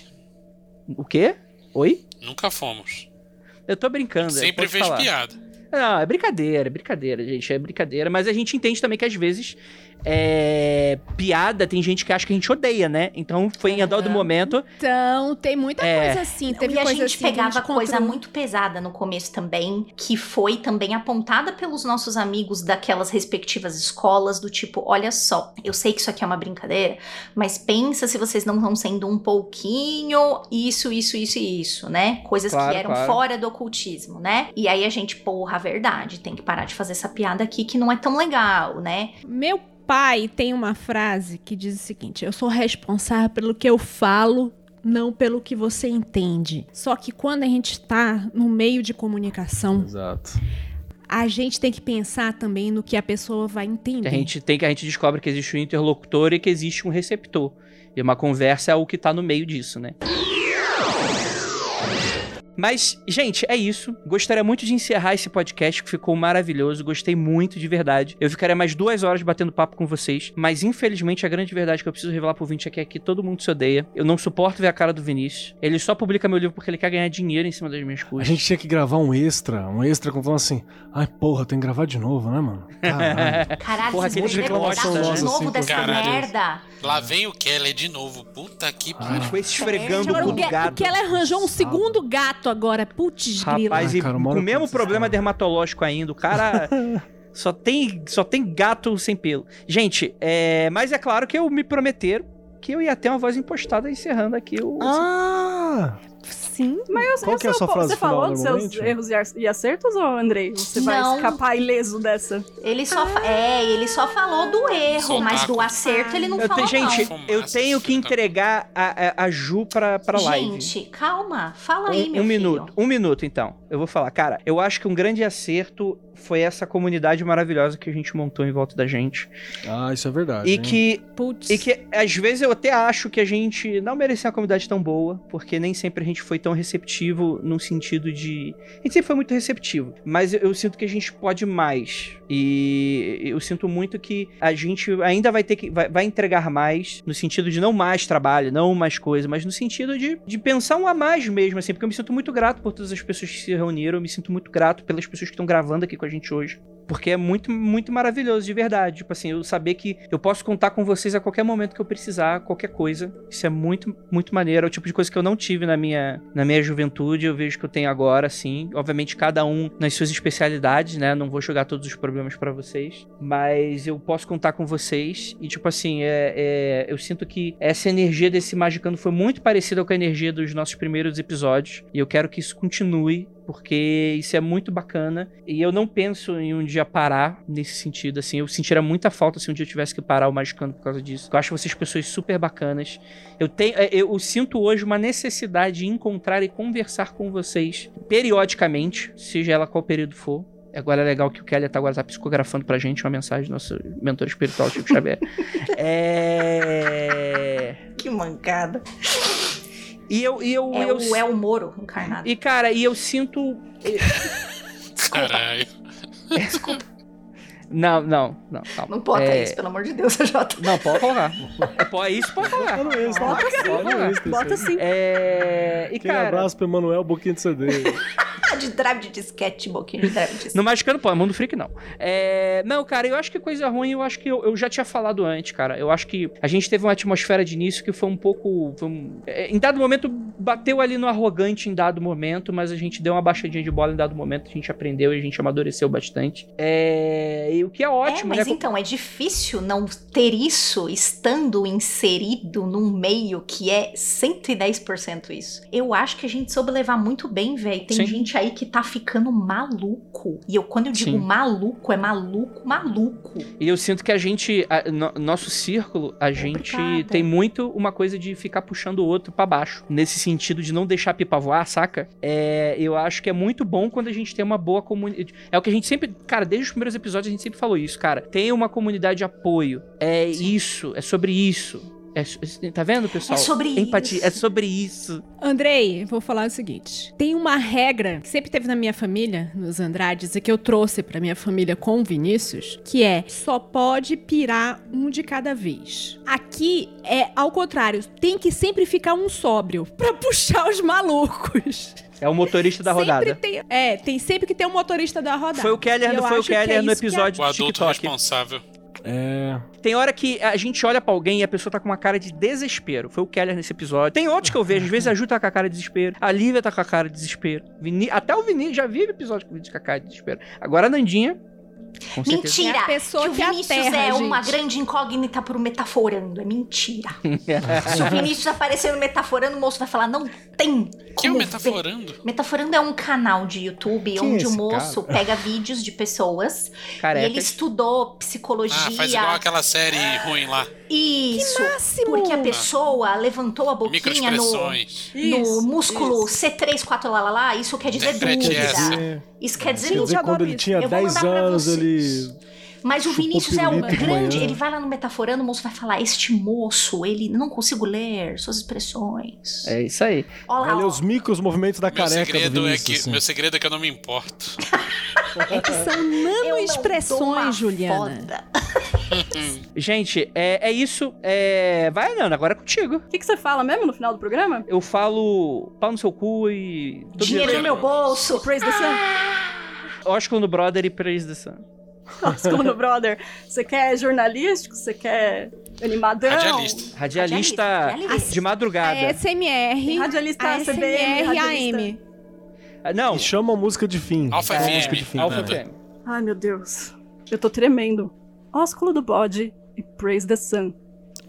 O quê? Oi? Nunca fomos. Eu tô brincando. eu Sempre posso fez falar. piada. Não, é brincadeira, é brincadeira, gente, é brincadeira. Mas a gente entende também que às vezes é, piada tem gente que acha que a gente odeia, né? Então foi em dado momento. Então, tem muita É. coisa assim. Teve e a coisa gente assim que a pegava gente coisa controlou. muito pesada no começo também, que foi também apontada pelos nossos amigos daquelas respectivas escolas, do tipo, olha só, eu sei que isso aqui é uma brincadeira, mas pensa se vocês não estão sendo um pouquinho isso, isso, isso e isso, né? Coisas Claro, que eram claro. fora do ocultismo, né? E aí a gente, porra, a verdade, tem que parar de fazer essa piada aqui que não é tão legal, né? Meu pai tem uma frase que diz o seguinte: eu sou responsável pelo que eu falo não pelo que você entende. Só que quando a gente tá no meio de comunicação, Exato. a gente tem que pensar também no que a pessoa vai entender. A gente, tem, a gente descobre que existe um interlocutor e que existe um receptor. E uma conversa é o que tá no meio disso, né? Mas, gente, é isso. Gostaria muito de encerrar esse podcast, que ficou maravilhoso. Gostei muito, de verdade. Eu ficaria mais duas horas batendo papo com vocês. Mas, infelizmente, a grande verdade que eu preciso revelar pro ouvinte é que aqui todo mundo se odeia. Eu não suporto ver a cara do Vinícius. Ele só publica meu livro porque ele quer ganhar dinheiro em cima das minhas coisas. A gente tinha que gravar um extra, um extra com falando assim, ai, porra, tem que gravar de novo, né, mano? Caralho. Caralho, Porra, vocês aquele vão reclamação lembrar nossa, de novo assim, dessa caralho. merda. Lá vem o Keller de novo. Puta que pariu. Foi esfregando Agora, o o, cu do Ke- o gato. Keller arranjou um segundo gato agora. Putz, grila. Rapaz, Ai, e cara, com uma hora o mesmo eu preciso problema falar. dermatológico ainda. O cara só tem, só tem gato sem pelo. Gente, é... mas é claro que eu me prometeram que eu ia ter uma voz impostada encerrando aqui o... Ah! Sim. Mas Qual eu que é a sou- sua frase você falou final, dos seus normalmente? erros e ar- e acertos, ou Andrei? Você vai Não. escapar ileso dessa? Ele só, fa- é, ele só falou do erro, Só mas tá do com- acerto ele não Eu falou, tenho, gente, não. eu Fumaça, tenho que tá. entregar a, a, a Ju pra, pra live. Gente, calma. Fala aí, Um, meu um filho. minuto, um minuto então. Eu vou falar, cara, eu acho que um grande acerto foi essa comunidade maravilhosa que a gente montou em volta da gente. Ah, isso é verdade. E hein? que, Putz. e que, às vezes, eu até acho que a gente não merecia uma comunidade tão boa, porque nem sempre a gente foi tão receptivo no sentido de... A gente sempre foi muito receptivo, mas eu, eu sinto que a gente pode mais. E eu sinto muito que a gente ainda vai ter que... Vai, vai entregar mais, no sentido de não mais trabalho, não mais coisa, mas no sentido de, de pensar um a mais mesmo, assim, porque eu me sinto muito grato por todas as pessoas que se reuniram, eu me sinto muito grato pelas pessoas que estão gravando aqui com a gente hoje. Porque é muito, muito maravilhoso, de verdade. Tipo assim, eu saber que eu posso contar com vocês a qualquer momento que eu precisar, qualquer coisa. Isso é muito, muito maneiro. É o tipo de coisa que eu não tive na minha, na minha juventude. Eu vejo que eu tenho agora, assim. Obviamente, cada um nas suas especialidades, né? Não vou jogar todos os problemas pra vocês. Mas eu posso contar com vocês. E, tipo assim, é, é, eu sinto que essa energia desse Magicando foi muito parecida com a energia dos nossos primeiros episódios. E eu quero que isso continue, porque isso é muito bacana. E eu não penso em um dia parar nesse sentido, assim. Eu sentiria muita falta se um dia eu tivesse que parar o Magicando por causa disso. Eu acho vocês pessoas super bacanas. Eu, tenho, eu, eu sinto hoje uma necessidade de encontrar e conversar com vocês periodicamente, seja ela qual período for. Agora é legal que o Kelly tá, agora tá psicografando pra gente uma mensagem do nosso mentor espiritual, Chico Xavier. é... Que mancada. E eu... E eu, É, eu o, é o Moro encarnado. E, cara, e eu sinto... Caralho. Não, não, não. Calma. Não bota É, isso, pelo amor de Deus, Jota. Não, pode colocar. É, pode, isso pode colocar. Tá no extra. Bota sim, Tá no mano. extra, Bota isso aí. sim. É... E, Aquele cara... abraço pro Emanuel, boquinha de C D. De drive de disquete, boquinha de drive de disquete. No Magicando, pô, é Mundo Freak, não. É... Não, cara, eu acho que coisa ruim, eu acho que eu, eu já tinha falado antes, cara. Eu acho que a gente teve uma atmosfera de início que foi um pouco... Foi um... é, em dado momento, bateu ali no arrogante em dado momento, mas a gente deu uma baixadinha de bola em dado momento, a gente aprendeu e a gente amadureceu bastante. É... E o que é ótimo, é, mas né? então, é difícil não ter isso estando inserido num meio que é cento e dez por cento isso. Eu acho que a gente soube levar muito bem, velho. Tem Sim. gente aí que tá ficando maluco. E eu, quando eu digo Sim. maluco, é maluco, maluco. E eu sinto que a gente, a- no- nosso círculo, a gente Obrigada. tem muito uma coisa de ficar puxando o outro pra baixo. Nesse sentido de não deixar a pipa voar, saca? É, eu acho que é muito bom quando a gente tem uma boa comunidade. É o que a gente sempre, cara, desde os primeiros episódios a gente sempre falou isso, cara. Tem uma comunidade de apoio. É isso, é sobre isso. É, tá vendo, pessoal? É sobre Empatia, isso. é sobre isso. Andrei, vou falar o seguinte. Tem uma regra que sempre teve na minha família, nos Andrades, e que eu trouxe pra minha família com o Vinícius, que é, só pode pirar um de cada vez. Aqui é ao contrário, tem que sempre ficar um sóbrio pra puxar os malucos. É o motorista da Sempre rodada. tem, é, tem sempre que ter um motorista da rodada. Foi o Keller, E eu foi o acho que Keller é no isso que a- episódio O do adulto TikTok. responsável. É. Tem hora que a gente olha pra alguém e a pessoa tá com uma cara de desespero. Foi o Keller nesse episódio. Tem outros que eu vejo. Às vezes a Ju tá com a cara de desespero. A Lívia tá com a cara de desespero. Vini... Até o Vinícius. Já vi episódio com o Vinícius com a cara de desespero. Agora a Nandinha Com certeza. Mentira! É a pessoa que que o Vinícius aterra, é uma gente. grande incógnita pro metaforando. É mentira. Se o Vinícius aparecer no metaforando, o moço vai falar, não tem Que o como Metaforando? ver. Metaforando é um canal de YouTube Quem é onde o esse moço cara? pega vídeos de pessoas Carecas. e ele estudou psicologia. Ah, faz igual aquela série ruim lá. Isso. máximo! Porque a pessoa levantou a boquinha no, Microexpressões. no Isso, músculo isso. C três, quatro, lá, lá, lá. Isso quer dizer Decrete dúvida. essa. Isso quer dizer Quer dúvida. dizer, quando adoro ele isso. tinha Eu vou dez mandar pra anos, vocês. ele... Mas o Chupou Vinícius é um pirulito de grande. manhã. Ele vai lá no metaforando, o moço vai falar: este moço, ele não consigo ler suas expressões. É isso aí. Olha lá, Vai ler ó. os micros movimentos da Meu careca do segredo, é Vinícius. que, assim. meu segredo é que eu não me importo. É que são Eu não dou uma nano-expressões, Juliana. foda. Gente, é, é isso. É... Vai, Nana, agora é contigo. O que, que você fala mesmo no final do programa? Eu falo pau no seu cu e... todo Dinheiro dia- no meu bolso. Praise the Sun. Oscar no Brother e Praise the Sun. Segundo brother, você quer jornalístico? Você quer animadão? Radialista. Radialista, Radialista. de madrugada. A S M R, Tem radialista a C B M, S M R e a radialista. M. Ah, Não, E chamam música de fim. Alfa é, F M. música de fim. Alpha Nana. F M. Ai, meu Deus. Eu tô tremendo. Ósculo do bode e Praise the Sun.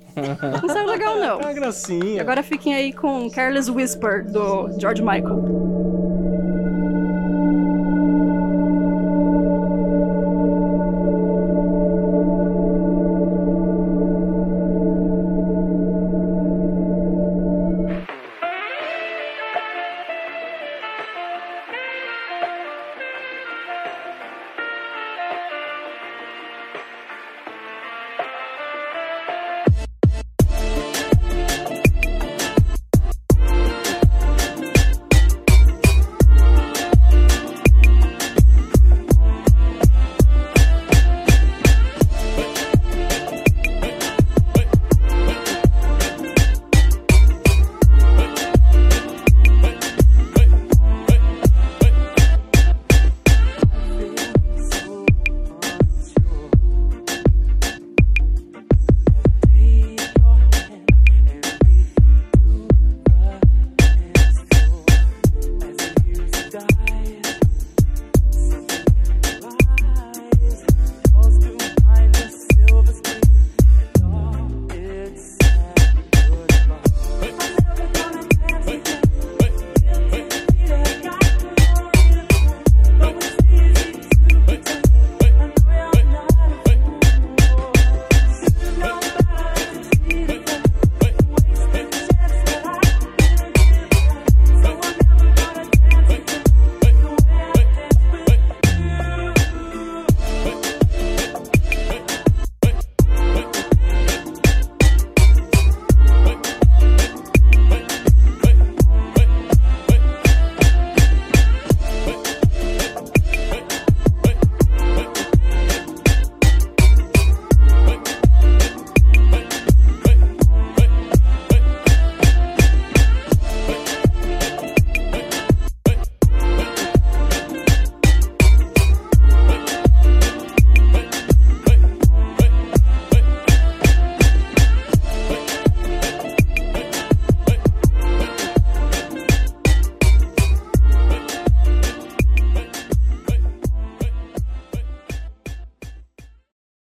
Não saiu legal, não. É uma gracinha. Agora fiquem aí com Careless Whisper, do George Michael.